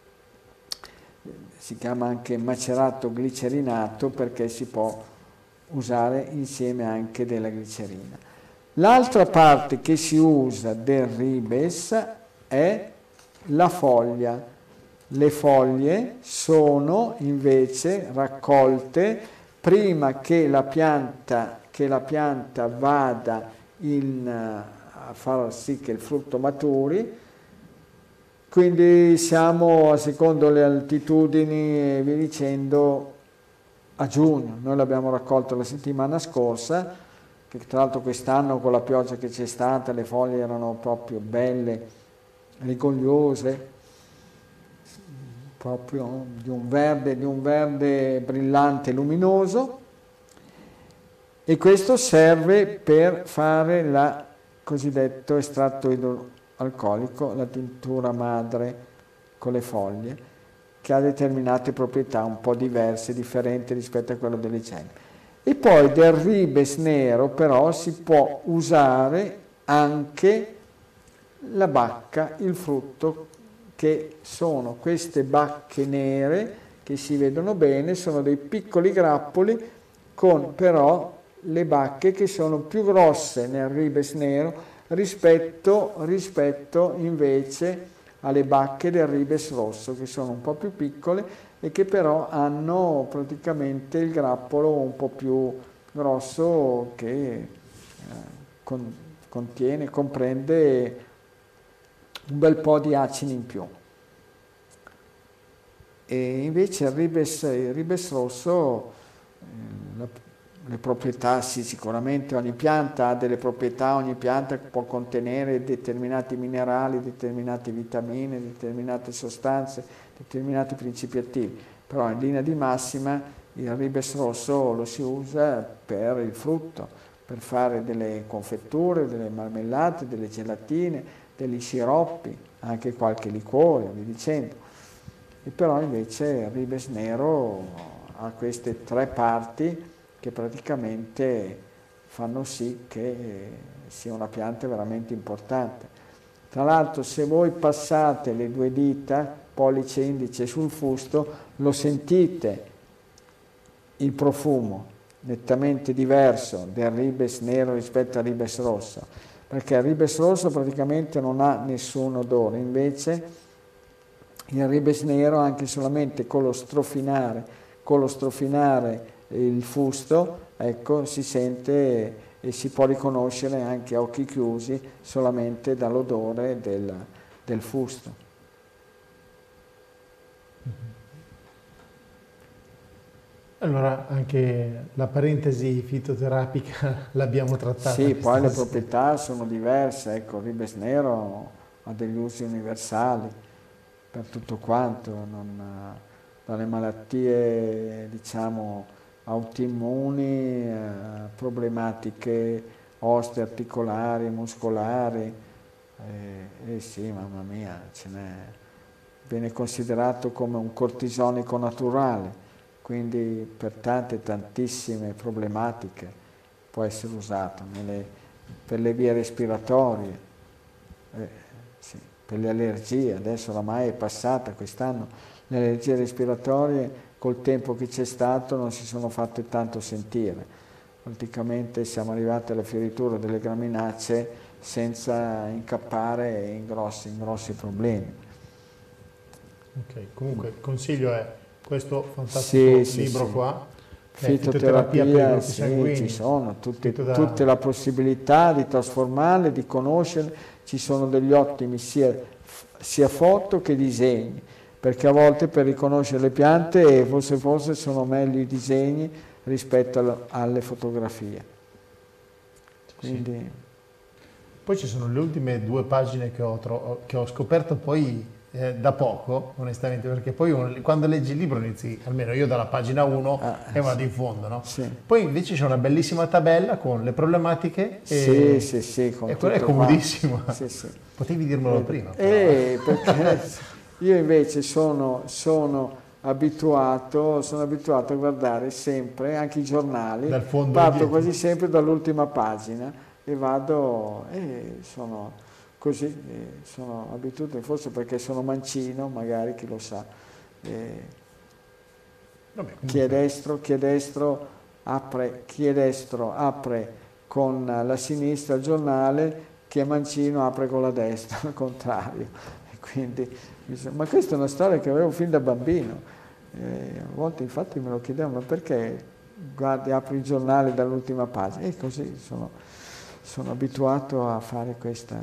[SPEAKER 3] si chiama anche macerato glicerinato, perché si può usare insieme anche della glicerina. L'altra parte che si usa del ribes è la foglia. Le foglie sono invece raccolte prima che la pianta che la pianta vada in, a far sì che il frutto maturi, quindi siamo, a secondo le altitudini e via dicendo, a giugno. Noi l'abbiamo raccolto la settimana scorsa, che tra l'altro quest'anno con la pioggia che c'è stata le foglie erano proprio belle, rigogliose, proprio di un verde, di un verde brillante e luminoso. E questo serve per fare il cosiddetto estratto idroalcolico, la tintura madre con le foglie, che ha determinate proprietà un po' diverse, differenti rispetto a quello delle gemme. E poi del ribes nero però si può usare anche la bacca, il frutto, che sono queste bacche nere che si vedono bene, sono dei piccoli grappoli con però le bacche che sono più grosse nel ribes nero rispetto, rispetto invece alle bacche del ribes rosso, che sono un po' più piccole e che però hanno praticamente il grappolo un po' più grosso che eh, con, contiene, comprende un bel po' di acini in più. E invece il ribes, il ribes rosso, eh, la, le proprietà, sì, sicuramente ogni pianta ha delle proprietà, ogni pianta può contenere determinati minerali, determinate vitamine, determinate sostanze, determinati principi attivi, però in linea di massima il ribes rosso lo si usa per il frutto, per fare delle confetture, delle marmellate, delle gelatine, degli sciroppi, anche qualche liquore, vi dicendo. E però invece il ribes nero ha queste tre parti che praticamente fanno sì che sia una pianta veramente importante. Tra l'altro, se voi passate le due dita, pollice e indice, sul fusto, lo sentite il profumo nettamente diverso del ribes nero rispetto al ribes rosso, perché il ribes rosso praticamente non ha nessun odore, invece il ribes nero, anche solamente con lo strofinare, con lo strofinare il fusto, ecco, si sente e si può riconoscere anche a occhi chiusi solamente dall'odore del, del fusto.
[SPEAKER 2] Allora anche la parentesi fitoterapica l'abbiamo trattata.
[SPEAKER 3] Sì, poi le proprietà sono diverse, ecco, il ribes nero ha degli usi universali per tutto quanto, non, dalle malattie, diciamo, autoimmuni, eh, problematiche osteoarticolari, muscolari, eh, eh sì, mamma mia, ce n'è, viene considerato come un cortisonico naturale, quindi per tante, tantissime problematiche può essere usato, nelle, per le vie respiratorie, eh, sì, per le allergie, adesso oramai è passata quest'anno, le allergie respiratorie col tempo che c'è stato non si sono fatte tanto sentire, praticamente siamo arrivati alla fioritura delle graminacee senza incappare in grossi, in grossi problemi.
[SPEAKER 2] Ok, comunque il consiglio è questo fantastico
[SPEAKER 3] sì,
[SPEAKER 2] libro
[SPEAKER 3] sì,
[SPEAKER 2] qua,
[SPEAKER 3] fitoterapia,
[SPEAKER 2] per i gruppi
[SPEAKER 3] sì,
[SPEAKER 2] sanguigni,
[SPEAKER 3] ci sono tutte,
[SPEAKER 2] da...
[SPEAKER 3] tutte la possibilità di trasformarle, di conoscerle, ci sono degli ottimi sia, sia foto che disegni, perché a volte per riconoscere le piante forse, forse sono meglio i disegni rispetto alle, alle fotografie. Quindi...
[SPEAKER 2] Sì. Poi ci sono le ultime due pagine che ho, che ho scoperto poi eh, da poco, onestamente, perché poi uno, quando leggi il libro inizi, almeno io dalla pagina uno ah, e vado sì. in fondo, no?
[SPEAKER 3] Sì.
[SPEAKER 2] Poi invece c'è una bellissima tabella con le problematiche
[SPEAKER 3] sì,
[SPEAKER 2] e,
[SPEAKER 3] sì, sì, con
[SPEAKER 2] e quello è comodissimo.
[SPEAKER 3] Sì, sì.
[SPEAKER 2] Potevi dirmelo
[SPEAKER 3] eh,
[SPEAKER 2] prima.
[SPEAKER 3] Eh, perché io invece sono, sono, abituato, sono abituato a guardare sempre, anche i giornali,
[SPEAKER 2] Dal fondo
[SPEAKER 3] parto quasi sempre dall'ultima pagina e vado, e eh, sono così, eh, sono abituato, forse perché sono mancino, magari chi lo sa. Eh, Vabbè, chi è destro, chi è destro apre, chi è destro apre con la sinistra il giornale, chi è mancino apre con la destra, al contrario. E quindi, ma questa è una storia che avevo fin da bambino, eh, a volte infatti me lo chiedevano, ma perché guardi, apri il giornale dall'ultima pagina? E così sono, sono abituato a fare questa.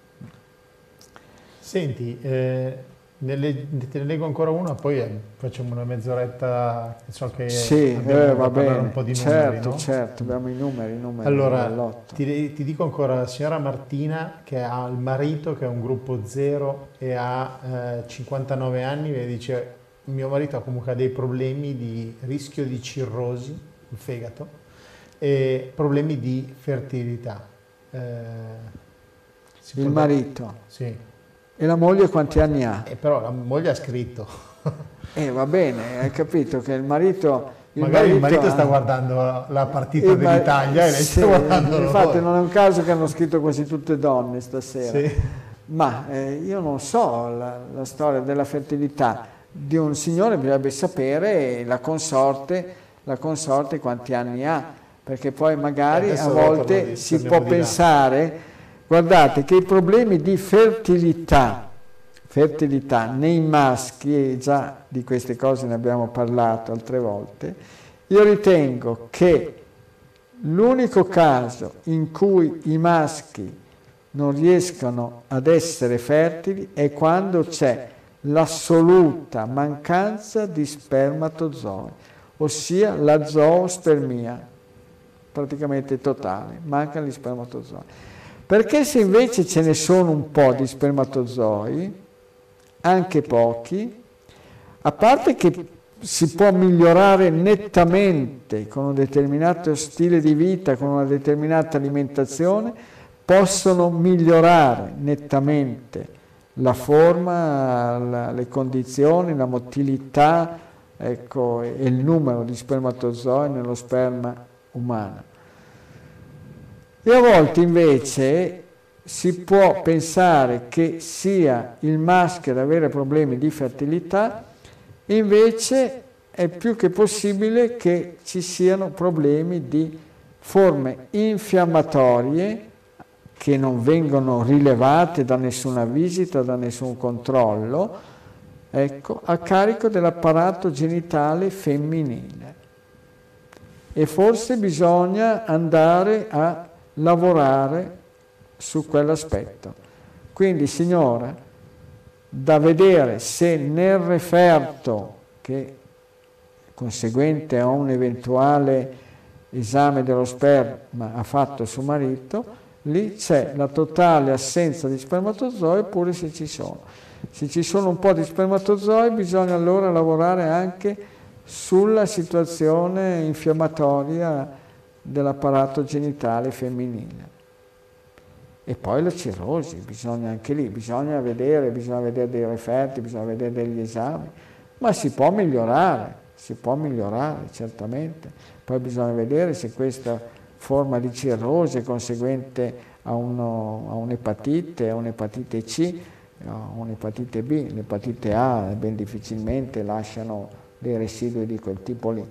[SPEAKER 2] Senti, eh, ne leg- te ne leggo ancora una, poi eh, facciamo una mezz'oretta, so che
[SPEAKER 3] sì,
[SPEAKER 2] abbiamo
[SPEAKER 3] eh,
[SPEAKER 2] da
[SPEAKER 3] va
[SPEAKER 2] parlare
[SPEAKER 3] bene.
[SPEAKER 2] un po' di
[SPEAKER 3] certo,
[SPEAKER 2] numeri, no?
[SPEAKER 3] Certo, abbiamo i numeri, i numeri
[SPEAKER 2] allora, ti, ti dico ancora, la signora Martina, che ha il marito che è un gruppo zero e ha eh, cinquantanove anni, e dice, mio marito ha comunque dei problemi di rischio di cirrosi, il fegato, e problemi di fertilità. Eh,
[SPEAKER 3] il marito?
[SPEAKER 2] Sì.
[SPEAKER 3] E la moglie quanti anni ha?
[SPEAKER 2] Eh, però la moglie ha scritto.
[SPEAKER 3] Eh, va bene, hai capito che il marito... Il
[SPEAKER 2] Magari
[SPEAKER 3] marito
[SPEAKER 2] il marito
[SPEAKER 3] ha...
[SPEAKER 2] sta guardando la partita
[SPEAKER 3] il mar...
[SPEAKER 2] dell'Italia e lei
[SPEAKER 3] sì,
[SPEAKER 2] sta guardando
[SPEAKER 3] infatti non è un caso che hanno scritto quasi tutte donne stasera.
[SPEAKER 2] Sì.
[SPEAKER 3] Ma eh, io non so la, la storia della fertilità di un signore, bisognerebbe sapere la consorte, la consorte quanti anni ha, perché poi magari a volte di, si può pensare, guardate che i problemi di fertilità, fertilità nei maschi, e già di queste cose ne abbiamo parlato altre volte, io ritengo che l'unico caso in cui i maschi non riescono ad essere fertili è quando c'è l'assoluta mancanza di spermatozoi, ossia la zoospermia, praticamente totale, mancano gli spermatozoi. Perché se invece ce ne sono un po' di spermatozoi, anche pochi, a parte che si può migliorare nettamente con un determinato stile di vita, con una determinata alimentazione, possono migliorare nettamente la forma, la, le condizioni, la motilità, ecco, e il numero di spermatozoi nello sperma umano. E a volte invece si può pensare che sia il maschio ad avere problemi di fertilità, invece è più che possibile che ci siano problemi di forme infiammatorie che non vengono rilevate da nessuna visita, da nessun controllo, ecco, a carico dell'apparato genitale femminile. E forse bisogna andare a lavorare su quell'aspetto. Quindi, signora, da vedere se nel referto, che conseguente a un eventuale esame dello sperma ha fatto suo marito, lì c'è la totale assenza di spermatozoi, oppure se ci sono. Se ci sono un po' di spermatozoi bisogna allora lavorare anche sulla situazione infiammatoria dell'apparato genitale femminile. E poi la cirrosi, bisogna anche lì, bisogna vedere, bisogna vedere dei referti, bisogna vedere degli esami, ma si può migliorare, si può migliorare certamente. Poi bisogna vedere se questa forma di cirrosi conseguente a, uno, a un'epatite, a un'epatite C, a un'epatite B, l'epatite A ben difficilmente lasciano dei residui di quel tipo lì.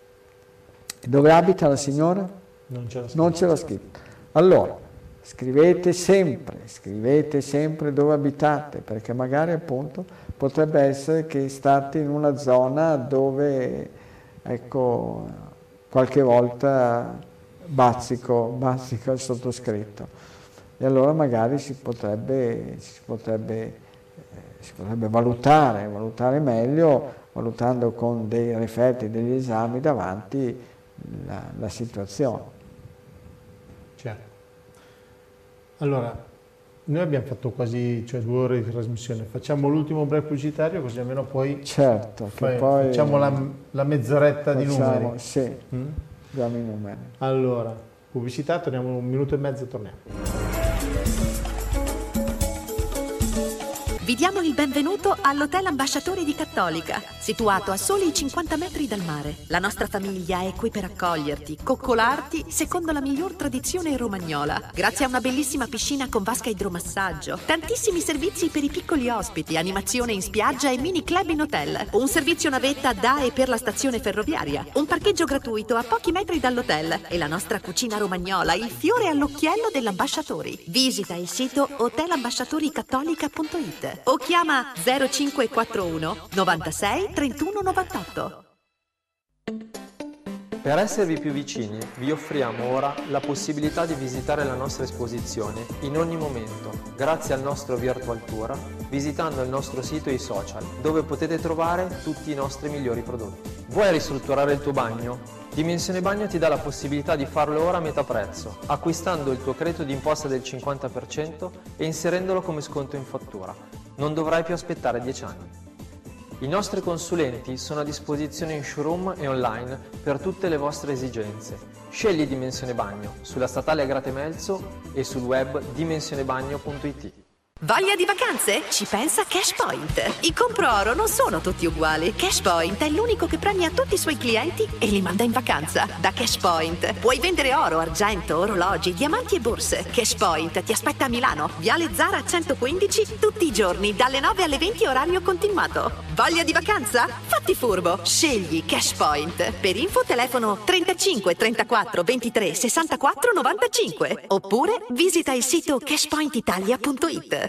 [SPEAKER 3] Dove abita la signora?
[SPEAKER 2] Non c'era scritto.
[SPEAKER 3] Non c'era scritto. Allora, scrivete sempre, scrivete sempre dove abitate, perché magari appunto potrebbe essere che state in una zona dove, ecco, qualche volta bazzico, bazzico il sottoscritto, e allora magari si potrebbe, si potrebbe, eh, si potrebbe valutare, valutare meglio, valutando con dei referti, degli esami davanti la, la situazione.
[SPEAKER 2] Certo. Allora, noi abbiamo fatto quasi, cioè, due ore di trasmissione, facciamo l'ultimo break pubblicitario così almeno poi,
[SPEAKER 3] certo, che
[SPEAKER 2] fai,
[SPEAKER 3] poi
[SPEAKER 2] facciamo la, la mezz'oretta di
[SPEAKER 3] facciamo,
[SPEAKER 2] numeri.
[SPEAKER 3] Sì,
[SPEAKER 2] mm?
[SPEAKER 3] diamo i numeri.
[SPEAKER 2] Allora, pubblicità, torniamo un minuto e mezzo e torniamo.
[SPEAKER 5] Vi diamo il benvenuto all'Hotel Ambasciatori di Cattolica, situato a soli cinquanta metri dal mare. La nostra famiglia è qui per accoglierti, coccolarti secondo la miglior tradizione romagnola, grazie a una bellissima piscina con vasca idromassaggio, tantissimi servizi per i piccoli ospiti, animazione in spiaggia e mini club in hotel, un servizio navetta da e per la stazione ferroviaria, un parcheggio gratuito a pochi metri dall'hotel e la nostra cucina romagnola, il fiore all'occhiello dell'Ambasciatori. Visita il sito hotel ambasciatori cattolica punto it o chiama zero cinque quattro uno novantasei trentuno novantotto.
[SPEAKER 7] Per esservi più vicini, vi offriamo ora la possibilità di visitare la nostra esposizione in ogni momento, grazie al nostro Virtual Tour, visitando il nostro sito e i social, dove potete trovare tutti i nostri migliori prodotti. Vuoi ristrutturare il tuo bagno? Dimensione Bagno ti dà la possibilità di farlo ora a metà prezzo, acquistando il tuo credito d'imposta del cinquanta per cento e inserendolo come sconto in fattura. Non dovrai più aspettare dieci anni. I nostri consulenti sono a disposizione in showroom e online per tutte le vostre esigenze. Scegli Dimensione Bagno sulla statale Agrate Melzo e sul web dimensionebagno punto it.
[SPEAKER 5] Voglia di vacanze? Ci pensa CashPoint. I compro oro non sono tutti uguali. CashPoint è l'unico che premia tutti i suoi clienti e li manda in vacanza. Da CashPoint puoi vendere oro, argento, orologi, diamanti e borse. CashPoint ti aspetta a Milano, Viale Zara centoquindici, tutti i giorni, dalle nove alle venti orario continuato. Voglia di vacanza? Fatti furbo, scegli CashPoint. Per info telefono trentacinque trentaquattro ventitré sessantaquattro novantacinque oppure visita il sito cashpoint italia punto it.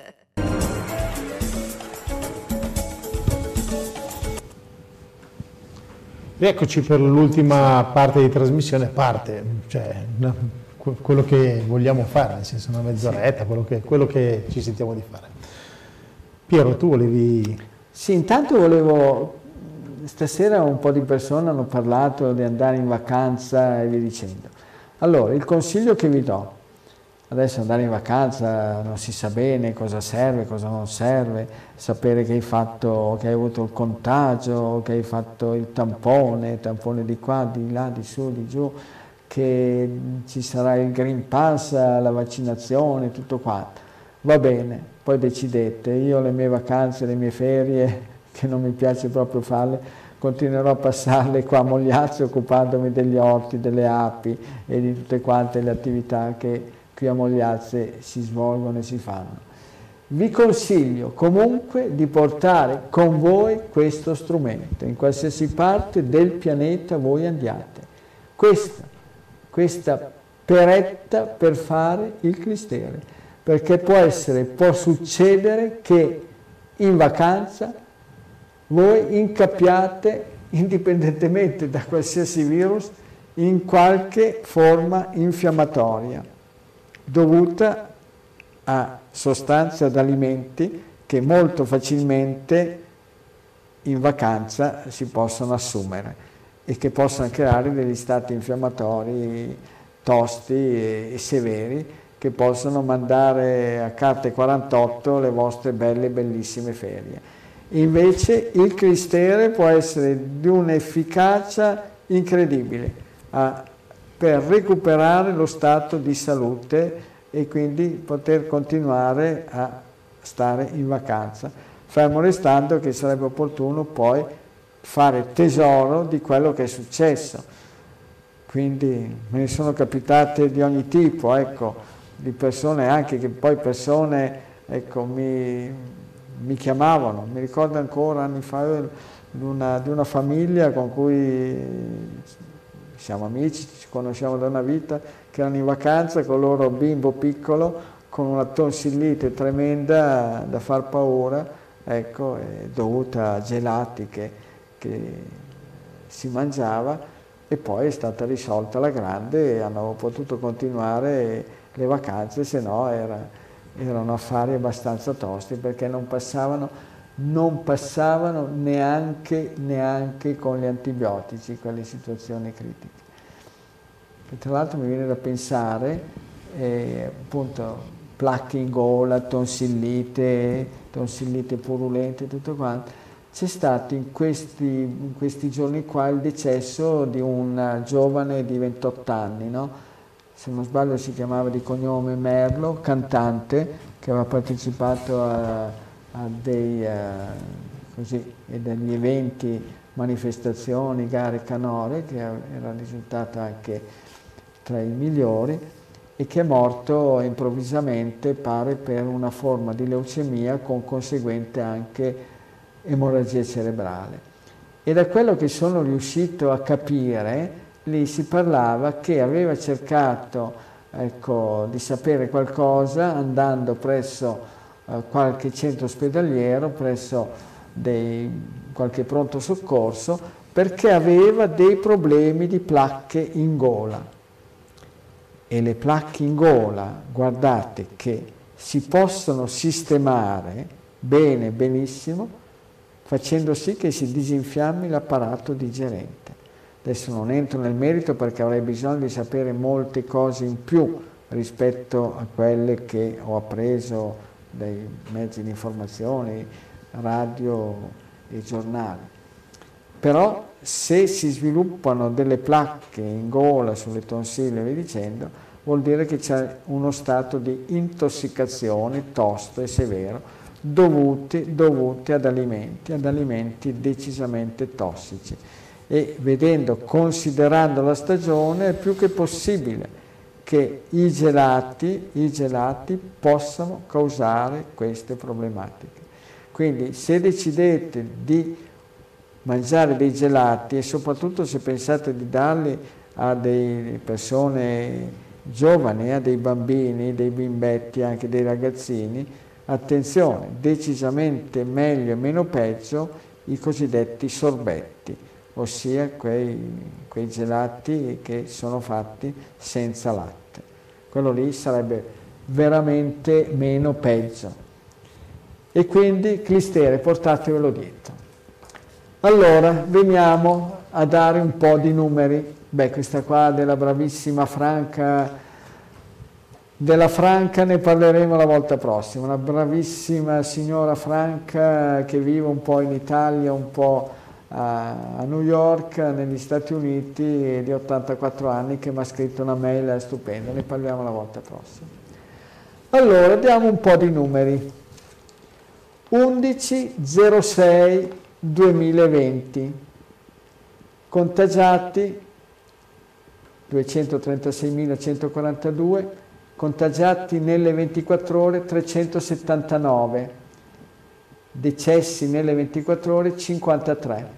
[SPEAKER 2] Rieccoci per l'ultima parte di trasmissione, parte, cioè una, quello che vogliamo fare, nel senso una mezz'oretta, quello che, quello che ci sentiamo di fare. Piero, tu volevi...
[SPEAKER 3] Sì, intanto volevo, stasera un po' di persone hanno parlato di andare in vacanza e via dicendo. Allora, il consiglio che vi do, adesso andare in vacanza non si sa bene cosa serve, cosa non serve, sapere che hai fatto, che hai avuto il contagio, che hai fatto il tampone, tampone di qua, di là, di su, di giù, che ci sarà il Green Pass, la vaccinazione, tutto quanto. Va bene, poi decidete. Io le mie vacanze, le mie ferie, che non mi piace proprio farle, continuerò a passarle qua a Mogliazzo occupandomi degli orti, delle api e di tutte quante le attività che qui a Mogliazze si svolgono e si fanno. Vi consiglio comunque di portare con voi questo strumento, in qualsiasi parte del pianeta voi andiate. Questa, questa peretta per fare il clistere, perché può essere, può succedere che in vacanza voi incappiate, indipendentemente da qualsiasi virus, in qualche forma infiammatoria dovuta a sostanze, ad alimenti che molto facilmente in vacanza si possono assumere e che possono creare degli stati infiammatori tosti e, e severi che possono mandare a carte quarantotto le vostre belle, bellissime ferie. Invece il clistere può essere di un'efficacia incredibile a, per recuperare lo stato di salute e quindi poter continuare a stare in vacanza, fermo restando che sarebbe opportuno poi fare tesoro di quello che è successo. Quindi me ne sono capitate di ogni tipo, ecco, di persone anche che poi persone ecco, mi, mi chiamavano, mi ricordo ancora anni fa di una, di una famiglia con cui siamo amici, ci conosciamo da una vita, che erano in vacanza con il loro bimbo piccolo con una tonsillite tremenda da far paura, ecco, dovuta a gelati che, che si mangiava, e poi è stata risolta alla grande e hanno potuto continuare le vacanze, se no era, erano affari abbastanza tosti perché non passavano, non passavano neanche, neanche con gli antibiotici quelle situazioni critiche. E tra l'altro mi viene da pensare, eh, appunto, placche in gola, tonsillite, tonsillite purulente, tutto quanto. C'è stato in questi, in questi giorni qua il decesso di un giovane di ventotto anni, no? Se non sbaglio si chiamava di cognome Merlo, cantante, che aveva partecipato a, a dei, uh, così, degli eventi, manifestazioni, gare canore, che era risultata anche tra i migliori, e che è morto improvvisamente, pare, per una forma di leucemia con conseguente anche emorragia cerebrale. E da quello che sono riuscito a capire, lì si parlava che aveva cercato ecco, di sapere qualcosa andando presso eh, qualche centro ospedaliero, presso dei, qualche pronto soccorso, perché aveva dei problemi di placche in gola. E le placche in gola, guardate che si possono sistemare bene, benissimo, facendo sì che si disinfiammi l'apparato digerente. Adesso non entro nel merito perché avrei bisogno di sapere molte cose in più rispetto a quelle che ho appreso dai mezzi di informazione, radio e giornali. Però se si sviluppano delle placche in gola, sulle tonsille e via dicendo, vuol dire che c'è uno stato di intossicazione tosto e severo dovuti, dovuti ad alimenti, ad alimenti decisamente tossici. E vedendo, considerando la stagione, è più che possibile che i gelati, i gelati possano causare queste problematiche. Quindi se decidete di mangiare dei gelati, e soprattutto se pensate di darli a delle persone giovani, a dei bambini, dei bimbetti, anche dei ragazzini, attenzione, decisamente meglio e meno peggio i cosiddetti sorbetti, ossia quei, quei gelati che sono fatti senza latte. Quello lì sarebbe veramente meno peggio. E quindi clistere, portatevelo dietro. Allora, veniamo a dare un po' di numeri. Beh, questa qua della bravissima Franca, della Franca ne parleremo la volta prossima. Una bravissima signora Franca che vive un po' in Italia, un po' a New York, negli Stati Uniti, di ottantaquattro anni, che mi ha scritto una mail stupenda. Ne parliamo la volta prossima. Allora, diamo un po' di numeri. undici zero sei duemilaventi, contagiati duecentotrentaseimilacentoquarantadue, contagiati nelle ventiquattro ore trecentosettantanove, decessi nelle ventiquattro ore cinquantatré.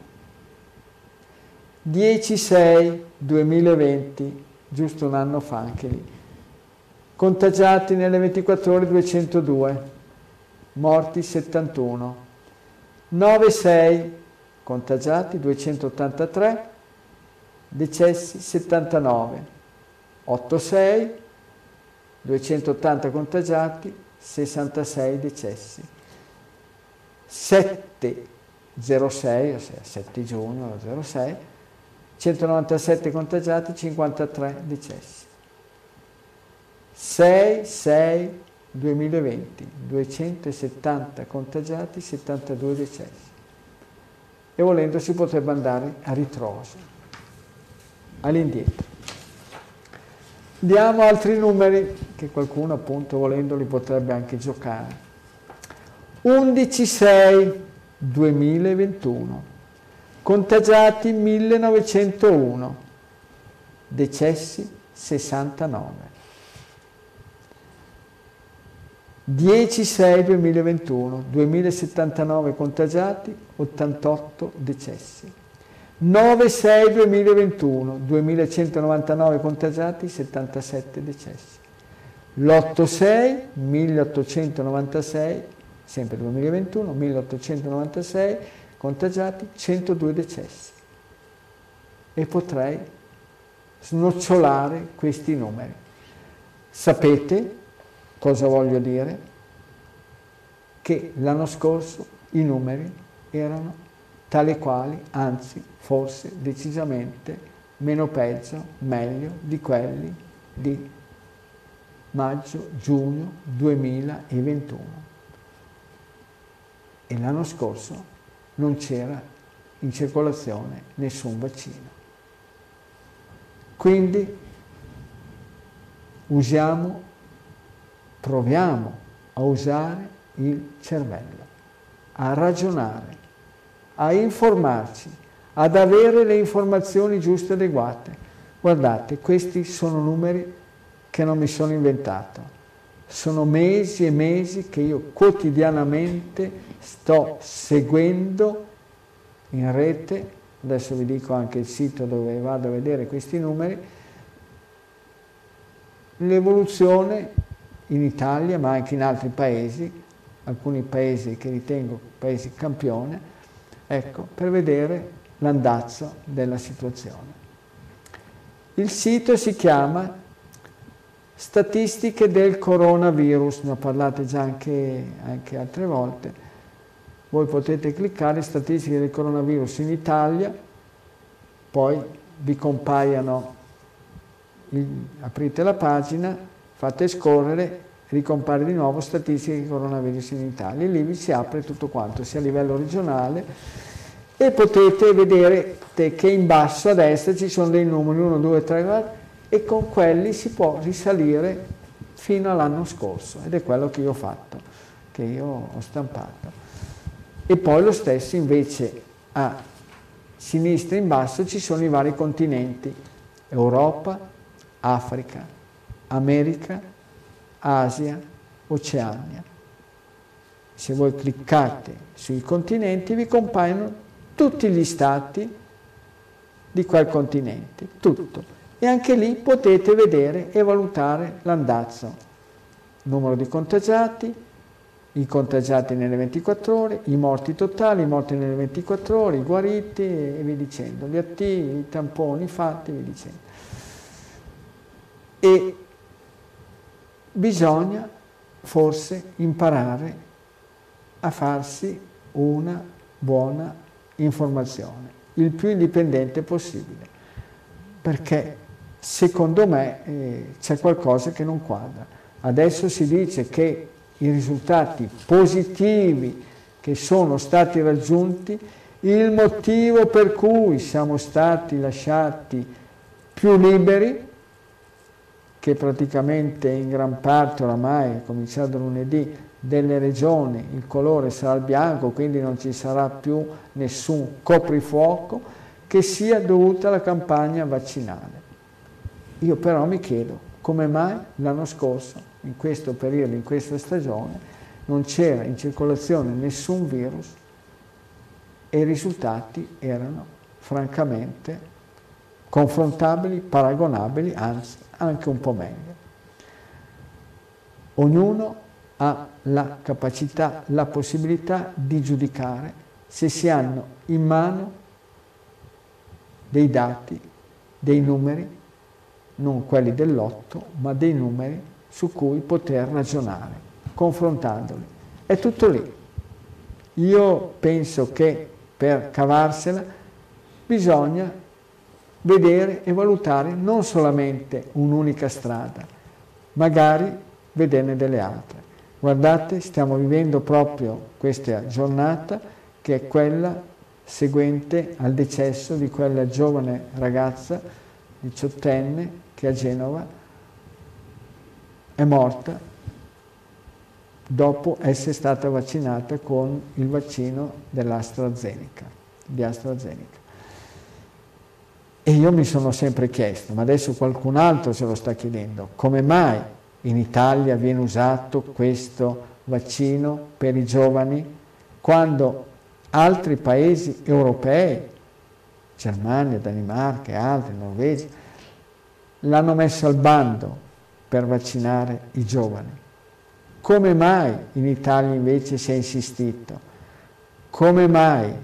[SPEAKER 3] dieci sei duemilaventi, giusto un anno fa anche lì, contagiati nelle ventiquattro ore duecentodue, morti settantuno. nove sei contagiati duecentottantatré, decessi settantanove. otto sei duecentottanta contagiati, sessantasei decessi. sette zero sei, ossia sette giugno zero sei, centonovantasette contagiati, cinquantatré decessi. sei sei duemilaventi, duecentosettanta contagiati, settantadue decessi. E volendo si potrebbe andare a ritroso, all'indietro. Diamo altri numeri che qualcuno appunto volendo li potrebbe anche giocare. undici sei duemilaventuno, contagiati millenovecentouno, decessi sessantanove. dieci sei duemilaventuno, duemilasettantanove contagiati, ottantotto decessi. nove sei duemilaventuno, duemilacentonovantanove contagiati, settantasette decessi. l'otto sei milleottocentonovantasei, sempre duemilaventuno, milleottocentonovantasei contagiati, centodue decessi. E potrei snocciolare questi numeri. Sapete cosa voglio dire? Che l'anno scorso i numeri erano tali quali, anzi forse decisamente meno peggio, meglio di quelli di maggio-giugno duemilaventuno. E l'anno scorso non c'era in circolazione nessun vaccino. Quindi usiamo proviamo a usare il cervello, a ragionare, a informarci, ad avere le informazioni giuste e adeguate. Guardate, questi sono numeri che non mi sono inventato, sono mesi e mesi che io quotidianamente sto seguendo in rete, adesso vi dico anche il sito dove vado a vedere questi numeri, l'evoluzione in Italia, ma anche in altri paesi, alcuni paesi che ritengo paesi campione, ecco, per vedere l'andazzo della situazione. Il sito si chiama Statistiche del coronavirus, ne ho parlato già anche, anche altre volte. Voi potete cliccare Statistiche del coronavirus in Italia, poi vi compaiono, aprite la pagina, fate scorrere, ricompare di nuovo statistiche di coronavirus in Italia e lì vi si apre tutto quanto, sia a livello regionale, e potete vedere che in basso a destra ci sono dei numeri uno, due, tre, quattro, e con quelli si può risalire fino all'anno scorso, ed è quello che io ho fatto, che io ho stampato. E poi lo stesso invece a sinistra in basso ci sono i vari continenti: Europa, Africa, America, Asia, Oceania. Se voi cliccate sui continenti vi compaiono tutti gli stati di quel continente, tutto. E anche lì potete vedere e valutare l'andazzo, numero di contagiati, i contagiati nelle ventiquattro ore, i morti totali, i morti nelle ventiquattro ore, i guariti e via dicendo, gli attivi, i tamponi fatti e via dicendo. E bisogna forse imparare a farsi una buona informazione, il più indipendente possibile, perché secondo me eh, c'è qualcosa che non quadra. Adesso si dice che i risultati positivi che sono stati raggiunti, il motivo per cui siamo stati lasciati più liberi, che praticamente in gran parte oramai, a cominciare da lunedì, delle regioni il colore sarà il bianco, quindi non ci sarà più nessun coprifuoco, che sia dovuta alla campagna vaccinale. Io però mi chiedo come mai l'anno scorso, in questo periodo, in questa stagione, non c'era in circolazione nessun virus e i risultati erano francamente confrontabili, paragonabili, anzi anche un po' meglio. Ognuno ha la capacità, la possibilità di giudicare se si hanno in mano dei dati, dei numeri, non quelli del lotto, ma dei numeri su cui poter ragionare, confrontandoli. È tutto lì. Io penso che per cavarsela bisogna vedere e valutare non solamente un'unica strada, magari vederne delle altre. Guardate, stiamo vivendo proprio questa giornata che è quella seguente al decesso di quella giovane ragazza, diciottenne, che a Genova è morta dopo essere stata vaccinata con il vaccino dell'AstraZeneca, di AstraZeneca. E io mi sono sempre chiesto, ma adesso qualcun altro se lo sta chiedendo, come mai in Italia viene usato questo vaccino per i giovani quando altri paesi europei, Germania, Danimarca e altri, Norvegia, l'hanno messo al bando per vaccinare i giovani? Come mai in Italia invece si è insistito? Come mai?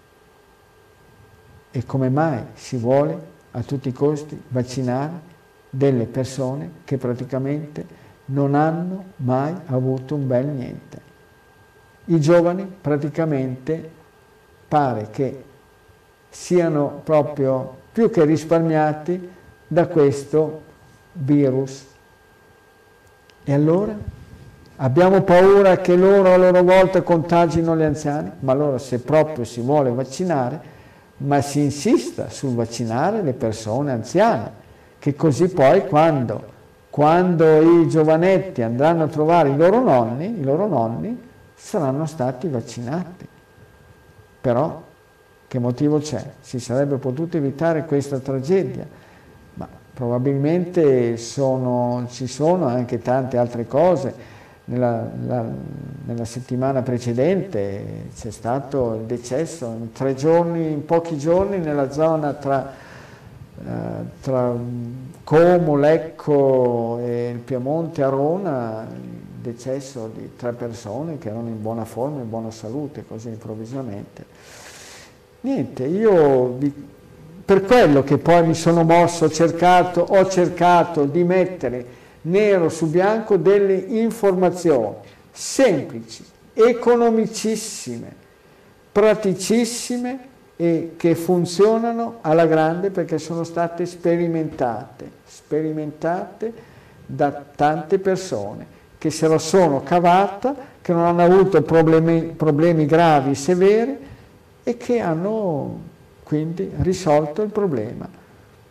[SPEAKER 3] E come mai si vuole a tutti i costi vaccinare delle persone che praticamente non hanno mai avuto un bel niente? I giovani praticamente pare che siano proprio più che risparmiati da questo virus. E allora? Abbiamo paura che loro a loro volta contagino gli anziani? Ma allora se proprio si vuole vaccinare, ma si insista sul vaccinare le persone anziane, che così poi quando, quando i giovanetti andranno a trovare i loro nonni, i loro nonni saranno stati vaccinati. Però che motivo c'è? Si sarebbe potuto evitare questa tragedia, ma probabilmente sono, ci sono anche tante altre cose. Nella, la, nella settimana precedente c'è stato il decesso in tre giorni, in pochi giorni, nella zona tra, eh, tra Como, Lecco e il Piemonte, Arona, il decesso di tre persone che erano in buona forma, in buona salute, così improvvisamente. Niente, io per quello che poi mi sono mosso, ho cercato, ho cercato di mettere nero su bianco delle informazioni semplici, economicissime, praticissime e che funzionano alla grande perché sono state sperimentate, sperimentate da tante persone che se lo sono cavata, che non hanno avuto problemi, problemi gravi, severi e che hanno quindi risolto il problema.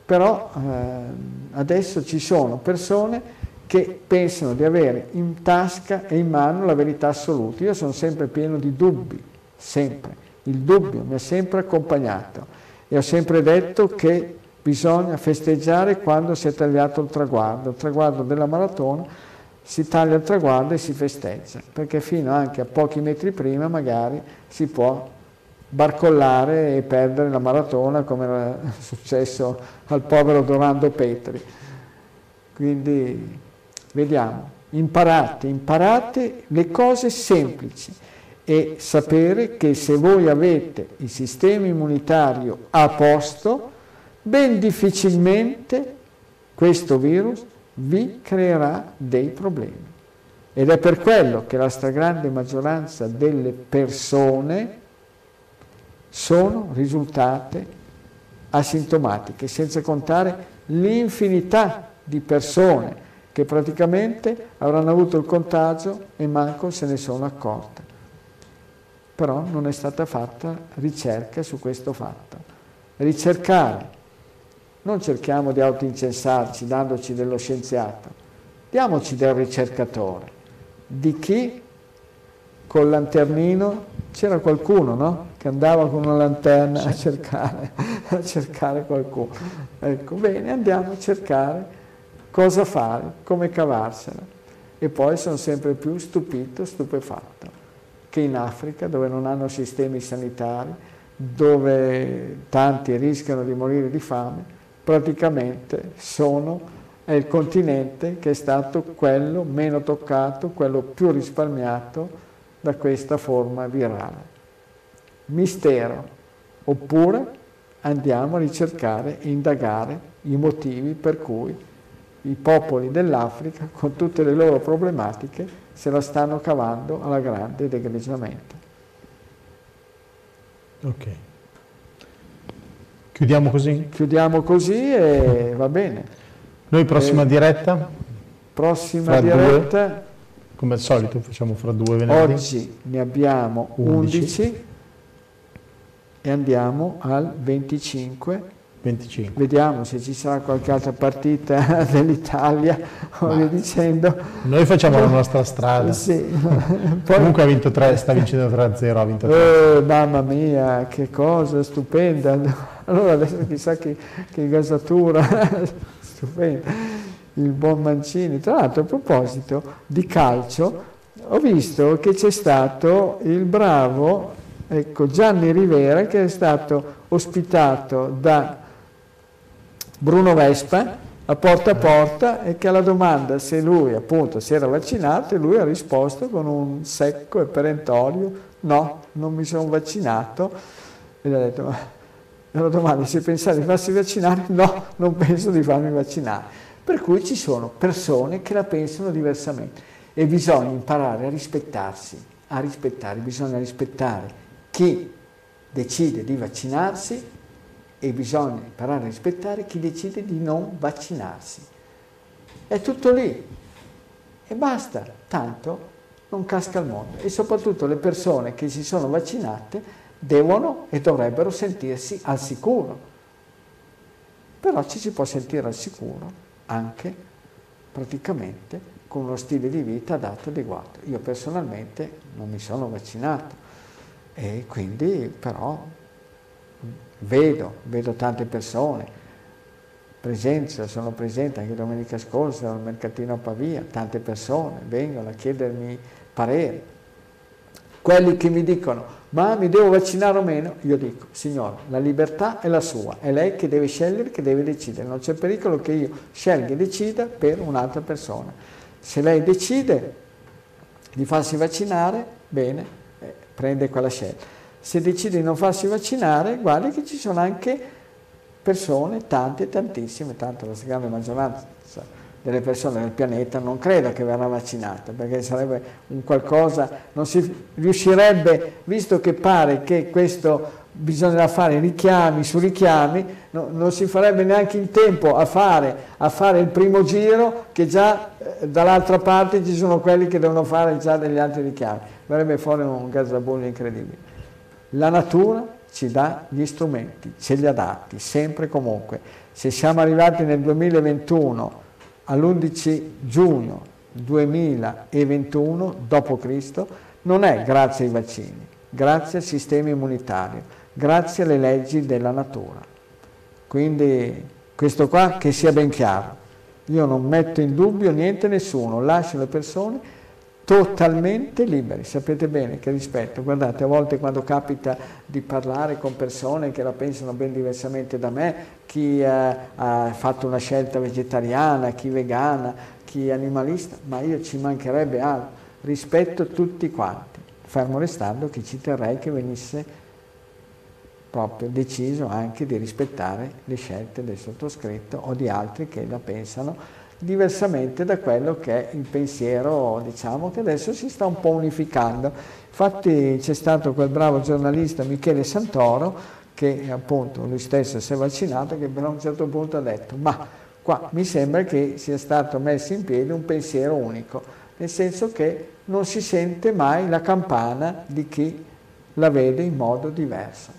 [SPEAKER 3] però eh, adesso ci sono persone che pensano di avere in tasca e in mano la verità assoluta. Io sono sempre pieno di dubbi, sempre. Il dubbio mi ha sempre accompagnato e ho sempre detto che bisogna festeggiare quando si è tagliato il traguardo. Il traguardo della maratona si taglia il traguardo e si festeggia, perché fino anche a pochi metri prima magari si può barcollare e perdere la maratona, come era successo al povero Dorando Petri. Quindi vediamo, imparate, imparate le cose semplici e sapere che se voi avete il sistema immunitario a posto, ben difficilmente questo virus vi creerà dei problemi. Ed è per quello che la stragrande maggioranza delle persone sono risultate asintomatiche, senza contare l'infinità di persone che praticamente avranno avuto il contagio e manco se ne sono accorte. Però non è stata fatta ricerca su questo fatto. Ricercare, non cerchiamo di autoincensarci dandoci dello scienziato, diamoci del ricercatore, di chi col lanternino, c'era qualcuno, no? Che andava con una lanterna a cercare, a cercare qualcuno. Ecco, bene, andiamo a cercare cosa fare, come cavarsela. E poi sono sempre più stupito, stupefatto, che in Africa, dove non hanno sistemi sanitari, dove tanti rischiano di morire di fame, praticamente sono, è il continente che è stato quello meno toccato, quello più risparmiato da questa forma virale. Mistero. Oppure andiamo a ricercare e indagare i motivi per cui i popoli dell'Africa, con tutte le loro problematiche, se la stanno cavando alla grande ed egregiamente.
[SPEAKER 2] Ok. Chiudiamo così?
[SPEAKER 3] Chiudiamo così e va bene.
[SPEAKER 2] Noi prossima
[SPEAKER 3] eh,
[SPEAKER 2] diretta?
[SPEAKER 3] Prossima
[SPEAKER 2] fra
[SPEAKER 3] diretta?
[SPEAKER 2] Due, come al solito facciamo fra due venerdì.
[SPEAKER 3] Oggi ne abbiamo undici e andiamo al venticinque.
[SPEAKER 2] venticinque.
[SPEAKER 3] Vediamo se ci sarà qualche altra partita dell'Italia o via dicendo.
[SPEAKER 2] Noi facciamo la nostra strada.
[SPEAKER 3] Sì.
[SPEAKER 2] Poi, comunque ha vinto tre, sta vincendo tre a zero, ha vinto tre.
[SPEAKER 3] Oh, mamma mia, che cosa stupenda. Allora adesso chissà che, che gasatura stupenda. Il buon Mancini. Tra l'altro, a proposito di calcio, ho visto che c'è stato il bravo, ecco, Gianni Rivera, che è stato ospitato da Bruno Vespa a porta a porta, e che alla domanda se lui appunto si era vaccinato, e lui ha risposto con un secco e perentorio: no, non mi sono vaccinato. E gli ha detto: ma alla domanda se pensate di farsi vaccinare, no, non penso di farmi vaccinare. Per cui ci sono persone che la pensano diversamente e bisogna imparare a rispettarsi, a rispettare, bisogna rispettare chi decide di vaccinarsi e bisogna imparare a rispettare chi decide di non vaccinarsi. È tutto lì e basta, tanto non casca il mondo. E soprattutto le persone che si sono vaccinate devono e dovrebbero sentirsi al sicuro. Però ci si può sentire al sicuro anche praticamente con uno stile di vita adatto e adeguato. Io personalmente non mi sono vaccinato e quindi però vedo, vedo tante persone, presenza, sono presente anche domenica scorsa al mercatino a Pavia, tante persone vengono a chiedermi pareri. Quelli che mi dicono: ma mi devo vaccinare o meno? Io dico: signora, la libertà è la sua, è lei che deve scegliere, che deve decidere, non c'è pericolo che io scelga e decida per un'altra persona. Se lei decide di farsi vaccinare, bene, eh, prende quella scelta. Se decide di non farsi vaccinare, guardi che ci sono anche persone, tante, tantissime, tanto la grande maggioranza delle persone del pianeta non credo che verrà vaccinata, perché sarebbe un qualcosa, non si riuscirebbe, visto che pare che questo bisognerà fare richiami su richiami, no, non si farebbe neanche in tempo a fare, a fare il primo giro, che già eh, dall'altra parte ci sono quelli che devono fare già degli altri richiami, verrebbe fuori un gazzabuglio incredibile. La natura ci dà gli strumenti, ce li ha dati, sempre e comunque. Se siamo arrivati nel duemilaventuno all'undici giugno duemilaventuno dopo Cristo, non è grazie ai vaccini, grazie al sistema immunitario, grazie alle leggi della natura. Quindi questo qua che sia ben chiaro. Io non metto in dubbio niente nessuno, lascio le persone totalmente liberi. Sapete bene che rispetto, guardate, a volte quando capita di parlare con persone che la pensano ben diversamente da me, chi eh, ha fatto una scelta vegetariana, chi vegana, chi animalista, ma io ci mancherebbe altro, rispetto tutti quanti, fermo restando che ci terrei che venisse proprio deciso anche di rispettare le scelte del sottoscritto o di altri che la pensano diversamente da quello che è il pensiero, diciamo, che adesso si sta un po' unificando. Infatti c'è stato quel bravo giornalista Michele Santoro che appunto lui stesso si è vaccinato, che però a un certo punto ha detto ma qua mi sembra che sia stato messo in piedi un pensiero unico, nel senso che non si sente mai la campana di chi la vede in modo diverso.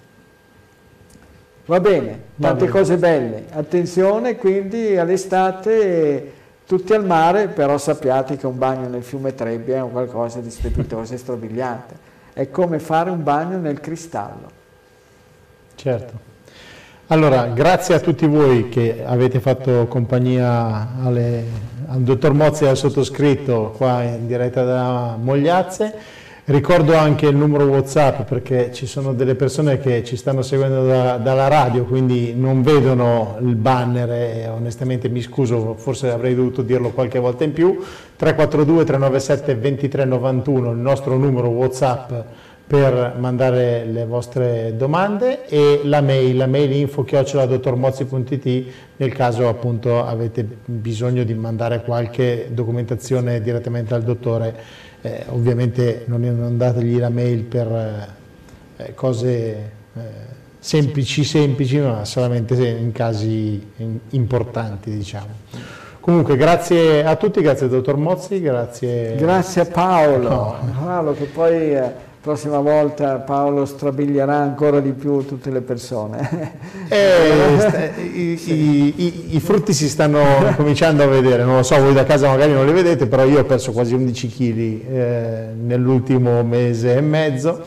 [SPEAKER 3] Va bene, tante cose belle, attenzione quindi all'estate tutti al mare, però sappiate che un bagno nel fiume Trebbia è un qualcosa di strepitoso e strabiliante, è come fare un bagno nel cristallo.
[SPEAKER 2] Certo. Allora, grazie a tutti voi che avete fatto compagnia alle, al dottor Mozzi e al sottoscritto qua in diretta da Mogliazze. Ricordo anche il numero WhatsApp perché ci sono delle persone che ci stanno seguendo da, dalla radio, quindi non vedono il banner e onestamente mi scuso, forse avrei dovuto dirlo qualche volta in più. tre quattro due tre nove sette due tre nove uno, il nostro numero WhatsApp per mandare le vostre domande, e la mail, la mail info chiocciola dottormozzi punto it nel caso appunto avete bisogno di mandare qualche documentazione direttamente al dottore. Eh, ovviamente non, non dategli la mail per eh, cose eh, semplici semplici, ma solamente in casi in, importanti, diciamo. Comunque grazie a tutti, grazie al dottor Mozzi, grazie
[SPEAKER 3] grazie a Paolo, no. Paolo che poi eh, prossima volta Paolo strabilierà ancora di più tutte le persone.
[SPEAKER 2] Eh, i, sì. i, i, I frutti si stanno cominciando a vedere, non lo so, voi da casa magari non li vedete, però io ho perso quasi undici chili eh, nell'ultimo mese e mezzo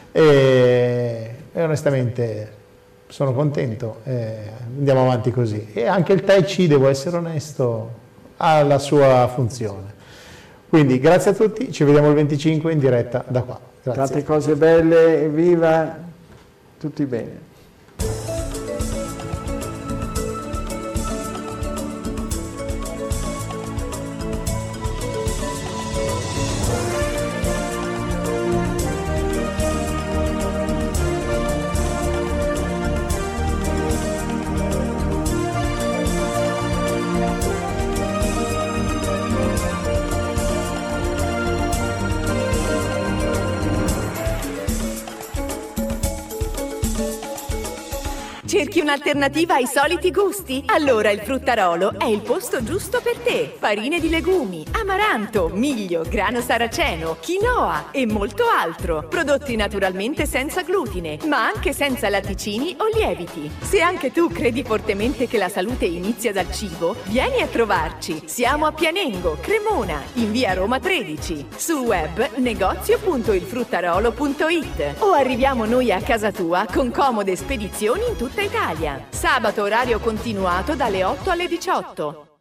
[SPEAKER 2] e, e onestamente sono contento, eh, andiamo avanti così. E anche il Tai Chi, devo essere onesto, ha la sua funzione. Quindi grazie a tutti, ci vediamo il venticinque in diretta da qua. Grazie.
[SPEAKER 3] Tante cose belle, evviva, tutti bene.
[SPEAKER 1] Cerchi un'alternativa ai soliti gusti? Allora il Fruttarolo è il posto giusto per te. Farine di legumi, amaranto, miglio, grano saraceno, quinoa e molto altro. Prodotti naturalmente senza glutine, ma anche senza latticini o lieviti. Se anche tu credi fortemente che la salute inizia dal cibo, vieni a trovarci. Siamo a Pianengo, Cremona, in via Roma tredici. Sul web negozio punto il fruttarolo punto it o arriviamo noi a casa tua con comode spedizioni in tutta Italia. Sabato orario continuato dalle otto alle diciotto.